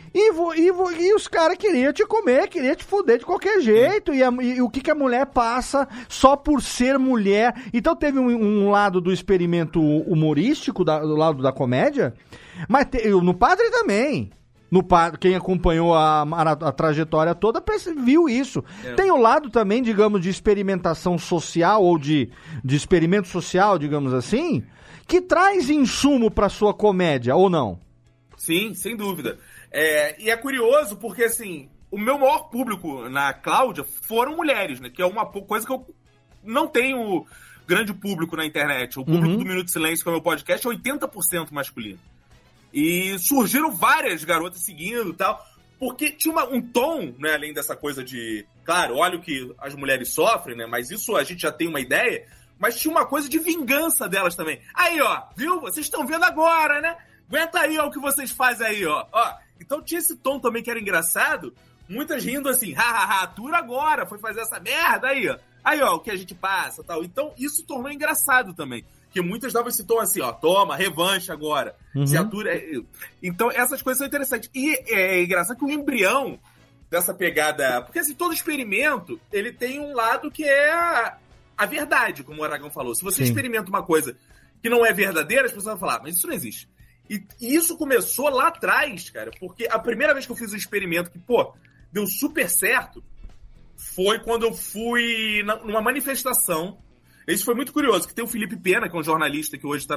e os caras queriam te comer, queriam te foder de qualquer jeito, e o que a mulher passa só por ser mulher. Então teve um lado do experimento humorístico, do lado da comédia, mas no Padre também. Quem acompanhou a trajetória toda viu isso. Tem o lado também, digamos, de experimentação social ou de experimento social, digamos assim, que traz insumo para sua comédia, ou não? Sim, sem dúvida. E é curioso porque, assim, o meu maior público na Cláudia foram mulheres, né? Que é uma coisa que eu não tenho grande público na internet. O público do Minuto de Silêncio, que é o meu podcast, é 80% masculino. E surgiram várias garotas seguindo e tal, porque tinha um tom, né, além dessa coisa de... Claro, olha o que as mulheres sofrem, né, mas isso a gente já tem uma ideia, mas tinha uma coisa de vingança delas também. Aí, ó, viu? Vocês estão vendo agora, né? Aguenta aí, ó, o que vocês fazem aí, ó. Então tinha esse tom também que era engraçado, muitas rindo assim, hahaha, atura agora, foi fazer essa merda aí, ó. Aí, ó, o que a gente passa e tal. Então isso tornou engraçado também. Que muitas davam esse tom assim, ó, toma, revanche agora. Se atura. Então, essas coisas são interessantes. E é engraçado que o embrião dessa pegada... Porque, assim, todo experimento, ele tem um lado que é a verdade, como o Aragão falou. Se você experimenta uma coisa que não é verdadeira, as pessoas vão falar, mas isso não existe. E isso começou lá atrás, cara, porque a primeira vez que eu fiz um experimento que, pô, deu super certo, foi quando eu fui numa manifestação. Isso foi muito curioso, que tem o Felipe Pena, que é um jornalista que hoje está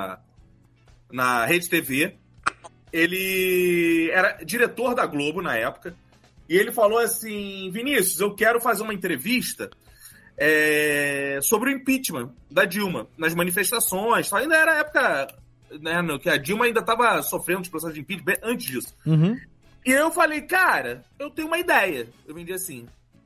na Rede TV. Ele era diretor da Globo na época. E ele falou assim, Vinícius, eu quero fazer uma entrevista sobre o impeachment da Dilma, nas manifestações. Ainda era a época, né, que a Dilma ainda estava sofrendo de processo de impeachment antes disso. E eu falei, cara, eu tenho uma ideia. Eu vendi assim...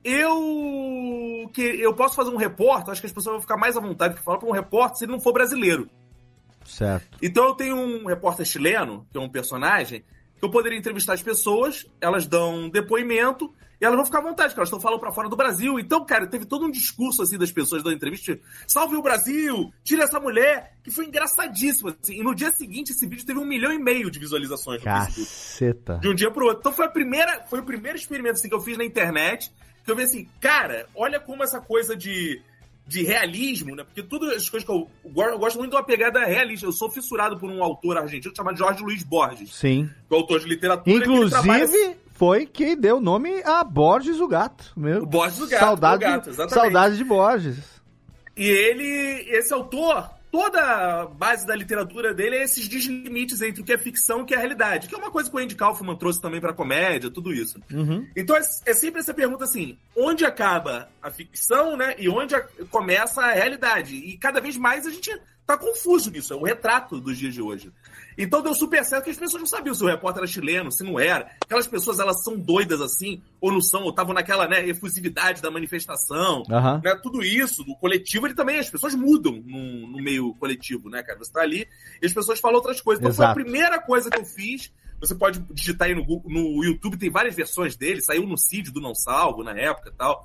Eu posso fazer um repórter, acho que as pessoas vão ficar mais à vontade de falar para um repórter se ele não for brasileiro. Certo. Então eu tenho um repórter chileno, que é um personagem, que eu poderia entrevistar as pessoas, elas dão um depoimento e elas vão ficar à vontade, porque elas estão falando para fora do Brasil. Então, cara, teve todo um discurso assim das pessoas dando entrevista, salve o Brasil, tira essa mulher, que foi engraçadíssimo. Assim. E no dia seguinte esse vídeo teve 1,5 milhão de visualizações no Facebook. Caceta. De um dia pro outro. Então foi o primeiro experimento assim, que eu fiz na internet, que eu vi assim, cara, olha como essa coisa de realismo, né? Porque todas as coisas que eu gosto muito de uma pegada realista. Eu sou fissurado por um autor argentino chamado Jorge Luiz Borges. Sim. Que é autor de literatura. Inclusive, foi que deu nome a Borges o Gato. Meu. O Borges o Gato. Saudade de Borges. E esse autor, toda a base da literatura dele é esses deslimites entre o que é ficção e o que é realidade, que é uma coisa que o Andy Kaufman trouxe também pra comédia, tudo isso. Então é sempre essa pergunta assim, onde acaba a ficção, né, e onde começa a realidade? E cada vez mais a gente tá confuso nisso, é o retrato dos dias de hoje. Então deu super certo que as pessoas não sabiam se o repórter era chileno, se não era. Aquelas pessoas, elas são doidas assim, ou não são, ou estavam naquela, né, efusividade da manifestação, né, tudo isso, do coletivo, ele também, as pessoas mudam no meio coletivo, né, cara? Você tá ali e as pessoas falam outras coisas. Então foi a primeira coisa que eu fiz. Você pode digitar aí no YouTube, tem várias versões dele, saiu no CID do Não Salvo, na época e tal.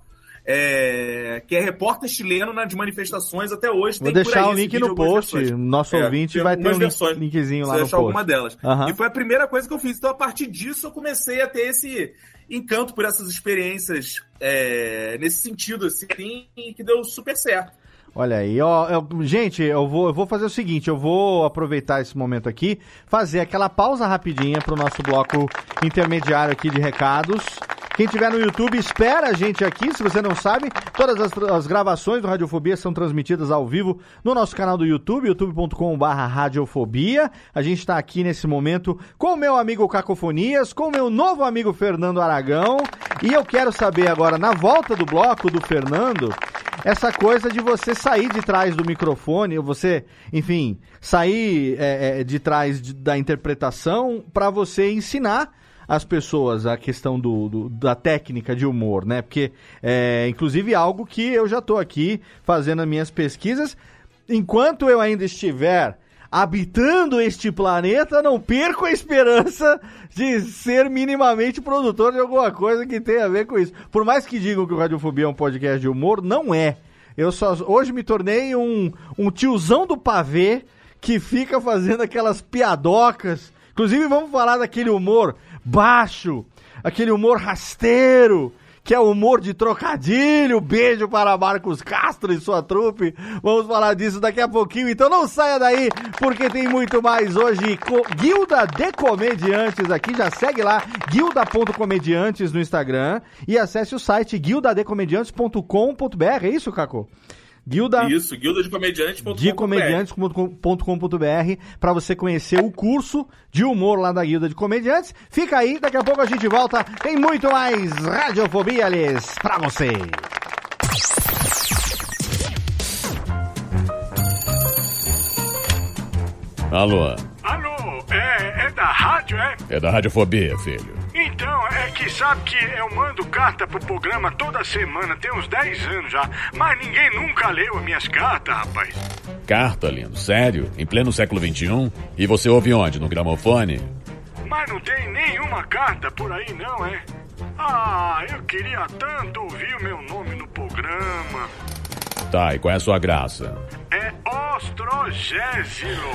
Que é repórter chileno de manifestações até hoje. Vou deixar o link no post. Nosso ouvinte vai ter um linkzinho lá no post. Alguma delas. E foi a primeira coisa que eu fiz. Então, a partir disso, eu comecei a ter esse encanto por essas experiências nesse sentido, assim, que deu super certo. Olha aí, gente, eu vou fazer o seguinte, eu vou aproveitar esse momento aqui, fazer aquela pausa rapidinha pro nosso bloco intermediário aqui de recados. Quem estiver no YouTube, espera a gente aqui. Se você não sabe, todas as gravações do Radiofobia são transmitidas ao vivo no nosso canal do YouTube, youtube.com/radiofobia. A gente está aqui nesse momento com o meu amigo Cacofonias, com o meu novo amigo Fernando Aragão. E eu quero saber agora, na volta do bloco do Fernando, essa coisa de você sair de trás do microfone, ou você, enfim, sair de trás da interpretação para você ensinar as pessoas a questão da técnica de humor, né? Porque inclusive algo que eu já estou aqui fazendo as minhas pesquisas. Enquanto eu ainda estiver habitando este planeta, não perco a esperança de ser minimamente produtor de alguma coisa que tenha a ver com isso. Por mais que digam que o Radiofobia é um podcast de humor, não é. Eu hoje me tornei um tiozão do pavê que fica fazendo aquelas piadocas. Inclusive, vamos falar daquele humor baixo, aquele humor rasteiro, que é o humor de trocadilho. Beijo para Marcos Castro e sua trupe. Vamos falar disso daqui a pouquinho, então não saia daí, porque tem muito mais hoje. Guilda de Comediantes aqui, já segue lá, guilda.comediantes no Instagram e acesse o site guildadecomediantes.com.br, é isso, Caco? guildadecomediantes.com.br para você conhecer o curso de humor lá da Guilda de Comediantes. Fica aí, daqui a pouco a gente volta. Tem muito mais Radiofobia, Aliás, pra você. Alô? Alô, é da rádio, é? É da Radiofobia, filho. Então, é que sabe que eu mando carta pro programa toda semana, tem uns 10 anos já, mas ninguém nunca leu as minhas cartas, rapaz. Carta, lindo? Sério? Em pleno século XXI? E você ouve onde? No gramofone? Mas não tem nenhuma carta por aí, não, é? Ah, eu queria tanto ouvir o meu nome no programa. Tá, e qual é a sua graça? É Ostrogésilo.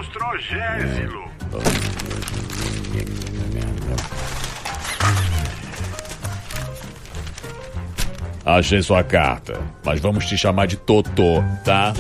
Achei sua carta, mas vamos te chamar de Totô, tá?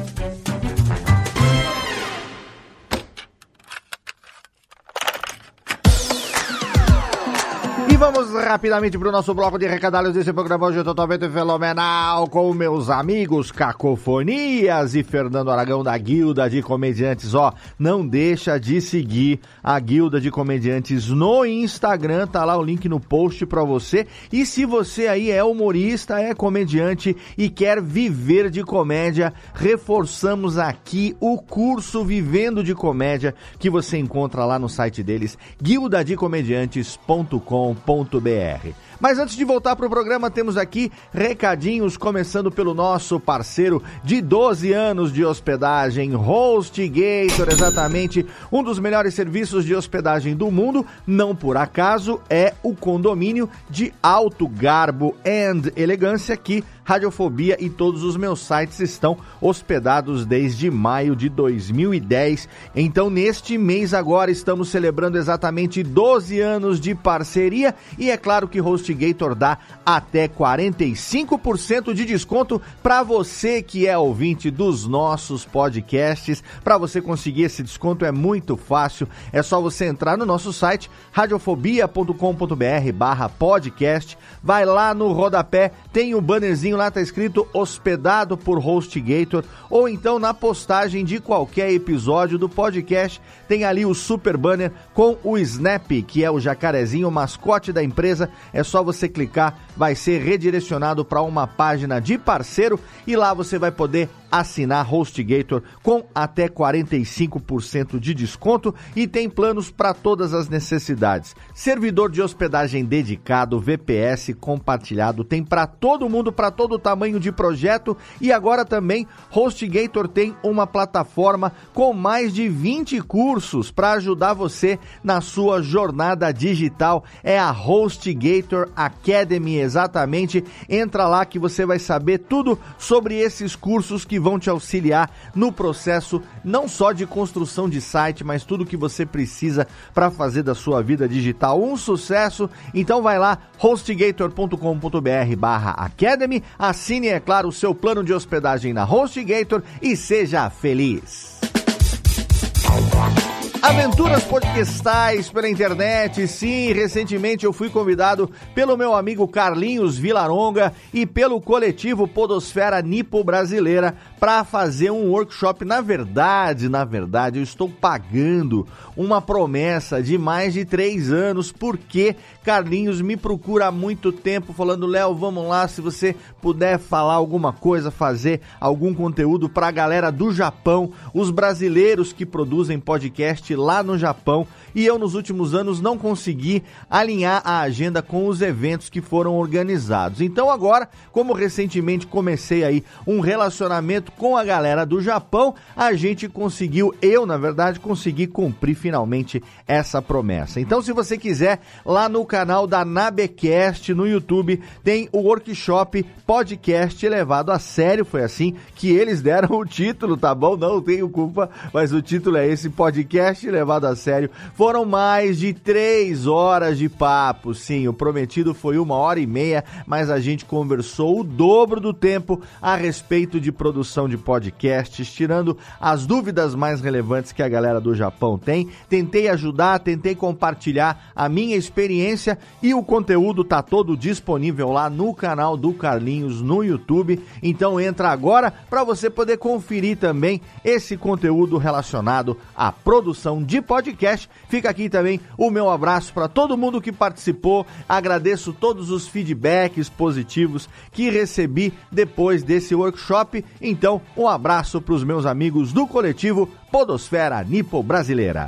E vamos rapidamente para o nosso bloco de recadalhos desse programa hoje totalmente fenomenal com meus amigos Cacofonias e Fernando Aragão da Guilda de Comediantes. Não deixa de seguir a Guilda de Comediantes no Instagram, tá lá o link no post para você. E se você aí é humorista, é comediante e quer viver de comédia, reforçamos aqui o curso Vivendo de Comédia que você encontra lá no site deles, guildadecomediantes.com.br. Mas antes de voltar para o programa, temos aqui recadinhos, começando pelo nosso parceiro de 12 anos de hospedagem, HostGator, exatamente um dos melhores serviços de hospedagem do mundo. Não por acaso é o condomínio de alto garbo e elegância que Radiofobia e todos os meus sites estão hospedados desde maio de 2010. Então, neste mês agora, estamos celebrando exatamente 12 anos de parceria e é claro que HostGator dá até 45% de desconto para você que é ouvinte dos nossos podcasts. Para você conseguir esse desconto é muito fácil, é só você entrar no nosso site radiofobia.com.br/podcast, vai lá no rodapé, tem o bannerzinho cantinho lá tá escrito hospedado por HostGator, ou então na postagem de qualquer episódio do podcast tem ali o super banner com o Snap, que é o jacarezinho, o mascote da empresa. É só você clicar, vai ser redirecionado para uma página de parceiro e lá você vai poder assinar HostGator com até 45% de desconto e tem planos para todas as necessidades. Servidor de hospedagem dedicado, VPS compartilhado, tem para todo mundo, para todo tamanho de projeto, e agora também HostGator tem uma plataforma com mais de 20 cursos para ajudar você na sua jornada digital. É a HostGator Academy, exatamente. Entra lá que você vai saber tudo sobre esses cursos que vão te auxiliar no processo não só de construção de site, mas tudo que você precisa para fazer da sua vida digital um sucesso. Então vai lá, hostgator.com.br/academy, assine, é claro, o seu plano de hospedagem na HostGator e seja feliz. Aventuras podcastais pela internet, sim, recentemente eu fui convidado pelo meu amigo Carlinhos Vilaronga e pelo coletivo Podosfera Nipo Brasileira para fazer um workshop. Na verdade, eu estou pagando uma promessa de mais de 3 anos, porque Carlinhos me procura há muito tempo falando: Léo, vamos lá, se você puder falar alguma coisa, fazer algum conteúdo para a galera do Japão, os brasileiros que produzem podcast lá no Japão. E eu nos últimos anos não consegui alinhar a agenda com os eventos que foram organizados. Então agora, como recentemente comecei aí um relacionamento com a galera do Japão, a gente conseguiu, na verdade, consegui cumprir finalmente essa promessa. Então, se você quiser, lá no canal da Nabecast no YouTube tem o workshop Podcast Levado a Sério. Foi assim que eles deram o título, tá bom? Não tenho culpa, mas o título é esse, Podcast Levado a Sério. Foram mais de 3 horas de papo, sim, o prometido foi 1h30, mas a gente conversou o dobro do tempo a respeito de produção de podcasts, tirando as dúvidas mais relevantes que a galera do Japão tem. Tentei ajudar, tentei compartilhar a minha experiência e o conteúdo tá todo disponível lá no canal do Carlinhos no YouTube. Então entra agora para você poder conferir também esse conteúdo relacionado à produção de podcast. Fica aqui também o meu abraço para todo mundo que participou. Agradeço todos os feedbacks positivos que recebi depois desse workshop. Então, um abraço para os meus amigos do coletivo Podosfera Nipo Brasileira.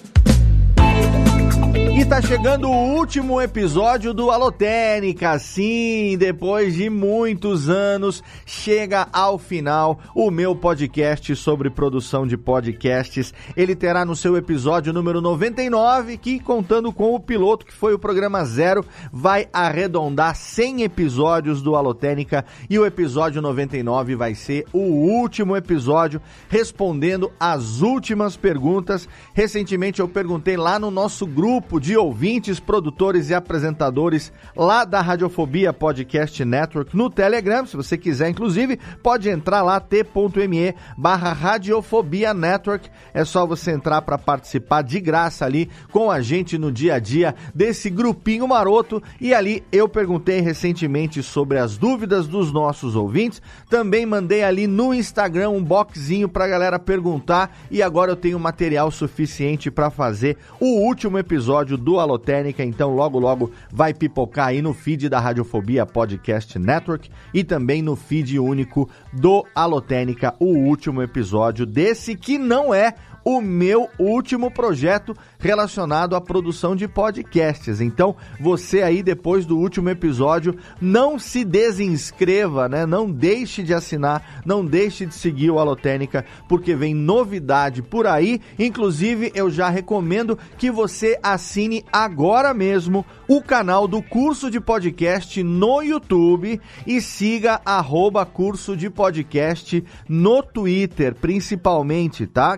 E tá chegando o último episódio do Alotênica. Sim, depois de muitos anos, chega ao final o meu podcast sobre produção de podcasts. Ele terá no seu episódio número 99, que, contando com o piloto, que foi o programa 0, vai arredondar 100 episódios do Alotênica. E o episódio 99 vai ser o último episódio, respondendo as últimas perguntas. Recentemente eu perguntei lá no nosso grupo de ouvintes, produtores e apresentadores lá da Radiofobia Podcast Network no Telegram. Se você quiser, inclusive, pode entrar lá, t.me/Radiofobia Network. É só você entrar para participar de graça ali com a gente no dia a dia desse grupinho maroto. E ali eu perguntei recentemente sobre as dúvidas dos nossos ouvintes. Também mandei ali no Instagram um boxzinho pra galera perguntar. E agora eu tenho material suficiente para fazer o último episódio do Alotênica, então logo vai pipocar aí no feed da Radiofobia Podcast Network e também no feed único do Alotênica, o último episódio desse que não é o meu último projeto relacionado à produção de podcasts. Então, você aí, depois do último episódio, não se desinscreva, né? Não deixe de assinar, não deixe de seguir o Alotênica, porque vem novidade por aí. Inclusive, eu já recomendo que você assine agora mesmo o canal do Curso de Podcast no YouTube e siga @curso de podcast no Twitter, principalmente, tá? Que ali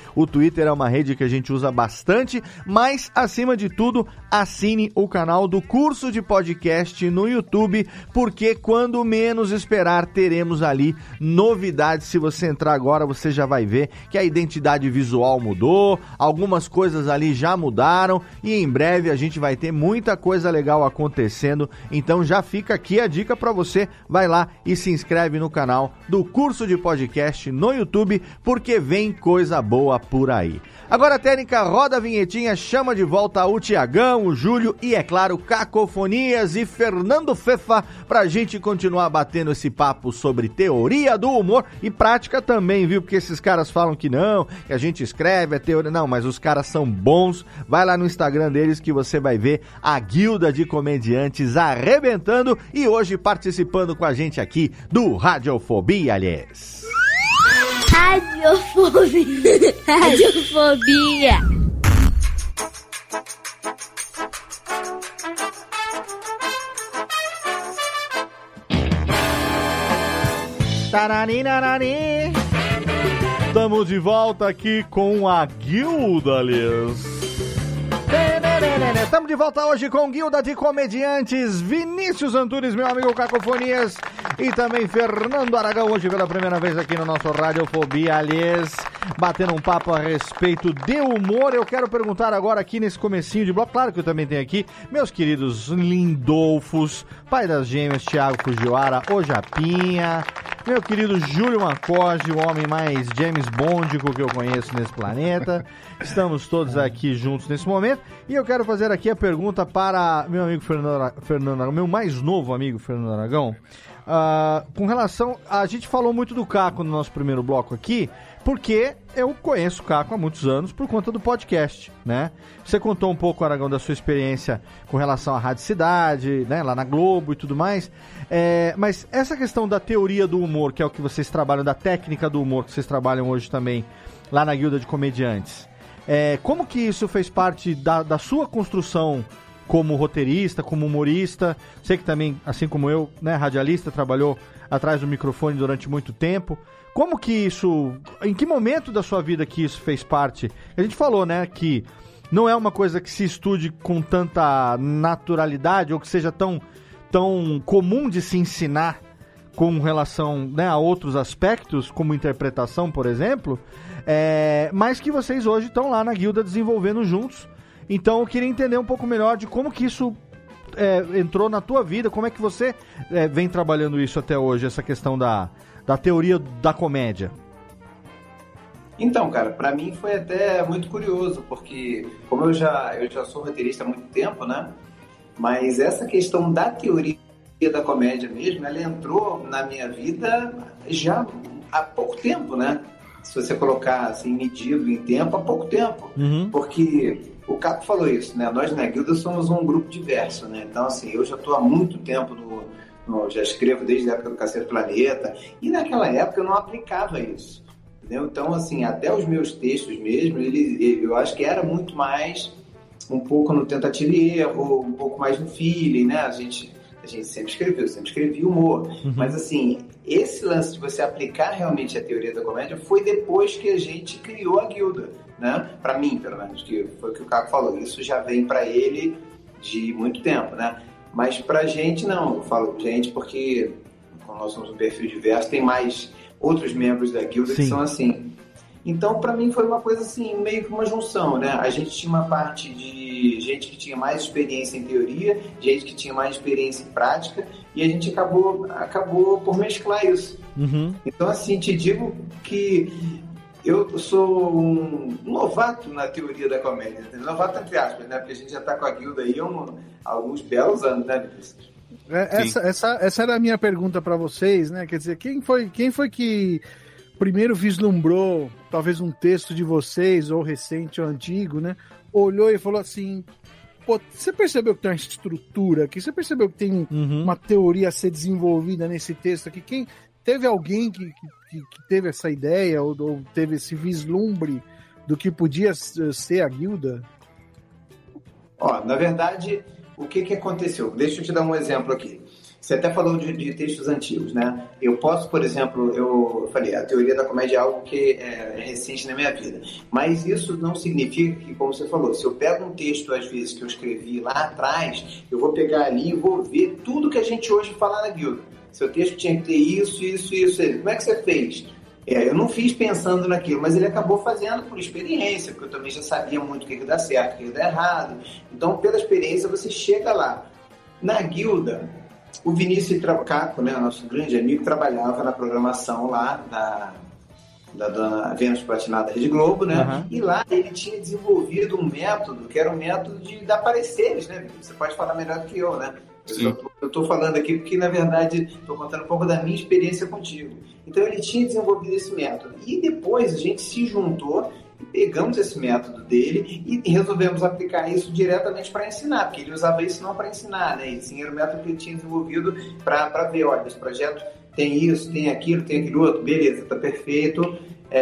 O Twitter é uma rede que a gente usa bastante, mas, acima de tudo, assine o canal do Curso de Podcast no YouTube, porque quando menos esperar, teremos ali novidades. Se você entrar agora, você já vai ver que a identidade visual mudou, algumas coisas ali já mudaram e em breve a gente vai ter muita coisa legal acontecendo. Então já fica aqui a dica para você, vai lá e se inscreve no canal do Curso de Podcast no YouTube, porque vem coisa boa por aí. Agora a técnica roda a vinhetinha, chama de volta o Tiagão, o Júlio e, é claro, Cacofonias e Fernando Fefa pra gente continuar batendo esse papo sobre teoria do humor e prática também, viu? Porque esses caras falam que não, que a gente escreve, é teoria... Não, mas os caras são bons. Vai lá no Instagram deles que você vai ver a guilda de comediantes arrebentando e hoje participando com a gente aqui do Radiofobia, aliás. Radiofobia. Radiofobia. Tararinarari. Estamos de volta aqui com a guilda, aliás. Estamos de volta hoje com Guilda de Comediantes, Vinícius Antunes, meu amigo Cacofonias, e também Fernando Aragão, hoje pela primeira vez aqui no nosso Radiofobia, aliás, batendo um papo a respeito de humor. Eu quero perguntar agora aqui nesse comecinho de bloco, claro que eu também tenho aqui, meus queridos lindolfos, pai das gêmeas, Thiago Fujiwara, o Japinha, meu querido Júlio Macoge, o homem mais James Bondico que eu conheço nesse planeta. Estamos todos aqui juntos nesse momento e eu quero fazer aqui a pergunta para meu amigo Fernando Aragão, meu mais novo amigo Fernando Aragão. Com relação... A gente falou muito do Caco no nosso primeiro bloco aqui, porque eu conheço o Caco há muitos anos por conta do podcast, né? Você contou um pouco, Aragão, da sua experiência com relação à Rádio Cidade, né? Lá na Globo e tudo mais. Mas essa questão da teoria do humor, que é o que vocês trabalham, da técnica do humor que vocês trabalham hoje também lá na Guilda de Comediantes, como que isso fez parte da sua construção como roteirista, como humorista? Você que também, assim como eu, né, radialista, trabalhou atrás do microfone durante muito tempo. Como que isso... Em que momento da sua vida que isso fez parte? A gente falou, né, que não é uma coisa que se estude com tanta naturalidade ou que seja tão comum de se ensinar com relação, né, a outros aspectos, como interpretação, por exemplo, mas que vocês hoje estão lá na Guilda desenvolvendo juntos. Então eu queria entender um pouco melhor de como que isso entrou na tua vida, como é que você vem trabalhando isso até hoje, essa questão da teoria da comédia. Então, cara, pra mim foi até muito curioso, porque como eu já sou roteirista há muito tempo, né? Mas essa questão da teoria da comédia mesmo, ela entrou na minha vida já há pouco tempo, né? Se você colocar assim, medido em tempo, há pouco tempo. Uhum. Porque o Caco falou isso, né? Nós na Guilda somos um grupo diverso, né? Então, assim, eu já estou há muito tempo já escrevo desde a época do Cacete Planeta, e naquela época eu não aplicava isso, entendeu? Então, assim, até os meus textos mesmo, eu acho que era muito mais um pouco no tentativa e erro, um pouco mais no feeling, né? A gente sempre escrevia humor, mas assim, esse lance de você aplicar realmente a teoria da comédia foi depois que a gente criou a Guilda, né? Pra mim, pelo menos, que foi o que o Caco falou, isso já vem pra ele de muito tempo, né? Mas pra gente não, eu falo gente porque como nós somos um perfil diverso, tem mais outros membros da Guilda que são assim. Então, pra mim foi uma coisa assim, meio que uma junção, né? A gente tinha uma parte de gente que tinha mais experiência em teoria, gente que tinha mais experiência em prática, e a gente acabou por mesclar isso. Uhum. Então, assim, te digo que eu sou um novato na teoria da comédia. Novato entre aspas, né? Porque a gente já tá com a Guilda aí há alguns belos anos, né, Vinícius? Essa era a minha pergunta para vocês, né? Quer dizer, quem foi que primeiro vislumbrou talvez um texto de vocês, ou recente ou antigo, né? Olhou e falou assim: pô, você percebeu que tem uma estrutura aqui? Você percebeu que tem uma teoria a ser desenvolvida nesse texto aqui? Teve alguém que teve essa ideia ou teve esse vislumbre do que podia ser a Guilda? Ó, na verdade, o que aconteceu? Deixa eu te dar um exemplo aqui. Você até falou de textos antigos, né? Eu posso, por exemplo, eu falei, a teoria da comédia é algo que é recente na minha vida. Mas isso não significa que, como você falou, se eu pego um texto, às vezes, que eu escrevi lá atrás, eu vou pegar ali e vou ver tudo que a gente hoje fala na guilda. Seu texto tinha que ter isso. Como é que você fez? Eu não fiz pensando naquilo, mas ele acabou fazendo por experiência, porque eu também já sabia muito o que dá certo, o que dá errado. Então, pela experiência, você chega lá. Na guilda, o Vinícius Caco, né, nosso grande amigo, trabalhava na programação lá da dona Vênus Platinada da Rede Globo, né? Uhum. E lá ele tinha desenvolvido um método, que era um método de dar pareceres, né? Você pode falar melhor do que eu, né? Eu estou falando aqui porque, na verdade, estou contando um pouco da minha experiência contigo. Então, ele tinha desenvolvido esse método. E depois a gente se juntou e pegamos esse método dele e resolvemos aplicar isso diretamente para ensinar, porque ele usava isso não para ensinar, né? E sim, era o método que ele tinha desenvolvido para ver, olha, esse projeto tem isso, tem aquilo outro, beleza, está perfeito,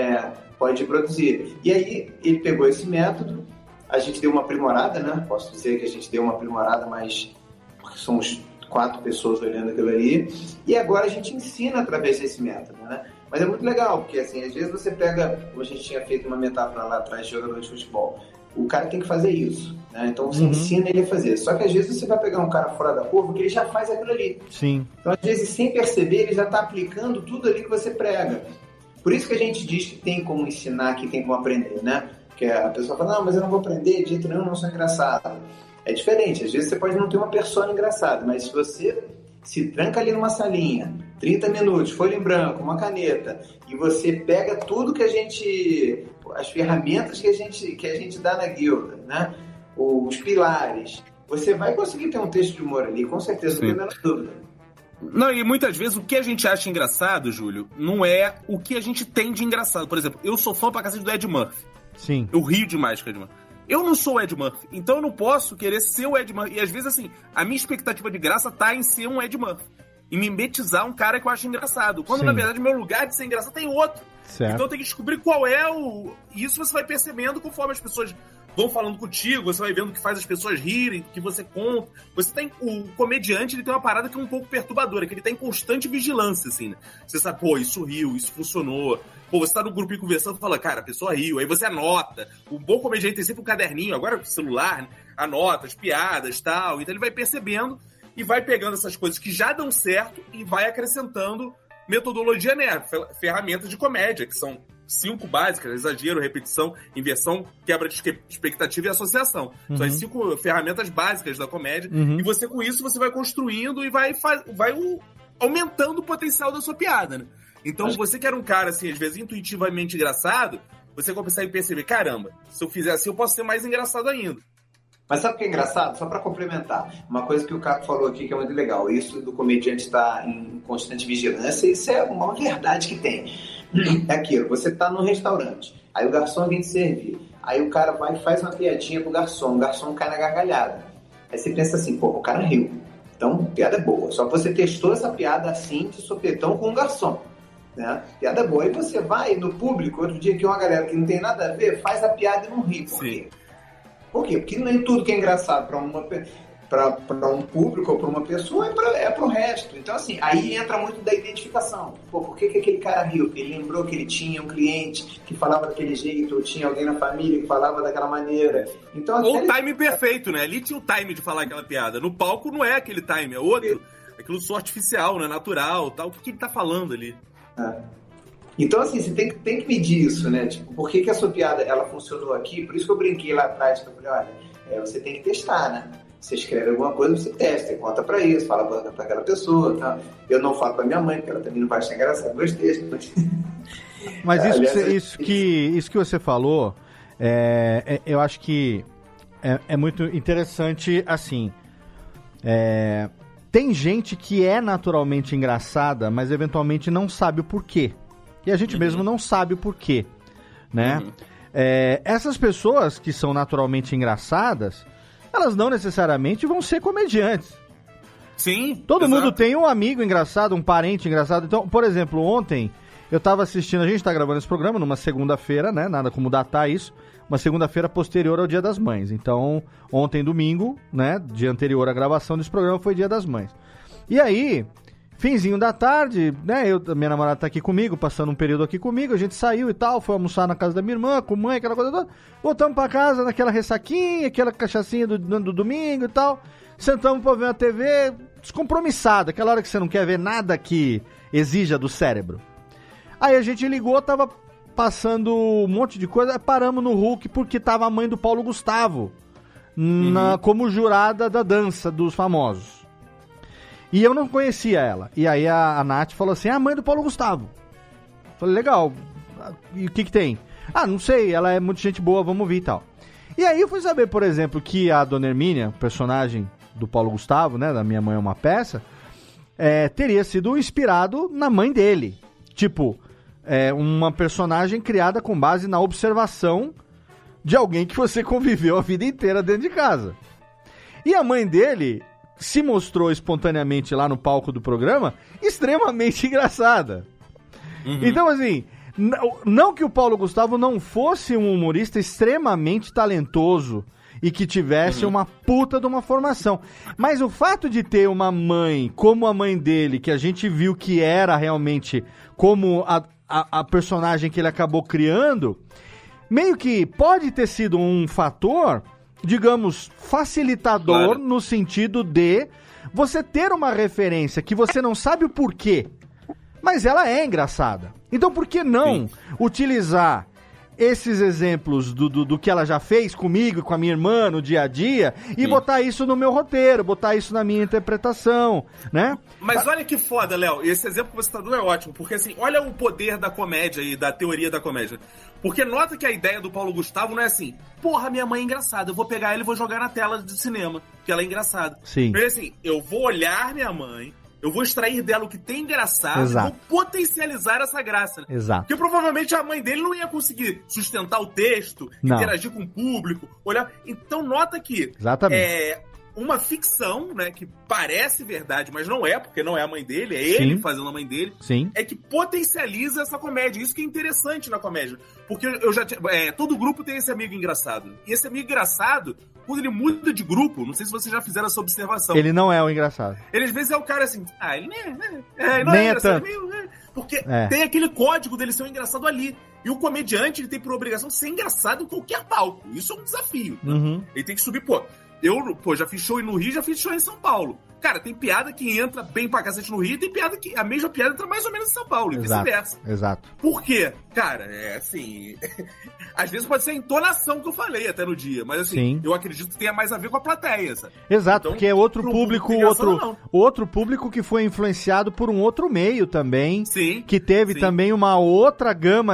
pode produzir. E aí, ele pegou esse método, a gente deu uma aprimorada, né? Posso dizer que a gente deu uma aprimorada, mas porque somos 4 pessoas olhando aquilo ali, e agora a gente ensina através desse método, né? Mas é muito legal, porque assim, às vezes você pega, como a gente tinha feito uma metáfora lá atrás de jogador de futebol, o cara tem que fazer isso, né? Então você ensina ele a fazer. Só que às vezes você vai pegar um cara fora da curva que ele já faz aquilo ali. Sim. Então às vezes sem perceber ele já está aplicando tudo ali que você prega. Por isso que a gente diz que tem como ensinar, que tem como aprender, né? Porque a pessoa fala, não, mas eu não vou aprender, de jeito nenhum, não sou engraçado. É diferente, às vezes você pode não ter uma persona engraçada, mas se você se tranca ali numa salinha, 30 minutos, folha em branco, uma caneta, e você pega tudo que a gente, as ferramentas que a gente dá na guilda, né? Os pilares, você vai conseguir ter um texto de humor ali, com certeza, não tem a menor dúvida. Não, e muitas vezes o que a gente acha engraçado, Júlio, não é o que a gente tem de engraçado. Por exemplo, eu sou fã pra cacete do Ed Murphy. Sim. Eu rio demais com o Ed Murphy. Eu não sou o Ed Murphy, então eu não posso querer ser o Ed Murphy. E às vezes, assim, a minha expectativa de graça tá em ser um Ed Murphy. E mimetizar um cara que eu acho engraçado. Quando, na verdade, meu lugar de ser engraçado tem outro. Certo. Então tem que descobrir qual é o... E isso você vai percebendo conforme as pessoas vão falando contigo, você vai vendo o que faz as pessoas rirem, o que você conta. Você tem... O comediante, ele tem uma parada que é um pouco perturbadora, que ele tá em constante vigilância, assim, né? Você sabe, pô, isso riu, isso funcionou. Pô, você tá no grupinho conversando e fala, cara, a pessoa riu. Aí você anota. O bom comediante tem sempre um caderninho, agora com o celular, né? Anota as piadas e tal. Então ele vai percebendo e vai pegando essas coisas que já dão certo e vai acrescentando metodologia, né? Ferramentas de comédia, que são 5 básicas: exagero, repetição, inversão, quebra de expectativa e associação. São as 5 ferramentas básicas da comédia. E você, com isso, você vai construindo e vai aumentando o potencial da sua piada, né? Então, você que era um cara, assim, às vezes intuitivamente engraçado, você começa a perceber, caramba, se eu fizer assim, eu posso ser mais engraçado ainda. Mas sabe o que é engraçado? Só para complementar, uma coisa que o Caco falou aqui que é muito legal, isso do comediante estar em constante vigilância, isso é uma verdade que tem. É aquilo, você tá num restaurante, aí o garçom vem te servir, aí o cara vai e faz uma piadinha pro garçom, o garçom cai na gargalhada. Aí você pensa assim, pô, o cara riu, então piada é boa, só que você testou essa piada assim, de sopetão com o garçom. Né? Piada boa. Aí você vai no público, outro dia que uma galera que não tem nada a ver faz a piada e não ri. Por quê? Por quê? Porque nem tudo que é engraçado para um público ou para uma pessoa é para o resto. Então, assim, aí entra muito da identificação. Pô, por que aquele cara riu? Porque ele lembrou que ele tinha um cliente que falava daquele jeito, ou tinha alguém na família que falava daquela maneira. Então, ou o time perfeito, né? Ali tinha o time de falar aquela piada. No palco não é aquele time, é outro. Aquilo só artificial, né? Natural, tal. O que ele tá falando ali? Então, assim, você tem que medir isso, né? Tipo, por que a sua piada ela funcionou aqui? Por isso que eu brinquei lá atrás, que eu falei, olha, você tem que testar, né? Você escreve alguma coisa, você testa, conta pra isso, fala pra aquela pessoa, tá? Eu não falo pra minha mãe, porque ela também não vai achar engraçado meus textos. Mas isso que você falou, eu acho que é muito interessante, assim. Tem gente que é naturalmente engraçada, mas eventualmente não sabe o porquê. E a gente mesmo não sabe o porquê, né? Essas pessoas que são naturalmente engraçadas, elas não necessariamente vão ser comediantes. Sim, Todo mundo tem um amigo engraçado, um parente engraçado. Então, por exemplo, ontem eu tava assistindo, a gente tá gravando esse programa numa segunda-feira, né? Nada como datar isso. Uma segunda-feira posterior ao Dia das Mães. Então, ontem, domingo, né? Dia anterior à gravação desse programa, foi Dia das Mães. E aí, finzinho da tarde, né? Minha namorada tá aqui comigo, passando um período aqui comigo, a gente saiu e tal, foi almoçar na casa da minha irmã, com mãe, aquela coisa toda. Voltamos pra casa, naquela ressaquinha, aquela cachaçinha do domingo e tal. Sentamos pra ver uma TV descompromissada, aquela hora que você não quer ver nada que exija do cérebro. Aí a gente ligou, tava passando um monte de coisa, paramos no Hulk porque tava a mãe do Paulo Gustavo como jurada da dança dos famosos. E eu não conhecia ela. E aí a Nath falou assim, a mãe do Paulo Gustavo. Falei, legal. E o que tem? Ah, não sei, ela é muito gente boa, vamos ver e tal. E aí eu fui saber, por exemplo, que a Dona Hermínia, personagem do Paulo Gustavo, né, da Minha Mãe é uma Peça, teria sido inspirado na mãe dele. Tipo, uma personagem criada com base na observação de alguém que você conviveu a vida inteira dentro de casa. E a mãe dele se mostrou espontaneamente lá no palco do programa extremamente engraçada. Então, assim, não que o Paulo Gustavo não fosse um humorista extremamente talentoso e que tivesse uma puta de uma formação. Mas o fato de ter uma mãe como a mãe dele, que a gente viu que era realmente como a personagem que ele acabou criando, meio que pode ter sido um fator, digamos, facilitador, claro, no sentido de você ter uma referência que você não sabe o porquê, mas ela é engraçada. Então por que não utilizar esses exemplos do que ela já fez comigo e com a minha irmã no dia a dia e botar isso no meu roteiro, botar isso na minha interpretação, né? Mas olha que foda, Léo, esse exemplo que você tá dando é ótimo, porque assim, olha o poder da comédia e da teoria da comédia. Porque nota que a ideia do Paulo Gustavo não é assim, porra, minha mãe é engraçada, eu vou pegar ela e vou jogar na tela de cinema, porque ela é engraçada. Sim. Mas assim, eu vou olhar minha mãe, eu vou extrair dela o que tem engraçado, exato, e vou potencializar essa graça. Exato. Porque provavelmente a mãe dele não ia conseguir sustentar o texto, não, interagir com o público, olhar. Então nota que uma ficção, né, que parece verdade, mas não é, porque não é a mãe dele, é ele fazendo a mãe dele, é que potencializa essa comédia. Isso que é interessante na comédia. Porque eu já todo grupo tem esse amigo engraçado. E esse amigo engraçado, quando ele muda de grupo, não sei se vocês já fizeram essa observação. Ele não é o engraçado. Ele às vezes é o cara assim, ele não nem é tanto. Porque tem aquele código dele ser um engraçado ali. E o comediante, ele tem por obrigação de ser engraçado em qualquer palco. Isso é um desafio. Né? Ele tem que subir, eu já fiz show no Rio, já fiz show em São Paulo. Cara, tem piada que entra bem pra cacete no Rio e tem piada que a mesma piada entra mais ou menos em São Paulo, e vice-versa. Exato. Por quê? Cara, assim... às vezes pode ser a entonação que eu falei até no dia, mas assim, eu acredito que tenha mais a ver com a plateia, sabe? Exato, então, porque é outro público, outro público que foi influenciado por um outro meio também, que teve também uma outra gama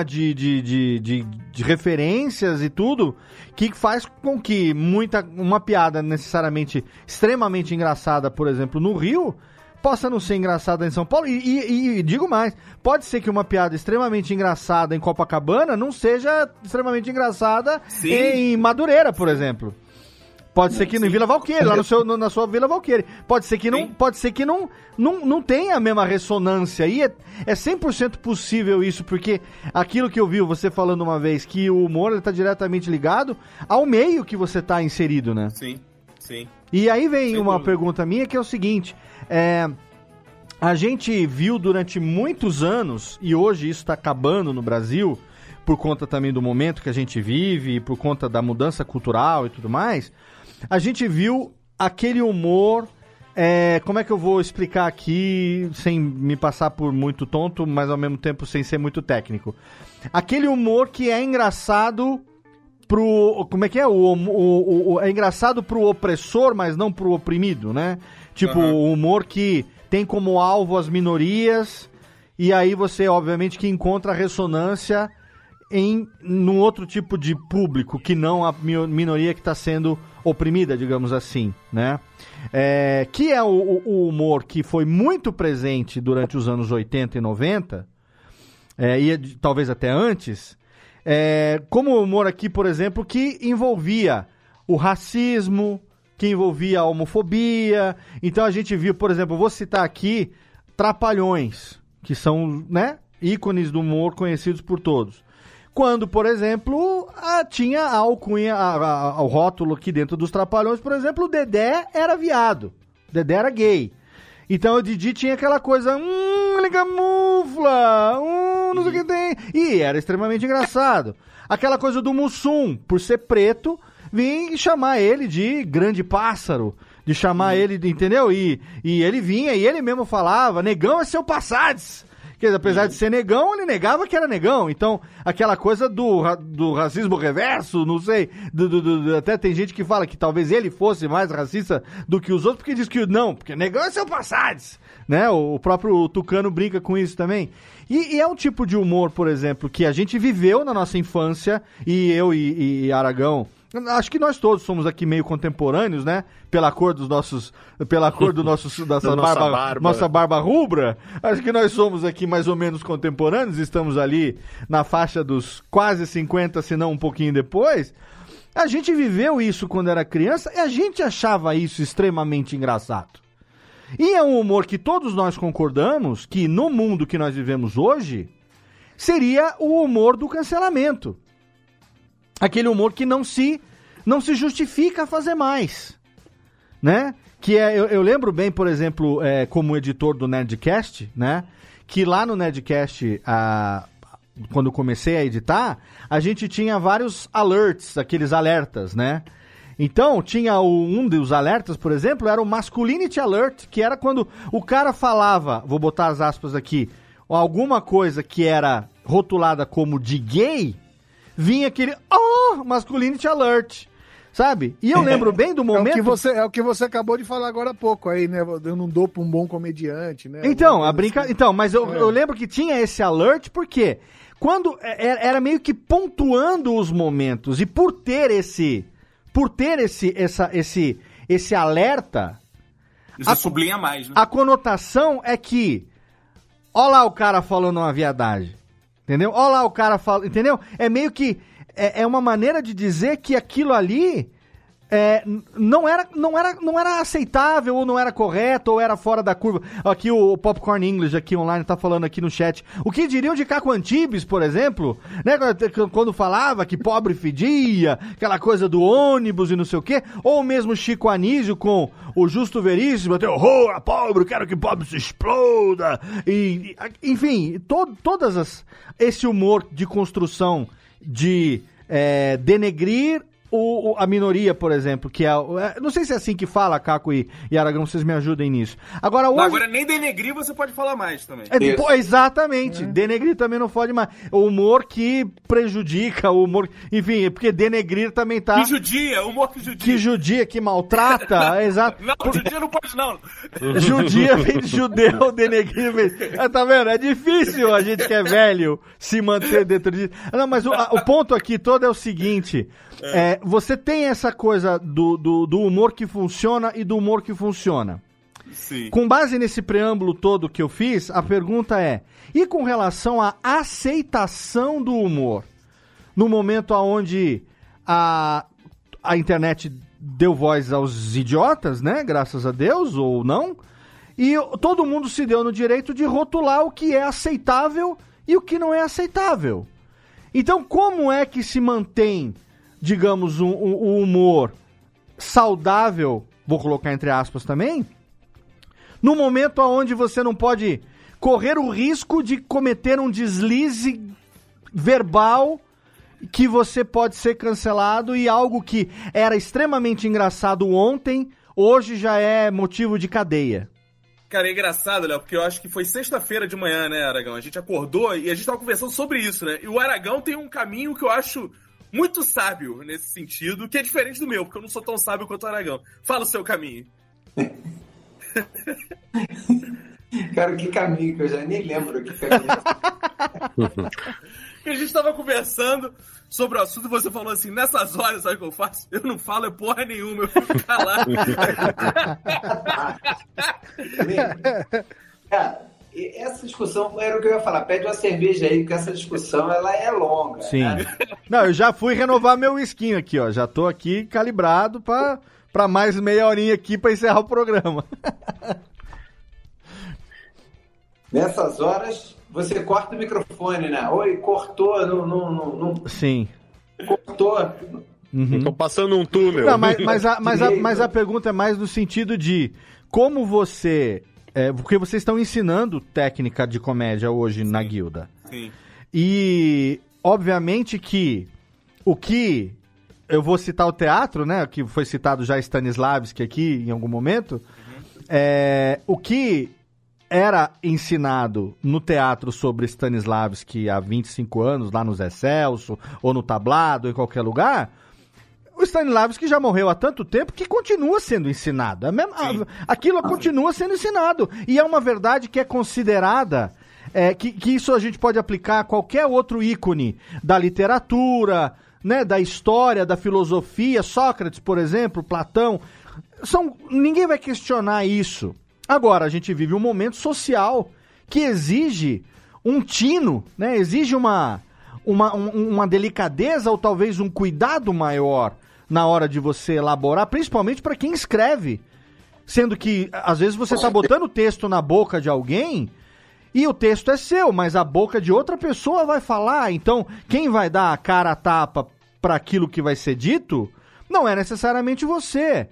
de referências e tudo, que faz com que uma piada necessariamente extremamente engraçada, por exemplo, no Rio, possa não ser engraçada em São Paulo. E digo mais, pode ser que uma piada extremamente engraçada em Copacabana não seja extremamente engraçada em Madureira, por exemplo. Pode ser que em Vila Valqueire, lá na sua Vila Valqueire. Pode ser que não tenha a mesma ressonância. E é 100% possível isso, porque aquilo que eu vi você falando uma vez, que o humor está diretamente ligado ao meio que você está inserido, né? Sim. E aí vem uma pergunta minha, que é o seguinte, a gente viu durante muitos anos, e hoje isso está acabando no Brasil, por conta também do momento que a gente vive, por conta da mudança cultural e tudo mais, a gente viu aquele humor, como é que eu vou explicar aqui, sem me passar por muito tonto, mas ao mesmo tempo sem ser muito técnico. Aquele humor que é engraçado como é que é? É engraçado pro opressor, mas não pro oprimido, né? Tipo, o humor que tem como alvo as minorias, e aí você, obviamente, que encontra ressonância num outro tipo de público, que não a minoria que está sendo oprimida, digamos assim, né? Que é o humor que foi muito presente durante os anos 80 e 90, e talvez até antes, como o humor aqui, por exemplo, que envolvia o racismo, que envolvia a homofobia. Então a gente viu, por exemplo, vou citar aqui Trapalhões, que são, né, ícones do humor conhecidos por todos. Quando, por exemplo, tinha a alcunha, o rótulo aqui dentro dos Trapalhões, por exemplo, o Dedé era viado, Dedé era gay. Então o Didi tinha aquela coisa, ele camufla, não sei o que tem. E era extremamente engraçado. Aquela coisa do Mussum, por ser preto, vir chamar ele de grande pássaro, de chamar ele de, entendeu? E ele vinha e ele mesmo falava, negão é seu Passades. Porque apesar de ser negão, ele negava que era negão. Então, aquela coisa do racismo reverso, não sei, até tem gente que fala que talvez ele fosse mais racista do que os outros, porque diz que não, porque negão é seu Passades, né? O próprio Tucano brinca com isso também. E é um tipo de humor, por exemplo, que a gente viveu na nossa infância, e eu e Aragão, acho que nós todos somos aqui meio contemporâneos, né? Pela cor do nossa barba rubra. Acho que nós somos aqui mais ou menos contemporâneos, estamos ali na faixa dos quase 50, se não um pouquinho depois. A gente viveu isso quando era criança e a gente achava isso extremamente engraçado. E é um humor que todos nós concordamos que no mundo que nós vivemos hoje, seria o humor do cancelamento. Aquele humor que não se justifica fazer mais, né? Que é, eu lembro bem, por exemplo, como editor do Nerdcast, né? Que lá no Nerdcast, quando comecei a editar, a gente tinha vários alerts, aqueles alertas, né? Então, tinha um dos alertas, por exemplo, era o Masculinity Alert, que era quando o cara falava, vou botar as aspas aqui, alguma coisa que era rotulada como de gay, vinha aquele, Masculinity Alert, sabe? E eu lembro bem do momento... É o que você acabou de falar agora há pouco aí, né? Eu não dou pra um bom comediante, né? Então, mas eu lembro que tinha esse alert, porque quando era meio que pontuando os momentos, e por ter esse alerta... Isso sublinha mais, né? A conotação é que, ó lá o cara falando uma viadagem. Entendeu? Olha lá o cara fala, entendeu? É meio que, é uma maneira de dizer que aquilo ali não era aceitável, ou não era correto, ou era fora da curva. Aqui o Popcorn English aqui online tá falando aqui no chat. O que diriam de Caco Antibes, por exemplo, né? Quando falava que pobre fedia, aquela coisa do ônibus e não sei o quê, ou mesmo Chico Anísio com o Justo Veríssimo, até horror, pobre, quero que pobre se exploda, e enfim, esse humor de construção de denegrir a minoria, por exemplo, que não sei se é assim que fala, Caco e Aragão, vocês me ajudem nisso. Agora, hoje... Agora, nem denegrir você pode falar mais também. Exatamente, denegrir também não pode mais. O humor que prejudica, o humor... Enfim, porque denegrir também tá... Que judia, humor que judia. Que judia, que maltrata, exato. Não, judia não pode não. Judia vem de judeu, denegrir vem... Tá vendo? É difícil a gente que é velho se manter dentro disso. Não, mas o ponto aqui todo é o seguinte... você tem essa coisa do humor que funciona e do humor que funciona. Sim. Com base nesse preâmbulo todo que eu fiz, a pergunta é, e com relação à aceitação do humor? No momento onde a internet deu voz aos idiotas, né? Graças a Deus, ou não. E todo mundo se deu no direito de rotular o que é aceitável e o que não é aceitável. Então, como é que se mantém... digamos, um humor saudável, vou colocar entre aspas também, no momento onde você não pode correr o risco de cometer um deslize verbal que você pode ser cancelado e algo que era extremamente engraçado ontem, hoje já é motivo de cadeia. Cara, é engraçado, Léo, porque eu acho que foi sexta-feira de manhã, né, Aragão? A gente acordou e a gente tava conversando sobre isso, né? E o Aragão tem um caminho que eu acho... muito sábio nesse sentido, que é diferente do meu, porque eu não sou tão sábio quanto o Aragão. Fala o seu caminho. Cara, que caminho, que eu já nem lembro que caminho. A gente tava conversando sobre o assunto e você falou assim, nessas horas, sabe o que eu faço? Eu não falo porra nenhuma, eu fico calado. Cara, essa discussão, era o que eu ia falar, pede uma cerveja aí, porque essa discussão, ela é longa. Sim. Né? Não, eu já fui renovar meu whisky aqui, ó, já tô aqui calibrado pra mais meia horinha aqui pra encerrar o programa. Nessas horas, você corta o microfone, né? Oi, cortou, não... Sim. Cortou. Uhum. Tô passando um túnel. Não, mas a pergunta é mais no sentido de como você Porque vocês estão ensinando técnica de comédia hoje na guilda. Sim. E, obviamente que o que... Eu vou citar o teatro, né? Que foi citado já Stanislavski aqui em algum momento. O que era ensinado no teatro sobre Stanislavski há 25 anos, lá no Zé Celso, ou no Tablado, ou em qualquer lugar... O Stanislavski já morreu há tanto tempo que continua sendo ensinado. Aquilo continua sendo ensinado. E é uma verdade que é considerada... que isso a gente pode aplicar a qualquer outro ícone da literatura, né, da história, da filosofia. Sócrates, por exemplo, Platão. Ninguém vai questionar isso. Agora, a gente vive um momento social que exige um tino, né, exige uma delicadeza ou talvez um cuidado maior na hora de você elaborar, principalmente para quem escreve. Sendo que, às vezes, você está botando o texto na boca de alguém e o texto é seu, mas a boca de outra pessoa vai falar. Então, quem vai dar a cara a tapa para aquilo que vai ser dito não é necessariamente você.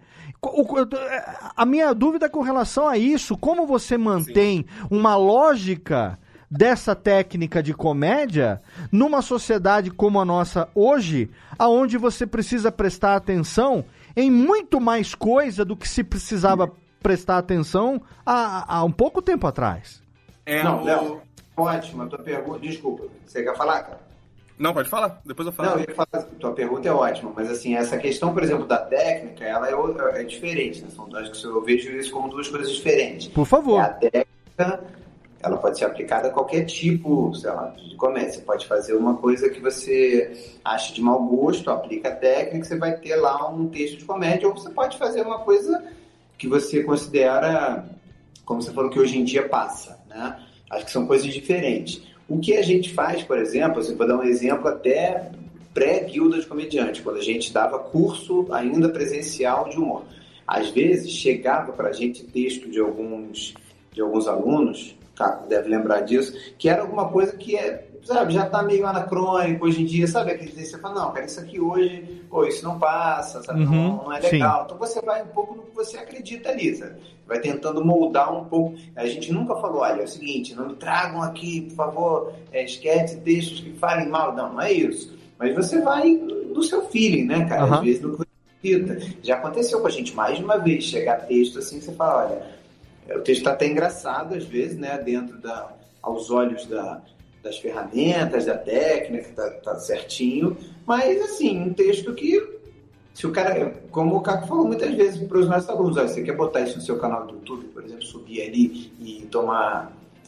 A minha dúvida é com relação a isso. Como você mantém uma lógica dessa técnica de comédia numa sociedade como a nossa hoje, aonde você precisa prestar atenção em muito mais coisa do que se precisava prestar atenção há um pouco tempo atrás? Léo, ótima, tua pergunta. Desculpa, você quer falar, cara? Não, pode falar, depois eu falo. Não, eu ia falar, tua pergunta é ótima, mas assim, essa questão, por exemplo, da técnica, ela é diferente, né? Acho que eu vejo isso como duas coisas diferentes. Por favor. A técnica, ela pode ser aplicada a qualquer tipo, sei lá, de comédia. Você pode fazer uma coisa que você acha de mau gosto, aplica a técnica, você vai ter lá um texto de comédia, ou você pode fazer uma coisa que você considera, como você falou, que hoje em dia passa, né? Acho que são coisas diferentes. O que a gente faz, por exemplo, eu vou dar um exemplo até pré-guilda de comediante, quando a gente dava curso ainda presencial de humor. Às vezes chegava para a gente texto de alguns alunos, Caco deve lembrar disso, que era alguma coisa que já está meio anacrônico hoje em dia, sabe? Aquele que você fala, não, cara, isso aqui hoje, isso não passa, sabe? Não é legal. Sim. Então você vai um pouco no que você acredita ali, sabe? Vai tentando moldar um pouco. A gente nunca falou, olha, é o seguinte, não me tragam aqui, por favor, esquete textos que falem mal. Não é isso. Mas você vai no seu feeling, né, cara? Às vezes no que você acredita. Já aconteceu com a gente mais de uma vez, chegar texto assim, você fala, olha, o texto está até engraçado às vezes, né? Dentro aos olhos das ferramentas, da técnica, tá certinho. Mas, assim, um texto que, se o cara, como o Caco falou muitas vezes para os nossos alunos, olha, você quer botar isso no seu canal do YouTube, por exemplo, subir ali e tomar,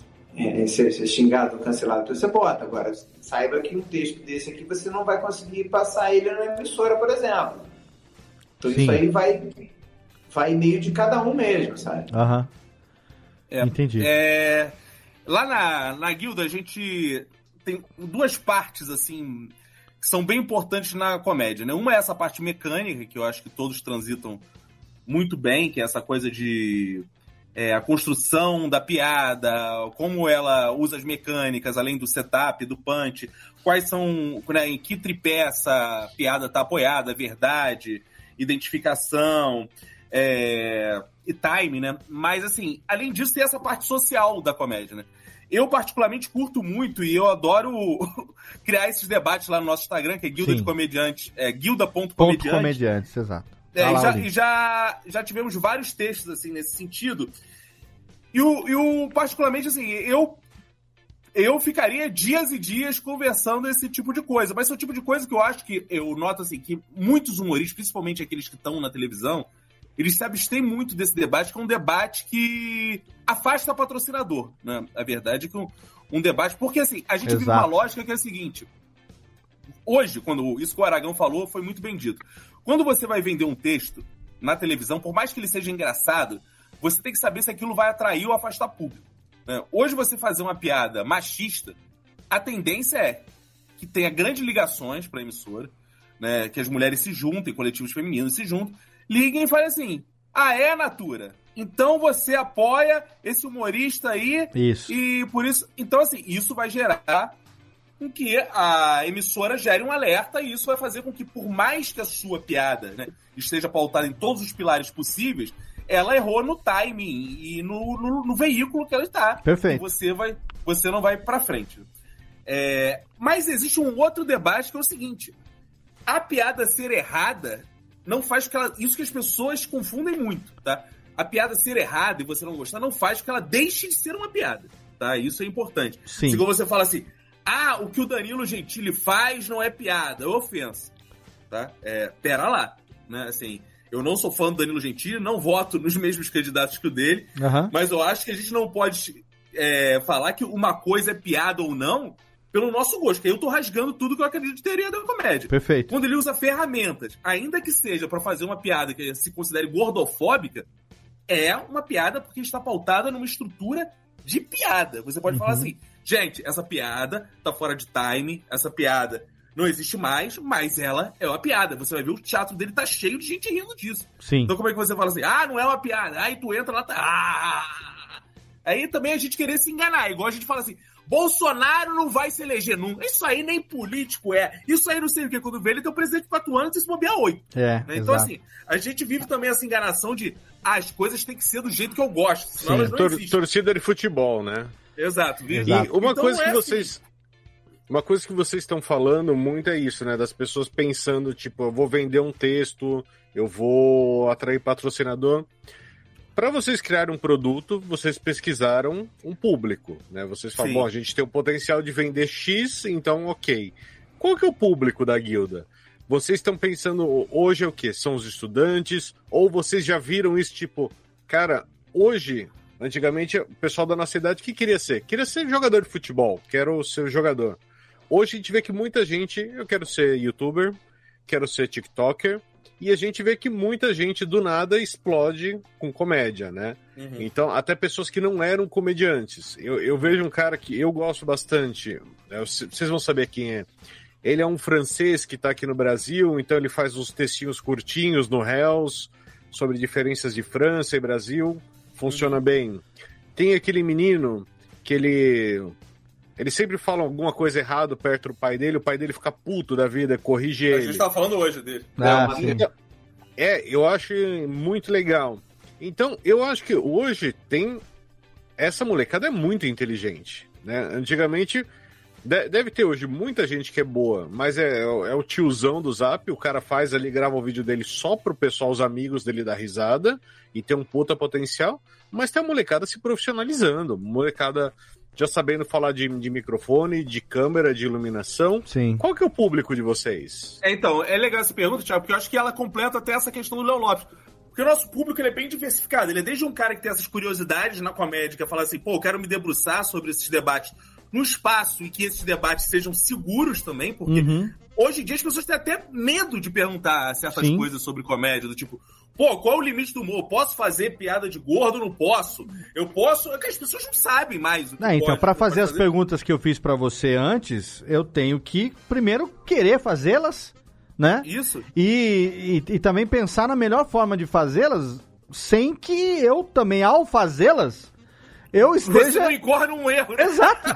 ser xingado, cancelado, você bota. Agora, saiba que um texto desse aqui você não vai conseguir passar ele na emissora, por exemplo. Então, Sim. Isso aí vai meio de cada um mesmo, sabe? Entendi. Lá na guilda a gente tem duas partes assim que são bem importantes na comédia, né? Uma é essa parte mecânica, que eu acho que todos transitam muito bem, que é essa coisa de a construção da piada, como ela usa as mecânicas, além do setup, do punch, quais são, né, em que tripé essa piada está apoiada, verdade, identificação... e time, né? Mas, assim, além disso, tem essa parte social da comédia, né? Eu, particularmente, curto muito e eu adoro criar esses debates lá no nosso Instagram, que é Guilda de Comediantes, guilda.comediantes. Exato. Já tivemos vários textos, assim, nesse sentido. E particularmente, assim, eu ficaria dias e dias conversando esse tipo de coisa. Mas é o tipo de coisa que eu acho que, eu noto, assim, que muitos humoristas, principalmente aqueles que estão na televisão, eles se abstêm muito desse debate, que é um debate que afasta patrocinador, né? A verdade é que um debate... Porque, assim, a gente vive uma lógica que é a seguinte. Hoje, quando isso que o Aragão falou, foi muito bem dito. Quando você vai vender um texto na televisão, por mais que ele seja engraçado, você tem que saber se aquilo vai atrair ou afastar público, né? Hoje, você fazer uma piada machista, a tendência é que tenha grandes ligações para a emissora, né? Que as mulheres se juntem, coletivos femininos se juntem, liguem e falem assim, Natura, então você apoia esse humorista aí. Isso. E por isso, então assim, isso vai gerar com que a emissora gere um alerta e isso vai fazer com que, por mais que a sua piada, né, esteja pautada em todos os pilares possíveis, ela errou no timing e no veículo que ela está. Perfeito. E você não vai pra frente. Mas existe um outro debate que é o seguinte: a piada ser errada não faz que ela... Isso que as pessoas confundem muito, tá? A piada ser errada e você não gostar não faz que ela deixe de ser uma piada, tá? Isso é importante. Sim. Se você fala assim, o que o Danilo Gentili faz não é piada, é ofensa, tá? Pera lá, né? Assim, eu não sou fã do Danilo Gentili, não voto nos mesmos candidatos que o dele, mas eu acho que a gente não pode falar que uma coisa é piada ou não pelo nosso gosto, que aí eu tô rasgando tudo que eu acredito de teoria da comédia. Perfeito. Quando ele usa ferramentas, ainda que seja pra fazer uma piada que se considere gordofóbica, é uma piada porque está pautada numa estrutura de piada. Você pode falar assim, gente, essa piada tá fora de time, essa piada não existe mais, mas ela é uma piada. Você vai ver o teatro dele tá cheio de gente rindo disso. Sim. Então como é que você fala assim, não é uma piada, aí tu entra lá, tá... Aí também a gente querer se enganar, igual a gente fala assim, Bolsonaro não vai se eleger nunca. Isso aí nem político é. Isso aí não sei o que. Quando vê ele tem um presidente de 4 anos e se bobear 8. Né? Então, assim, a gente vive também essa enganação de as coisas têm que ser do jeito que eu gosto. Senão elas não existem. Torcida de futebol, né? Exato. E uma coisa que vocês... Uma coisa que vocês estão falando muito é isso, né? Das pessoas pensando, tipo, eu vou vender um texto, eu vou atrair patrocinador. Para vocês criarem um produto, vocês pesquisaram um público, né? Vocês falam, bom, a gente tem o potencial de vender X, então ok. Qual que é o público da guilda? Vocês estão pensando, hoje é o quê? São os estudantes? Ou vocês já viram isso, tipo, cara, hoje, antigamente, o pessoal da nossa idade, o que queria ser? Queria ser jogador de futebol, quero ser jogador. Hoje a gente vê que muita gente, eu quero ser youtuber, quero ser tiktoker, e a gente vê que muita gente do nada explode com comédia, né? Então, até pessoas que não eram comediantes. Eu vejo um cara que eu gosto bastante, vocês vão saber quem é. Ele é um francês que tá aqui no Brasil, então ele faz uns textinhos curtinhos no Reels sobre diferenças de França e Brasil. Funciona bem. Tem aquele menino que ele sempre fala alguma coisa errada perto do pai dele, o pai dele fica puto da vida, corrige ele. A gente tava falando hoje dele. Eu acho muito legal. Então, eu acho que hoje tem... Essa molecada é muito inteligente, né? Antigamente, deve ter hoje muita gente que é boa, mas é o tiozão do Zap, o cara faz ali, grava o vídeo dele só pro pessoal, os amigos dele dar risada, e tem um puta potencial, mas tem a molecada se profissionalizando, molecada... já sabendo falar de microfone, de câmera, de iluminação. Sim. Qual que é o público de vocês? Então, é legal essa pergunta, Thiago, porque eu acho que ela completa até essa questão do Léo Lopes. Porque o nosso público ele é bem diversificado. Ele é desde um cara que tem essas curiosidades na comédia, que é falar assim, eu quero me debruçar sobre esses debates no espaço e que esses debates sejam seguros também, porque hoje em dia as pessoas têm até medo de perguntar certas coisas sobre comédia, do tipo... qual é o limite do humor? Posso fazer piada de gordo? Não posso? Eu posso? É que as pessoas não sabem mais o que então, para fazer as perguntas que eu fiz para você antes, eu tenho que primeiro querer fazê-las, né? Isso. E também pensar na melhor forma de fazê-las, sem que eu também, ao fazê-las, eu esteja... Você não incorre num erro, né? Exato.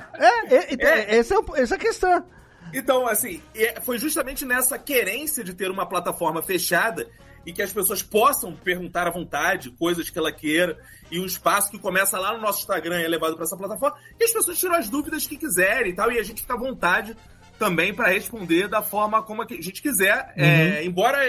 Essa é a questão. Então, assim, foi justamente nessa querência de ter uma plataforma fechada e que as pessoas possam perguntar à vontade coisas que ela queira, e um espaço que começa lá no nosso Instagram é levado para essa plataforma, e as pessoas tiram as dúvidas que quiserem e tal, e a gente fica à vontade também para responder da forma como a gente quiser, embora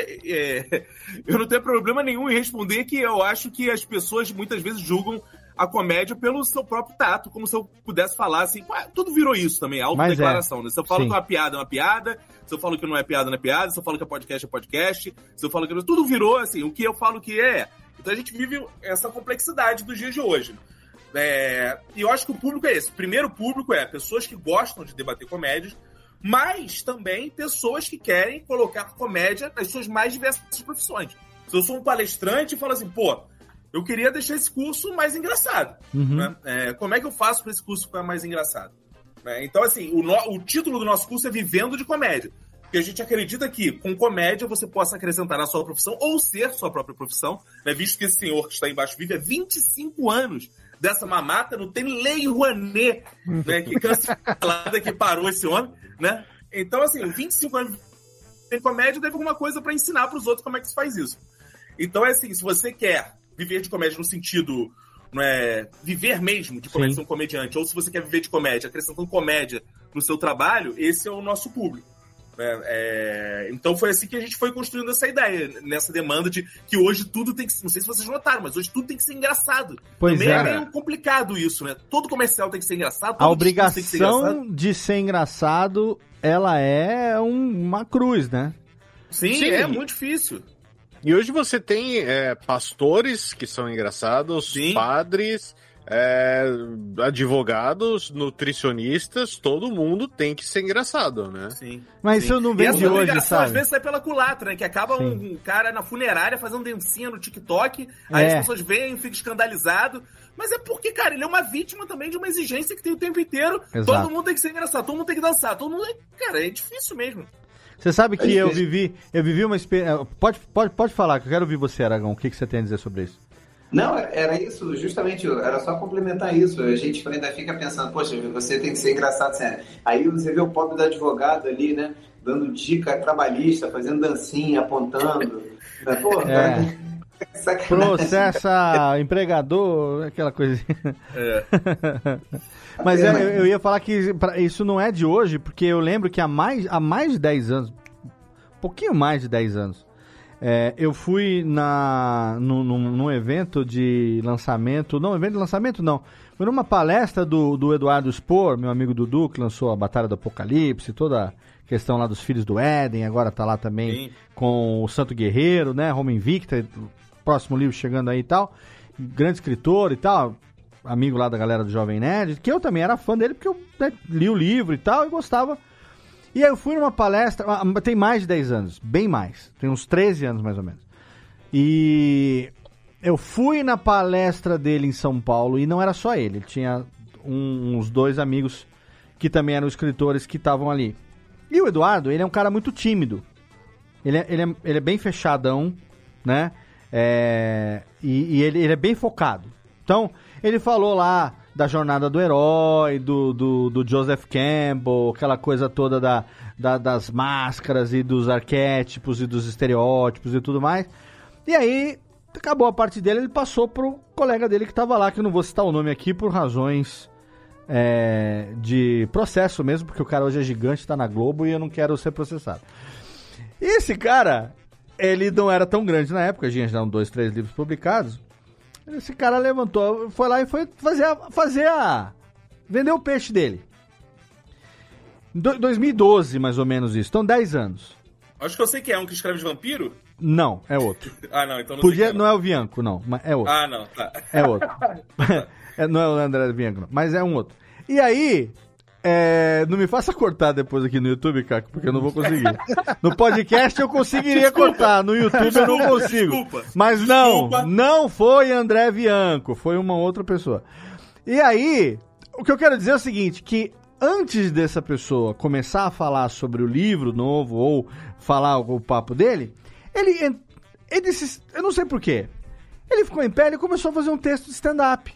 eu não tenha problema nenhum em responder, que eu acho que as pessoas muitas vezes julgam a comédia pelo seu próprio tato, como se eu pudesse falar assim, tudo virou isso também, autodeclaração, né? Se eu falo que uma piada é uma piada, se eu falo que não é piada, não é piada, se eu falo que é podcast, se eu falo que... Tudo virou, assim, o que eu falo que é. Então a gente vive essa complexidade dos dias de hoje. E eu acho que o público é esse. O primeiro público é pessoas que gostam de debater comédias, mas também pessoas que querem colocar comédia nas suas mais diversas profissões. Se eu sou um palestrante e falo assim, eu queria deixar esse curso mais engraçado. Né? Como é que eu faço para esse curso ficar mais engraçado? Então, assim, o título do nosso curso é Vivendo de Comédia. Porque a gente acredita que com comédia você possa acrescentar na sua profissão ou ser sua própria profissão, né? Visto que esse senhor que está embaixo vive há 25 anos dessa mamata, não tem Lei Rouanet, né? Que cancelada que parou esse homem, né? Então, assim, 25 anos de comédia deve alguma coisa para ensinar para os outros como é que se faz isso. Então, é assim, se você quer viver de comédia no sentido, não é, viver mesmo de comédia, ser um comediante, ou se você quer viver de comédia, acrescentando comédia no seu trabalho, esse é o nosso público. Então foi assim que a gente foi construindo essa ideia, nessa demanda de que hoje tudo tem que ser, não sei se vocês notaram, mas hoje tudo tem que ser engraçado. Pois também é meio complicado isso, né? Todo comercial tem que ser engraçado, todo a obrigação tem que ser engraçado. de ser engraçado, ela é uma cruz, né? Sim, é muito difícil. E hoje você tem pastores que são engraçados, padres, advogados, nutricionistas, todo mundo tem que ser engraçado, né? Sim. Mas isso não vem de hoje, sabe? Às vezes sai pela culatra, né? Que acaba um cara na funerária fazendo dancinha no TikTok, aí as pessoas veem, ficam escandalizados. Mas é porque, cara, ele é uma vítima também de uma exigência que tem o tempo inteiro. Exato. Todo mundo tem que ser engraçado, todo mundo tem que dançar, todo mundo... Cara, é difícil mesmo. Você sabe que eu vivi uma experiência... Pode falar, que eu quero ouvir você, Aragão. O que você tem a dizer sobre isso? Não, era isso, justamente, era só complementar isso. A gente ainda fica pensando, poxa, você tem que ser engraçado, sério. Aí você vê o pobre do advogado ali, né, dando dica trabalhista, fazendo dancinha, apontando. Pô, processa empregador, aquela coisinha. Mas eu ia falar que isso não é de hoje, porque eu lembro que há mais de 10 anos, um pouquinho mais de 10 anos, eu fui num evento de lançamento, foi numa palestra do Eduardo Spohr, meu amigo Dudu, que lançou a Batalha do Apocalipse, toda a questão lá dos Filhos do Éden, agora tá lá também com o Santo Guerreiro, né, Roma Invicta, próximo livro chegando aí e tal, grande escritor e tal, amigo lá da galera do Jovem Nerd, que eu também era fã dele, porque eu li o livro e tal, e gostava. E aí eu fui numa palestra, tem mais de 10 anos, bem mais, tem uns 13 anos mais ou menos. E eu fui na palestra dele em São Paulo, e não era só ele tinha uns 2 amigos que também eram escritores que estavam ali. E o Eduardo, ele é um cara muito tímido, ele é bem fechadão, né, e ele é bem focado. Então, ele falou lá da jornada do herói, do Joseph Campbell, aquela coisa toda das máscaras e dos arquétipos e dos estereótipos e tudo mais. E aí, acabou a parte dele, ele passou pro colega dele que estava lá, que eu não vou citar o nome aqui por razões de processo mesmo, porque o cara hoje é gigante, tá na Globo e eu não quero ser processado. E esse cara, ele não era tão grande na época, já eram 2, 3 livros publicados. Esse cara levantou, foi lá e foi vender o peixe dele. 2012, mais ou menos isso. Então, 10 anos. Acho que eu sei que é um que escreve de vampiro. Não, é outro. Não, então não Podia, sei. Não é o Bianco, não, mas é outro. Não, tá. É outro. Não é o André Bianco, não, mas é um outro. E aí, não me faça cortar depois aqui no YouTube, Caco, porque eu não vou conseguir. No podcast eu conseguiria cortar, no YouTube eu não consigo. Mas não foi André Bianco, foi uma outra pessoa. E aí, o que eu quero dizer é o seguinte, que antes dessa pessoa começar a falar sobre o livro novo ou falar o papo dele, ele disse, eu não sei porquê, ele ficou em pé e começou a fazer um texto de stand-up.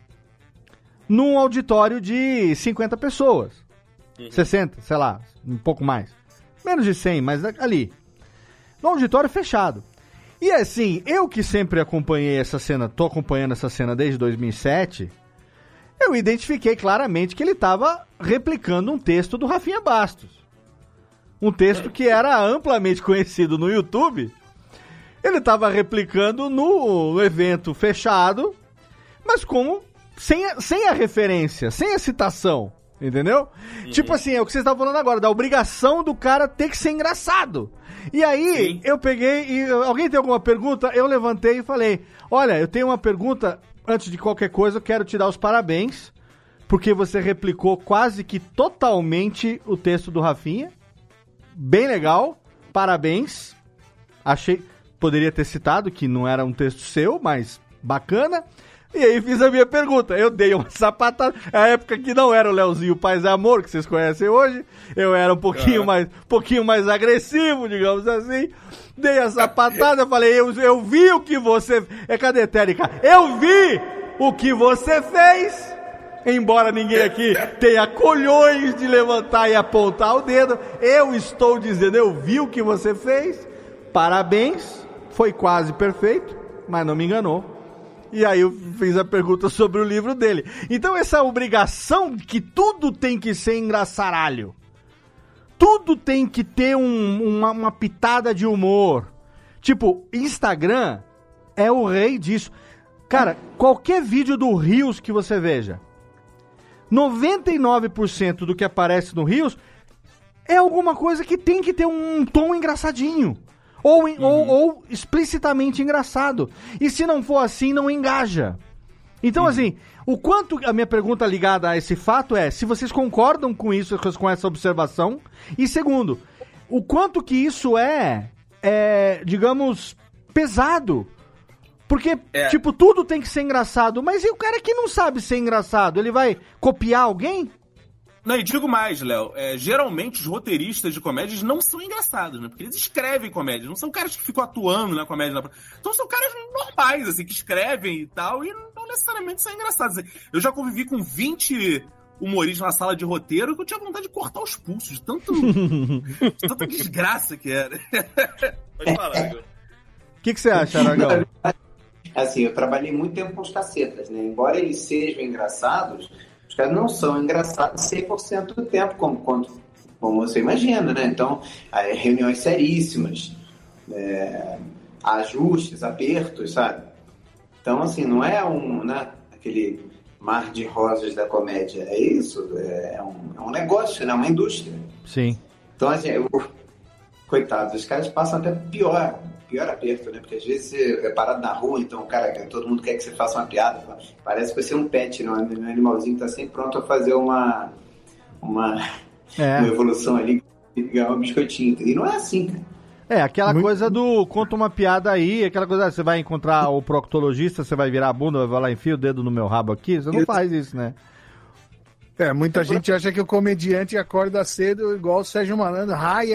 Num auditório de 50 pessoas. 60, sei lá, um pouco mais. Menos de 100, mas ali. No auditório fechado. E assim, eu que sempre acompanhei essa cena, tô acompanhando essa cena desde 2007, eu identifiquei claramente que ele estava replicando um texto do Rafinha Bastos. Um texto que era amplamente conhecido no YouTube. Ele estava replicando no evento fechado, mas sem a referência, sem a citação, entendeu? Tipo assim, é o que vocês estavam falando agora, da obrigação do cara ter que ser engraçado. E aí, eu peguei e... Alguém tem alguma pergunta? Eu levantei e falei, olha, eu tenho uma pergunta, antes de qualquer coisa, eu quero te dar os parabéns, porque você replicou quase que totalmente o texto do Rafinha. Bem legal, parabéns. Achei... Poderia ter citado que não era um texto seu, mas bacana. E aí fiz a minha pergunta, eu dei uma sapatada, a época que não era o Leozinho Paz e Amor, que vocês conhecem hoje, eu era um pouquinho mais agressivo, digamos assim, dei a sapatada, falei, eu vi o que você... Cadê, Térica? Eu vi o que você fez, embora ninguém aqui tenha colhões de levantar e apontar o dedo, eu estou dizendo, eu vi o que você fez, parabéns, foi quase perfeito, mas não me enganou. E aí eu fiz a pergunta sobre o livro dele. Então essa obrigação que tudo tem que ser engraçaralho. Tudo tem que ter uma pitada de humor. Tipo, Instagram é o rei disso. Cara, qualquer vídeo do Reels que você veja, 99% do que aparece no Reels é alguma coisa que tem que ter um tom engraçadinho. Ou explicitamente engraçado. E se não for assim, não engaja. Então, assim, o quanto... A minha pergunta ligada a esse fato é se vocês concordam com isso, com essa observação. E segundo, o quanto que isso digamos, pesado. Porque, tipo, tudo tem que ser engraçado. Mas e o cara que não sabe ser engraçado? Ele vai copiar alguém? Não, e digo mais, Léo, geralmente os roteiristas de comédias não são engraçados, né? Porque eles escrevem comédias, não são caras que ficam atuando na comédia. Então são caras normais, assim, que escrevem e tal, e não necessariamente são engraçados. Eu já convivi com 20 humoristas na sala de roteiro que eu tinha vontade de cortar os pulsos, de tanta desgraça que era. Pode falar, Igor. O que você acha, Aragão? Assim, eu trabalhei muito tempo com os cacetas, né? Embora eles sejam engraçados, os caras não são engraçados 100% do tempo, como você imagina, né? Então, reuniões seríssimas, ajustes, apertos, sabe? Então, assim, não é aquele mar de rosas da comédia. É isso, é um negócio, né? Uma indústria. Sim. Então, assim, coitados, os caras passam até pior aperto, né? Porque às vezes você é parado na rua, então, cara, todo mundo quer que você faça uma piada. Parece que você é um pet, né? Um animalzinho que tá sempre pronto a fazer uma evolução ali, ganhar um biscoitinho. E não é assim, cara. Aquela coisa do conta uma piada aí, aquela coisa, você vai encontrar o proctologista, você vai virar a bunda, vai lá, enfia o dedo no meu rabo aqui, você não faz isso, né? Muita gente acha que o comediante acorda cedo igual o Sérgio Malandro,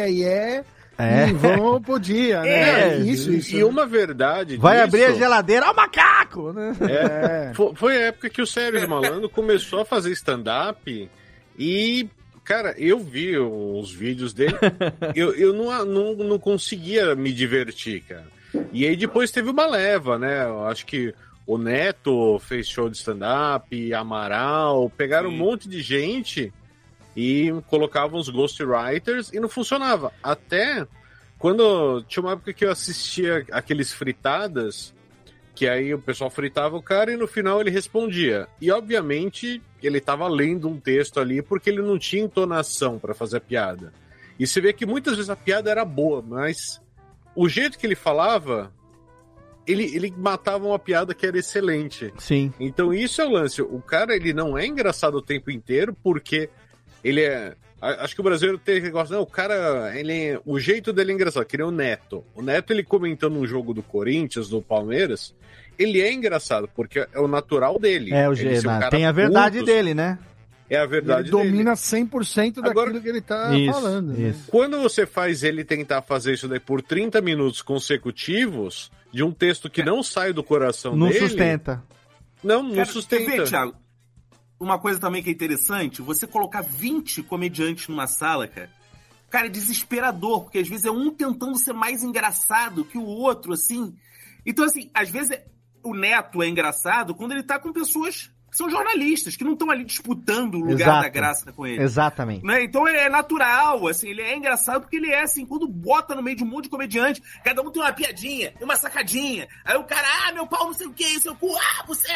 e vamos pro dia, né? Isso. E uma verdade vai abrir a geladeira, o macaco! Né? Foi a época que o Sérgio Malandro começou a fazer stand-up e, cara, eu vi os vídeos dele, eu não conseguia me divertir, cara. E aí depois teve uma leva, né? Eu acho que o Neto fez show de stand-up, Amaral, pegaram um monte de gente e colocavam os ghostwriters e não funcionava. Até quando tinha uma época que eu assistia aqueles fritadas, que aí o pessoal fritava o cara e no final ele respondia. E obviamente ele estava lendo um texto ali porque ele não tinha entonação para fazer a piada. E você vê que muitas vezes a piada era boa, mas o jeito que ele falava, ele matava uma piada que era excelente. Sim. Então isso é o lance. O cara, ele não é engraçado o tempo inteiro porque ele é... Acho que o brasileiro tem negócio... Não, o cara, o jeito dele é engraçado. Que nem o Neto. O Neto, ele comentando um jogo do Corinthians, do Palmeiras, ele é engraçado, porque é o natural dele. Tem a verdade dele, né? É a verdade dele. Ele domina 100% daquilo que ele tá falando. Isso. Né? Quando você faz ele tentar fazer isso daí por 30 minutos consecutivos, de um texto que não sai do coração dele... Não sustenta. Não sustenta. Quer ver, Thiago? Uma coisa também que é interessante, você colocar 20 comediantes numa sala, cara, é desesperador, porque às vezes é um tentando ser mais engraçado que o outro, assim. Então, assim, às vezes o Neto é engraçado quando ele tá com pessoas que são jornalistas, que não estão ali disputando o lugar da graça com ele. Exatamente. Né? Então é natural, assim, ele é engraçado porque ele é assim, quando bota no meio de um monte de comediante, cada um tem uma piadinha, uma sacadinha, aí o cara, meu pau não sei o que, seu cu, você...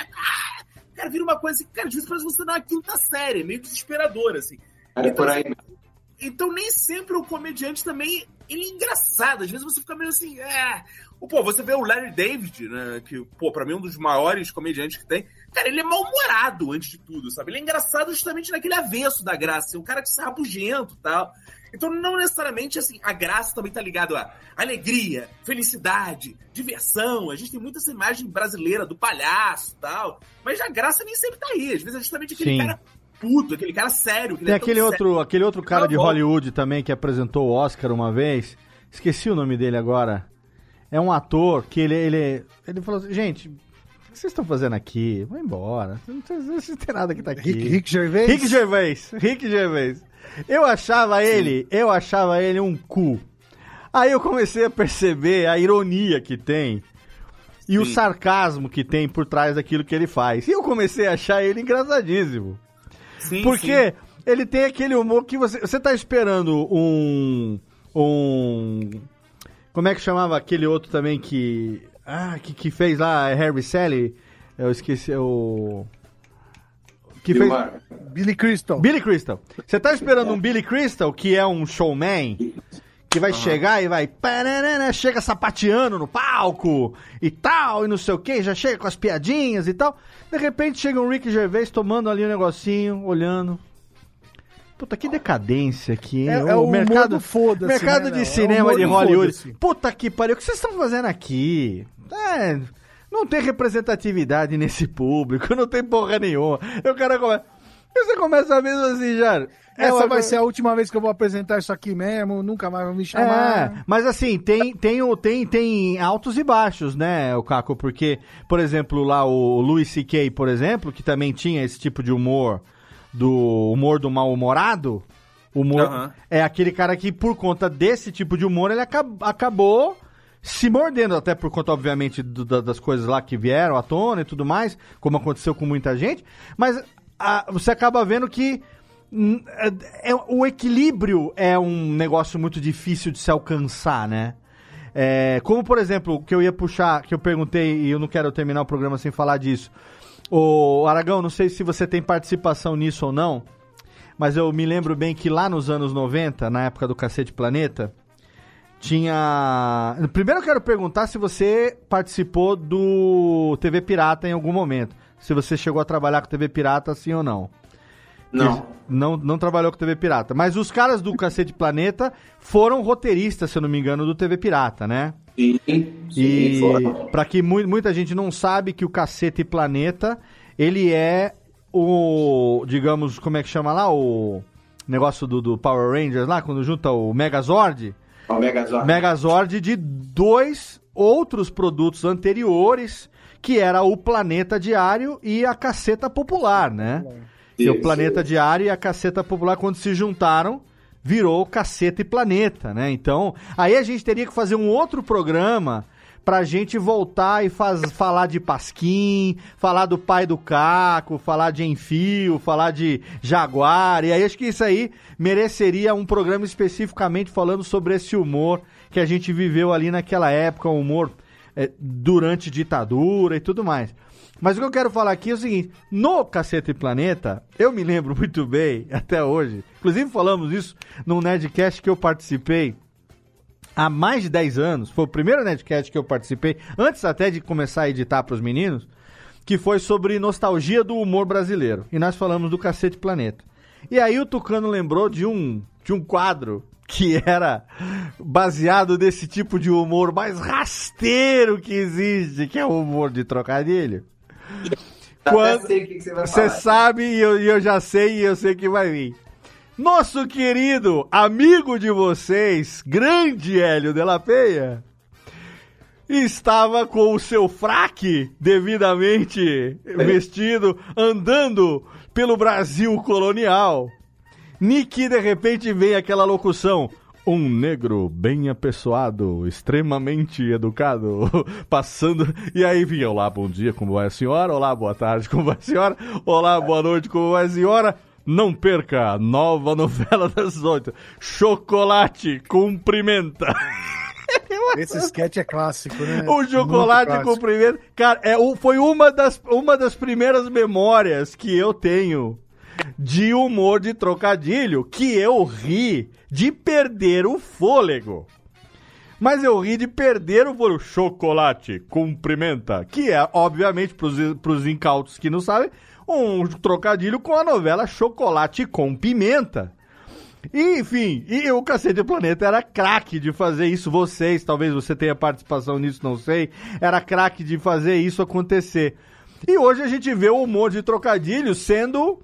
Cara, vira uma coisa que, cara, às vezes parece você na quinta série, meio desesperador, assim. Então, por aí. Então nem sempre o comediante também, ele é engraçado. Às vezes você fica meio assim, Pô, você vê o Larry David, né, que, pô, pra mim é um dos maiores comediantes que tem. Cara, ele é mal-humorado, antes de tudo, sabe? Ele é engraçado justamente naquele avesso da graça. É um cara que é rabugento e tal. Então, não necessariamente, assim, a graça também tá ligado a alegria, felicidade, diversão. A gente tem muita essa imagem brasileira do palhaço e tal. Mas a graça nem sempre tá aí. Às vezes é justamente aquele cara puto, aquele cara sério. Tem aquele outro cara de Hollywood também que apresentou o Oscar uma vez. Esqueci o nome dele agora. É um ator que ele falou assim, gente... O que vocês estão fazendo aqui? Vão embora. Não tem nada que tá aqui. Rick Gervais? Rick Gervais. Eu achava ele um cu. Aí eu comecei a perceber a ironia que tem. e o sarcasmo que tem por trás daquilo que ele faz. E eu comecei a achar ele engraçadíssimo. Sim, porque ele tem aquele humor que você tá esperando um... Como é que chamava aquele outro também que fez lá, Harry Sally? Eu esqueci, o... Que fez... Billy Crystal. Billy Crystal. Você tá esperando um Billy Crystal, que é um showman, que vai chegar e vai... Chega sapateando no palco e tal, e não sei o que, já chega com as piadinhas e tal. De repente chega um Ricky Gervais tomando ali um negocinho, olhando... Puta, que decadência aqui, hein? É o mercado foda-se, mercado de cinema de Hollywood. Puta que pariu, o que vocês estão fazendo aqui? Não tem representatividade nesse público, não tem porra nenhuma. Você começa mesmo assim, já. Essa vai ser a última vez que eu vou apresentar isso aqui mesmo, nunca mais vão me chamar. Mas assim, tem altos e baixos, né, o Caco? Porque, por exemplo, lá o Louis C.K., por exemplo, que também tinha esse tipo de humor... do humor do mal-humorado, é aquele cara que, por conta desse tipo de humor, ele acabou se mordendo, até por conta, obviamente, das coisas lá que vieram à tona e tudo mais, como aconteceu com muita gente, mas você acaba vendo que o equilíbrio é um negócio muito difícil de se alcançar, né? Como, por exemplo, o que eu ia puxar, que eu perguntei, e eu não quero terminar o programa sem falar disso. Ô, Aragão, não sei se você tem participação nisso ou não, mas eu me lembro bem que lá nos anos 90, na época do Cacete Planeta, tinha... Primeiro eu quero perguntar se você participou do TV Pirata em algum momento. Se você chegou a trabalhar com TV Pirata, sim ou não. Não trabalhou com TV Pirata. Mas os caras do Cacete Planeta foram roteiristas, se eu não me engano, do TV Pirata, né? E para que muita gente não sabe que o Cacete Planeta, ele é o, digamos, como é que chama lá, o negócio do Power Rangers lá, quando junta o Megazord. O Megazord. Megazord de 2 outros produtos anteriores, que era o Planeta Diário e a Caceta Popular, né? E o Planeta Diário e a Caceta Popular, quando se juntaram, virou Caceta e Planeta, né? Então, aí a gente teria que fazer um outro programa pra gente voltar e falar de Pasquim, falar do pai do Caco, falar de Enfio, falar de Jaguar, e aí acho que isso aí mereceria um programa especificamente falando sobre esse humor que a gente viveu ali naquela época, um humor durante ditadura e tudo mais. Mas o que eu quero falar aqui é o seguinte, no Cacete e Planeta, eu me lembro muito bem, até hoje, inclusive falamos isso num Nerdcast que eu participei há mais de 10 anos, foi o primeiro Nerdcast que eu participei, antes até de começar a editar para os meninos, que foi sobre nostalgia do humor brasileiro, e nós falamos do Cacete e Planeta. E aí o Tucano lembrou de um quadro que era baseado nesse tipo de humor mais rasteiro que existe, que é o humor de trocadilho. Quando você sabe e eu já sei e eu sei que vai vir. Nosso querido amigo de vocês, grande Hélio de la Penha, estava com o seu fraque devidamente vestido, andando pelo Brasil colonial. Niki, de repente, vem aquela locução: um negro bem apessoado, extremamente educado, passando... E aí vinha: olá, bom dia, como vai a senhora? Olá, boa tarde, como vai a senhora? Olá, boa noite, como vai a senhora? Não perca a nova novela das 8, Chocolate Cumprimenta. Esse sketch é clássico, né? O Chocolate Cumprimenta. Cara, foi uma das primeiras memórias que eu tenho de humor de trocadilho, que eu ri de perder o fôlego. Mas eu ri de perder o fôlego. Chocolate Cumprimenta, que é, obviamente, pros incautos que não sabem, um trocadilho com a novela Chocolate com Pimenta. E, enfim, e o Cacete do Planeta era craque de fazer isso. Vocês, talvez você tenha participação nisso, não sei, era craque de fazer isso acontecer. E hoje a gente vê o humor de trocadilho sendo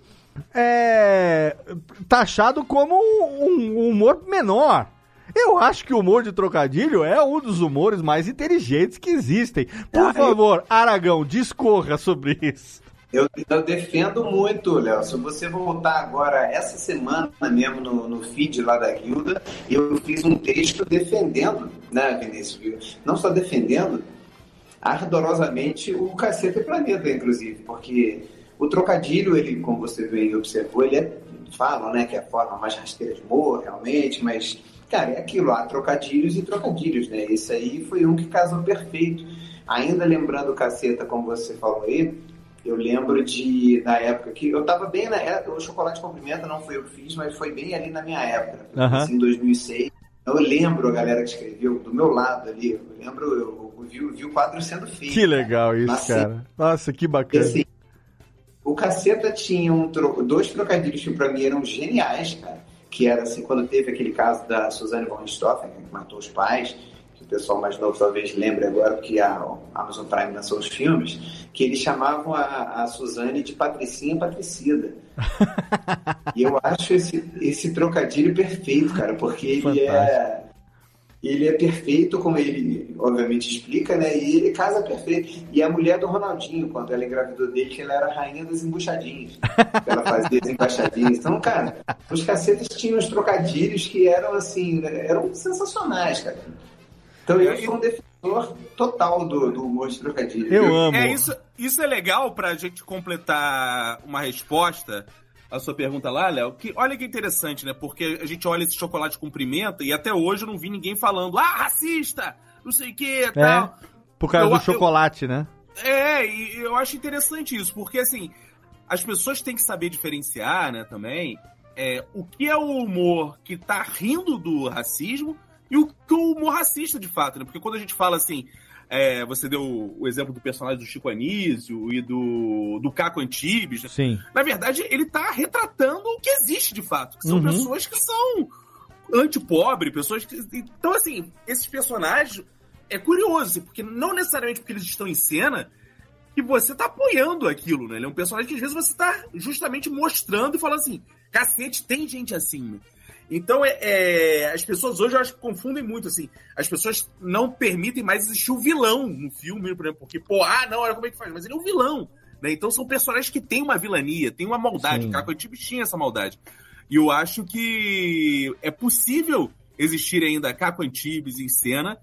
taxado como um humor menor. Eu acho que o humor de trocadilho é um dos humores mais inteligentes que existem. Por favor, Aragão, discorra sobre isso. Eu defendo muito, Léo. Se você voltar agora, essa semana mesmo, no feed lá da Guilda, eu fiz um texto defendendo, né, Vinícius? Não só defendendo ardorosamente o Caceta e Planeta, inclusive, porque o trocadilho, ele, como você bem observou, ele falam, né, que é a forma mais rasteira de humor, realmente, mas, cara, é aquilo, há trocadilhos e trocadilhos, né? Esse aí foi um que casou perfeito. Ainda lembrando o Caceta, como você falou aí, eu lembro da época que eu tava bem na época, o Chocolate com Pimenta não foi eu que fiz, mas foi bem ali na minha época, assim, em 2006. Eu lembro a galera que escreveu do meu lado ali, eu lembro, eu vi o quadro sendo feito. Que legal isso, cara. Nossa, que bacana. Assim, o Caceta tinha dois trocadilhos que pra mim eram geniais, cara, que era assim, quando teve aquele caso da Suzane von Richthofen, que matou os pais, que o pessoal mais novo talvez lembre agora, porque a Amazon Prime lançou os filmes, que eles chamavam a Suzane de Patricinha Patricida. E eu acho esse trocadilho perfeito, cara, porque ele é perfeito, como ele obviamente explica, né? E ele casa perfeito. E a mulher do Ronaldinho, quando ela engravidou dele, que ela era a rainha das embuchadinhas. Ela fazia as embaixadinhas. Então, cara, os Cacetas tinham os trocadilhos que eram assim, eram sensacionais, cara. Então eu sou um defensor total do humor de trocadilho. Eu amo. Isso é legal pra gente completar uma resposta à sua pergunta lá, Léo, que olha que interessante, né? Porque a gente olha esse Chocolate com Pimenta e até hoje eu não vi ninguém falando, racista, não sei o que, tal. Por causa do chocolate, né? E eu acho interessante isso, porque assim, as pessoas têm que saber diferenciar, né, também, o que é o humor que tá rindo do racismo e o que é o humor racista, de fato, né? Porque quando a gente fala assim, você deu o exemplo do personagem do Chico Anísio e do Caco Antibes, né? Sim. Na verdade, ele tá retratando o que existe, de fato, que são pessoas que são anti-pobre, pessoas que... Então, assim, esses personagens é curioso, assim, porque não necessariamente porque eles estão em cena que você tá apoiando aquilo, né? Ele é um personagem que às vezes você tá justamente mostrando e falando assim, cacete, tem gente assim, né? Então, as pessoas hoje, eu acho que confundem muito, assim. As pessoas não permitem mais existir o vilão no filme, por exemplo, porque, não, olha como é que faz, mas ele é um vilão, né? Então, são personagens que têm uma vilania, têm uma maldade. Caco Antibes tinha essa maldade. E eu acho que é possível existir ainda Caco Antibes em cena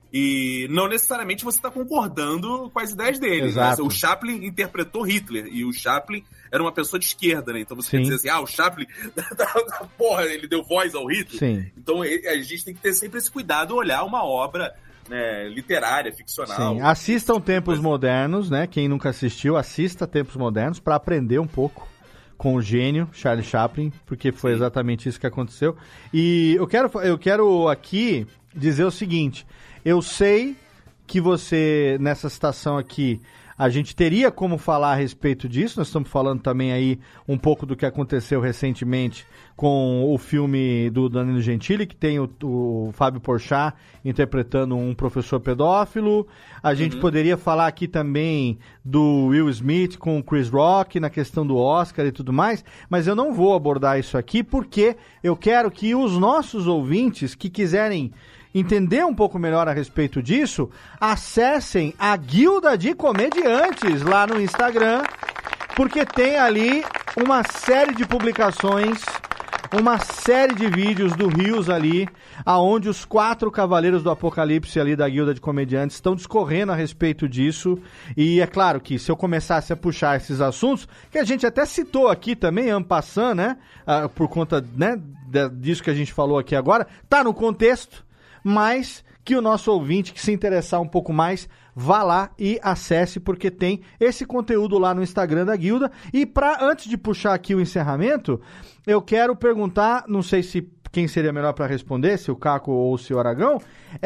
e não necessariamente você está concordando com as ideias dele. Exato. Né? O Chaplin interpretou Hitler e o Chaplin era uma pessoa de esquerda, né? Então você quer dizer assim, o Chaplin, porra, ele deu voz ao Hitler. Sim. Então a gente tem que ter sempre esse cuidado, olhar uma obra, né, literária, ficcional. Sim. Assistam Tempos Modernos, né? Quem nunca assistiu, assista Tempos Modernos para aprender um pouco com o gênio Charlie Chaplin, porque foi exatamente isso que aconteceu. E eu quero aqui dizer o seguinte, eu sei que você, nessa citação aqui, a gente teria como falar a respeito disso, nós estamos falando também aí um pouco do que aconteceu recentemente com o filme do Danilo Gentili, que tem o Fábio Porchat interpretando um professor pedófilo, a gente poderia falar aqui também do Will Smith com o Chris Rock na questão do Oscar e tudo mais, mas eu não vou abordar isso aqui porque eu quero que os nossos ouvintes que quiserem entender um pouco melhor a respeito disso, acessem a Guilda de Comediantes lá no Instagram, porque tem ali uma série de publicações, uma série de vídeos do Rios ali, aonde os 4 cavaleiros do apocalipse ali da Guilda de Comediantes estão discorrendo a respeito disso, e é claro que se eu começasse a puxar esses assuntos, que a gente até citou aqui também, en passant, né, por conta, né, disso que a gente falou aqui agora, tá no contexto, mas que o nosso ouvinte que se interessar um pouco mais, vá lá e acesse, porque tem esse conteúdo lá no Instagram da Guilda. E antes de puxar aqui o encerramento, eu quero perguntar, não sei se quem seria melhor para responder, se o Caco ou se o Aragão,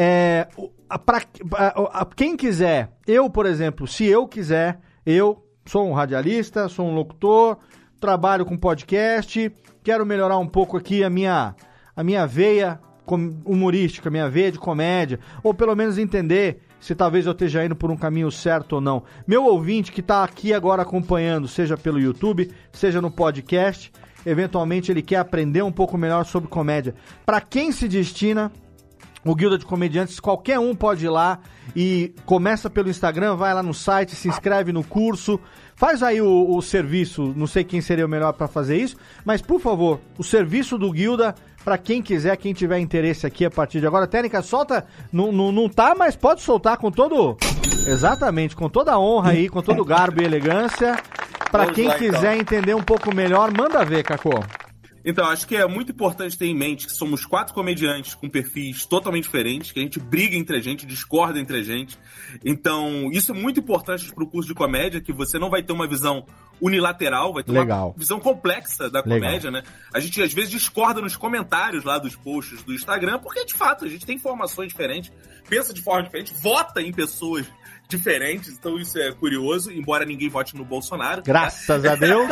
quem quiser, eu, por exemplo, se eu quiser, eu sou um radialista, sou um locutor, trabalho com podcast, quero melhorar um pouco aqui a minha veia humorística, minha veia de comédia, ou pelo menos entender se talvez eu esteja indo por um caminho certo ou não. Meu ouvinte que está aqui agora acompanhando, seja pelo YouTube, seja no podcast, eventualmente ele quer aprender um pouco melhor sobre comédia. Para quem se destina o Guilda de Comediantes, qualquer um pode ir lá e começa pelo Instagram, vai lá no site, se inscreve no curso, faz aí o serviço, não sei quem seria o melhor para fazer isso, mas por favor, o serviço do Guilda, para quem quiser, quem tiver interesse aqui a partir de agora. Técnica, solta, não tá, mas pode soltar com todo, exatamente, com toda a honra aí, com todo garbo e elegância, para quem quiser entender um pouco melhor, manda ver, Cacô. Então, acho que é muito importante ter em mente que somos 4 comediantes com perfis totalmente diferentes, que a gente briga entre a gente, discorda entre a gente. Então, isso é muito importante para o curso de comédia, que você não vai ter uma visão unilateral, vai ter uma visão complexa da comédia, né? A gente, às vezes, discorda nos comentários lá dos posts do Instagram, porque, de fato, a gente tem informações diferentes, pensa de forma diferente, vota em pessoas diferentes, então isso é curioso, embora ninguém vote no Bolsonaro. Graças a Deus!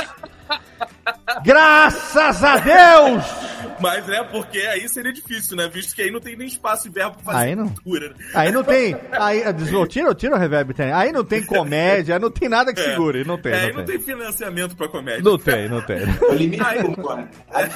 Graças a Deus! Mas porque aí seria difícil, né? Visto que aí não tem nem espaço e verbo pra fazer cultura. Né? Aí não tem. Aí, tira o reverb, tem. Aí não tem comédia, não tem nada que segure. Não tem. Aí não tem financiamento pra comédia. Não tem. O limite do humor.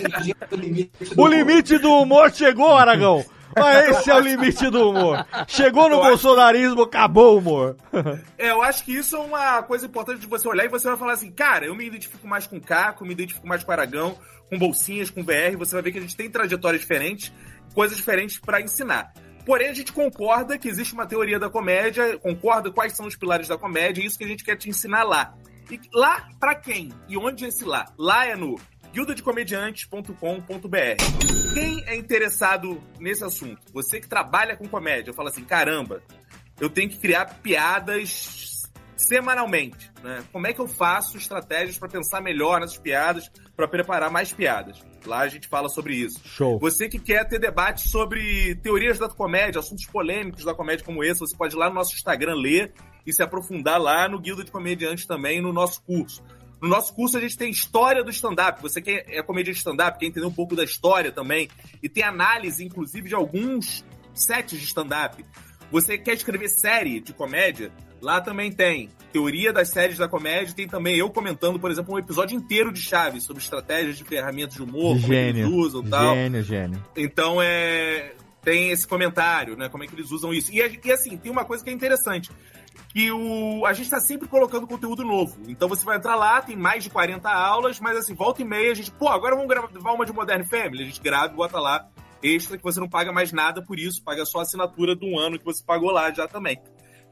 O limite do humor chegou, Aragão! Mas esse é o limite do humor. Chegou no bolsonarismo, acabou o humor. Eu acho que isso é uma coisa importante de você olhar e você vai falar assim, cara, eu me identifico mais com o Caco, me identifico mais com o Aragão, com Bolsinhas, com o VR, você vai ver que a gente tem trajetórias diferentes, coisas diferentes pra ensinar. Porém, a gente concorda que existe uma teoria da comédia, concorda quais são os pilares da comédia, e isso que a gente quer te ensinar lá. E lá pra quem? E onde é esse lá? Lá é no guildadecomediantes.com.br. Quem é interessado nesse assunto? Você que trabalha com comédia, fala assim, caramba, eu tenho que criar piadas semanalmente, né? Como é que eu faço estratégias para pensar melhor nessas piadas, para preparar mais piadas? Lá a gente fala sobre isso. Show. Você que quer ter debate sobre teorias da comédia, assuntos polêmicos da comédia como esse, você pode ir lá no nosso Instagram ler e se aprofundar lá no Guilda de Comediantes também, no nosso curso. No nosso curso a gente tem história do stand-up. Você que é comediante de stand-up, quer entender um pouco da história também. E tem análise, inclusive, de alguns sets de stand-up. Você quer escrever série de comédia? Lá também tem teoria das séries da comédia. Tem também eu comentando, por exemplo, um episódio inteiro de Chaves sobre estratégias de ferramentas de humor, como eles usam e tal. Gênio. Então, tem esse comentário, né? Como é que eles usam isso. E assim, tem uma coisa que é interessante. Que a gente tá sempre colocando conteúdo novo. Então você vai entrar lá, tem mais de 40 aulas, mas assim, volta e meia a gente, agora vamos gravar uma de Modern Family. A gente grava e bota lá extra, que você não paga mais nada por isso, paga só a assinatura de um ano que você pagou lá já também.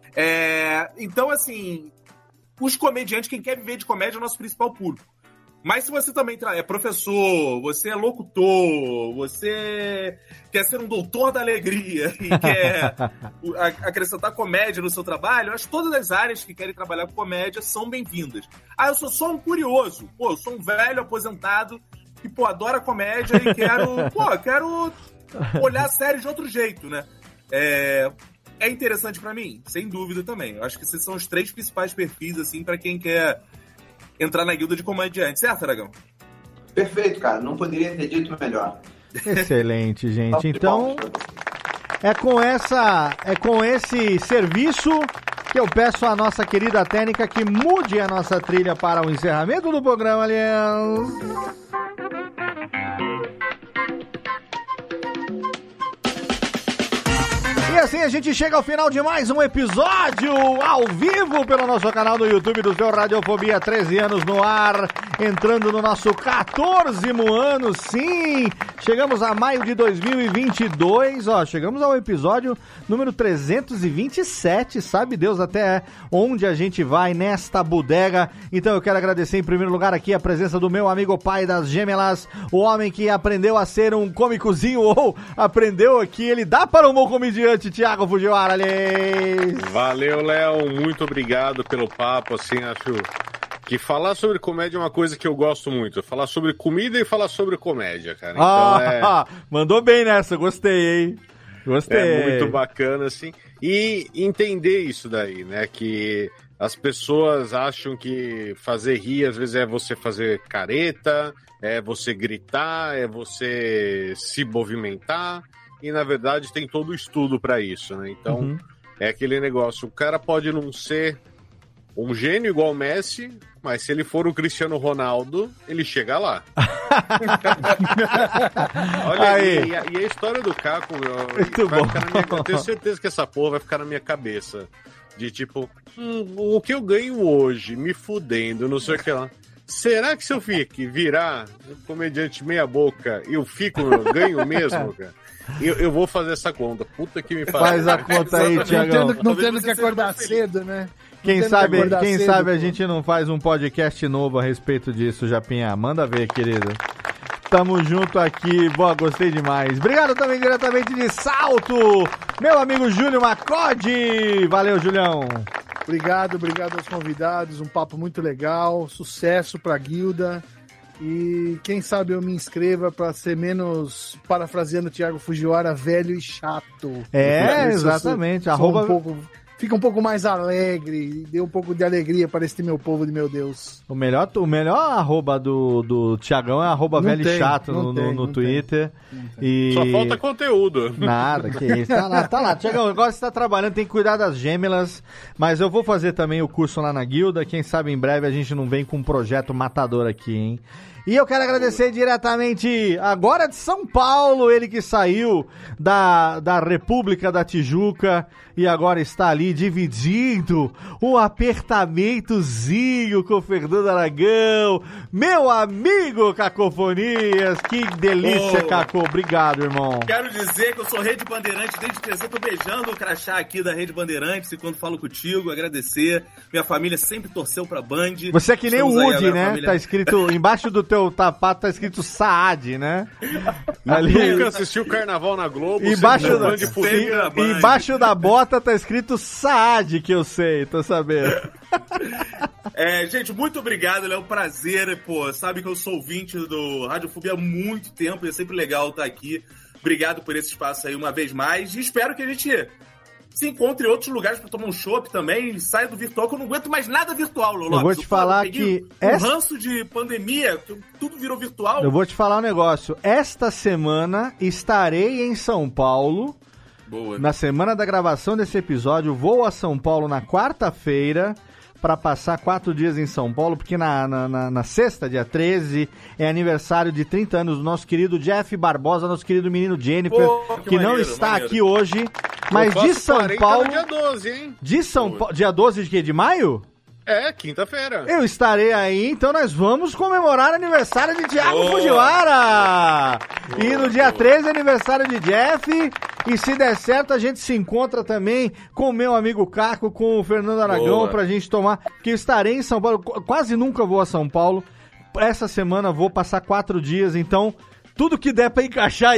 Então, assim, os comediantes, quem quer viver de comédia é o nosso principal público. Mas se você também é professor, você é locutor, você quer ser um doutor da alegria e quer acrescentar comédia no seu trabalho, eu acho que todas as áreas que querem trabalhar com comédia são bem-vindas. Eu sou só um curioso. Eu sou um velho aposentado que, adora comédia e quero olhar a série de outro jeito, né? É interessante pra mim? Sem dúvida também. Eu acho que esses são os 3 principais perfis, assim, pra quem quer entrar na guilda de comediantes, certo, Aragão? Perfeito, cara. Não poderia ter dito melhor. Excelente, gente. Então, é com esse serviço que eu peço à nossa querida técnica que mude a nossa trilha para o encerramento do programa, aliás. E assim a gente chega ao final de mais um episódio ao vivo pelo nosso canal no YouTube do seu Radiofobia, 13 anos no ar, entrando no nosso 14º ano, sim! Chegamos a maio de 2022, chegamos ao episódio número 327, sabe Deus até onde a gente vai nesta bodega. Então eu quero agradecer em primeiro lugar aqui a presença do meu amigo pai das gêmeas, o homem que aprendeu a ser um cômicozinho, ou aprendeu aqui, ele dá para um bom comediante, Thiago Fujiwara, aliás. Valeu, Léo, muito obrigado pelo papo, assim, acho que falar sobre comédia é uma coisa que eu gosto muito, falar sobre comida e falar sobre comédia, cara. Então mandou bem nessa, gostei, hein? Gostei. É muito bacana, assim, e entender isso daí, né, que as pessoas acham que fazer rir, às vezes, é você fazer careta, é você gritar, é você se movimentar, e na verdade tem todo o estudo para isso, né? Então, é aquele negócio, o cara pode não ser um gênio igual o Messi, mas se ele for o Cristiano Ronaldo, ele chega lá. Olha aí. E a história do Caco, Muito bom. eu tenho certeza que essa porra vai ficar na minha cabeça. De tipo, o que eu ganho hoje, me fudendo, não sei o que lá. Será que se eu virar um comediante meia boca, eu ganho mesmo, cara? Eu vou fazer essa conta. Puta que me Faz a conta aí, Thiagão. Não tendo que acordar cedo, né? Quem sabe a gente não faz um podcast novo a respeito disso, Japinha. Manda ver, querido. Tamo junto aqui. Boa, gostei demais. Obrigado também diretamente de Salto, meu amigo Júlio Macode. Valeu, Julião. Obrigado aos convidados. Um papo muito legal. Sucesso pra guilda. E quem sabe eu me inscreva para ser menos, parafraseando o Thiago Fujiwara, velho e chato. Exatamente. Fica um pouco mais alegre, dê um pouco de alegria para este meu povo de meu Deus. O melhor arroba do Thiagão é arroba velho e chato no Twitter. E... Só falta conteúdo. Nada, que isso. Tá lá. Thiagão, agora você tá trabalhando, tem que cuidar das gêmeas, mas eu vou fazer também o curso lá na guilda, quem sabe em breve a gente não vem com um projeto matador aqui, hein? E eu quero agradecer diretamente, agora de São Paulo, ele que saiu da República da Tijuca e agora está ali dividindo um apertamentozinho com o Fernando Aragão, meu amigo Cacofonias. Que delícia, Cacô. Obrigado, irmão. Quero dizer que eu sou Rede Bandeirantes desde crescer, tô beijando o crachá aqui da Rede Bandeirantes e quando falo contigo, agradecer. Minha família sempre torceu pra Band. Você é que nem o Woody, né? Família... Tá escrito, embaixo do teu tapato tá escrito Saad, né? Ali... Nunca assistiu Carnaval na Globo. Embaixo da bota tá escrito Saad, que eu sei, tô sabendo. Gente, muito obrigado, é um prazer, sabe que eu sou ouvinte do Radiofobia há muito tempo e é sempre legal estar aqui. Obrigado por esse espaço aí uma vez mais e espero que a gente se encontre em outros lugares para tomar um chopp também e saia do virtual, que eu não aguento mais nada virtual, Lolo. Eu vou te falar que... ranço de pandemia, tudo virou virtual. Eu vou te falar um negócio. Esta semana estarei em São Paulo. Boa. Na semana da gravação desse episódio, vou a São Paulo na quarta-feira para passar 4 dias em São Paulo, porque na sexta, dia 13, é aniversário de 30 anos do nosso querido Jeff Barbosa, nosso querido menino Jennifer, que maneiro, não está aqui hoje, mas de São Paulo... dia 12, hein? De São Paulo... Dia 12 de quê? De maio? Quinta-feira. Eu estarei aí, então nós vamos comemorar o aniversário de Thiago Fujiwara. E no dia 13 é aniversário de Jeff. E se der certo, a gente se encontra também com o meu amigo Caco, com o Fernando Aragão, pra gente tomar. Porque eu estarei em São Paulo, quase nunca vou a São Paulo. Essa semana vou passar 4 dias, então... Tudo que der pra encaixar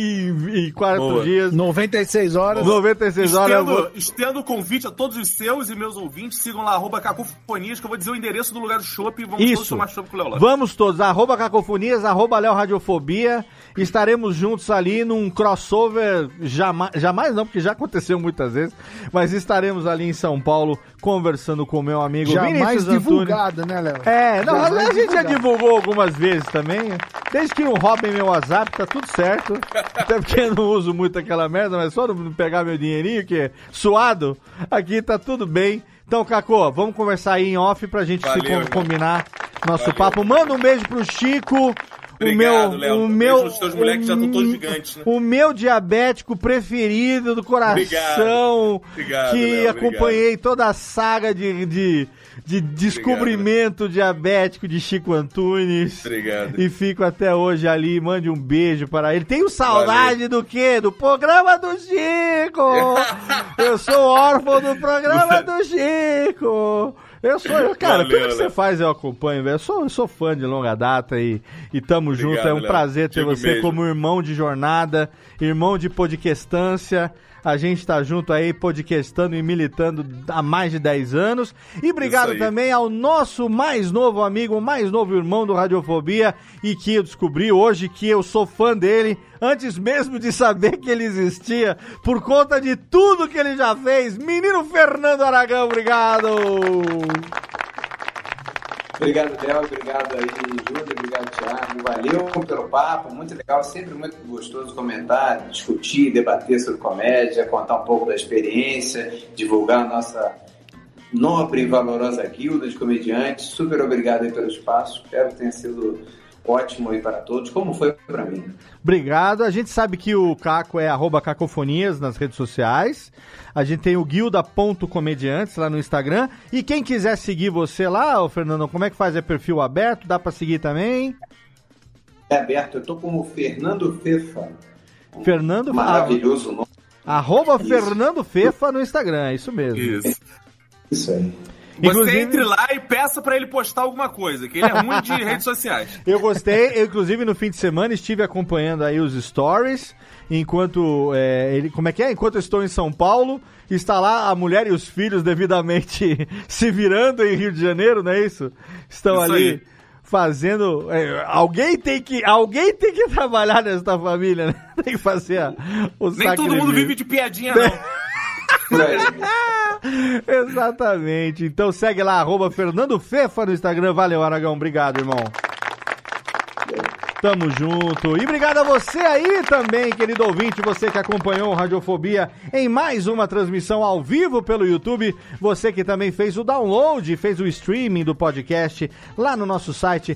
em 4 dias. 96 horas. 96 horas. Estendo o convite a todos os seus e meus ouvintes. Sigam lá, @cacofonias, que eu vou dizer o endereço do lugar do chopp e vamos todos tomar chopp com o Léo Lopes. Vamos todos, @cacofonias, @Léo Radiofobia. Estaremos juntos ali num crossover, jamais não, porque já aconteceu muitas vezes, mas estaremos ali em São Paulo conversando com o meu amigo Vinícius divulgado, Antunes. Né, Léo? A gente já divulgou algumas vezes também, desde que não roubem meu WhatsApp, tá tudo certo, até porque eu não uso muito aquela merda, mas só não pegar meu dinheirinho, que é suado, aqui tá tudo bem. Então, Cacô, vamos conversar aí em off pra gente combinar nosso papo. Manda um beijo pro Chico. Obrigado, Léo. Os teus moleques já estão todos gigantes, né? O meu diabético preferido do coração. Obrigado, que Léo, acompanhei toda a saga de descobrimento diabético de Chico Antunes. Obrigado. E fico até hoje ali. Mande um beijo para ele. Tenho saudade do quê? Do programa do Chico! Eu sou órfão do programa do Chico! Cara, tudo que você faz eu acompanho, velho. Eu sou fã de longa data e tamo junto. É um prazer ter você como irmão de jornada, irmão de podcastância. A gente tá junto aí, podcastando e militando há mais de 10 anos. E obrigado também ao nosso mais novo amigo, mais novo irmão do Radiofobia, e que eu descobri hoje que eu sou fã dele, antes mesmo de saber que ele existia, por conta de tudo que ele já fez. Menino Fernando Aragão, obrigado! Obrigado, Léo, obrigado aí, Júlio, obrigado, Thiago, valeu pelo papo, muito legal, sempre muito gostoso comentar, discutir, debater sobre comédia, contar um pouco da experiência, divulgar a nossa nobre e valorosa guilda de comediantes. Super obrigado aí pelo espaço, espero que tenha sido ótimo aí para todos, como foi para mim. Obrigado. A gente sabe que o Caco é @cacofonias nas redes sociais. A gente tem o guilda.comediantes lá no Instagram. E quem quiser seguir você lá, ô Fernando, como é que faz? É perfil aberto? Dá pra seguir também? É aberto. Eu tô como Fernando Fefa. Fernando Maravilhoso nome. @Fernando Fefa no Instagram, isso mesmo. Isso aí. Você entre lá e peça pra ele postar alguma coisa, que ele é ruim de redes sociais. Eu gostei, eu inclusive no fim de semana estive acompanhando aí os stories, enquanto enquanto eu estou em São Paulo, está lá a mulher e os filhos devidamente se virando em Rio de Janeiro, não é isso? Estão isso ali aí. Fazendo... alguém tem que trabalhar nessa família, né? Tem que fazer o sacrifício. Nem todo mundo vive de piadinha, não. Exatamente. Então segue lá, @Fernando Fefa no Instagram. Valeu, Aragão. Obrigado, irmão. Tamo junto. E obrigado a você aí também, querido ouvinte, você que acompanhou o Radiofobia em mais uma transmissão ao vivo pelo YouTube, você que também fez o download, fez o streaming do podcast lá no nosso site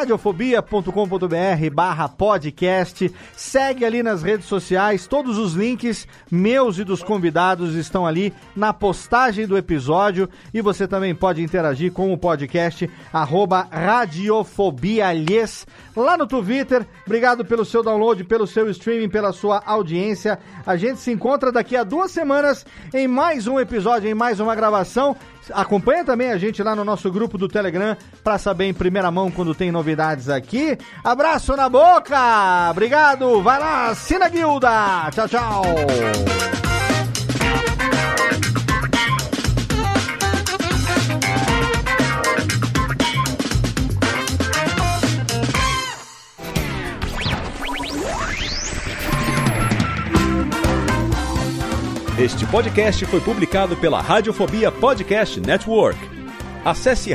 radiofobia.com.br/podcast. Segue ali nas redes sociais, todos os links meus e dos convidados estão ali na postagem do episódio e você também pode interagir com o podcast @radiofobialhes lá no Twitter. Obrigado pelo seu download, pelo seu streaming, pela sua audiência. A gente se encontra daqui a 2 semanas em mais um episódio, em mais uma gravação. Acompanha também a gente lá no nosso grupo do Telegram para saber em primeira mão quando tem novidades aqui. Abraço na boca! Obrigado! Vai lá, assina a guilda! Tchau, tchau! Este podcast foi publicado pela Radiofobia Podcast Network. Acesse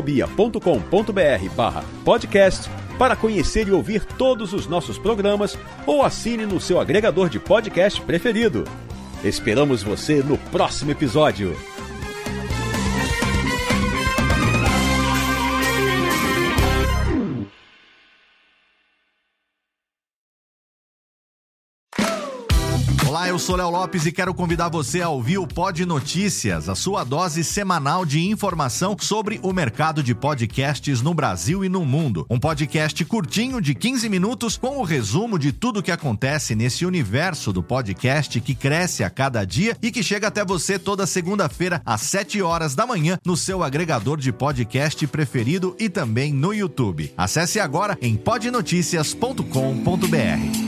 radiofobia.com.br/podcast para conhecer e ouvir todos os nossos programas ou assine no seu agregador de podcast preferido. Esperamos você no próximo episódio. Olá, eu sou Léo Lopes e quero convidar você a ouvir o Pod Notícias, a sua dose semanal de informação sobre o mercado de podcasts no Brasil e no mundo. Um podcast curtinho de 15 minutos com o resumo de tudo que acontece nesse universo do podcast que cresce a cada dia e que chega até você toda segunda-feira às 7 horas da manhã no seu agregador de podcast preferido e também no YouTube. Acesse agora em podnoticias.com.br.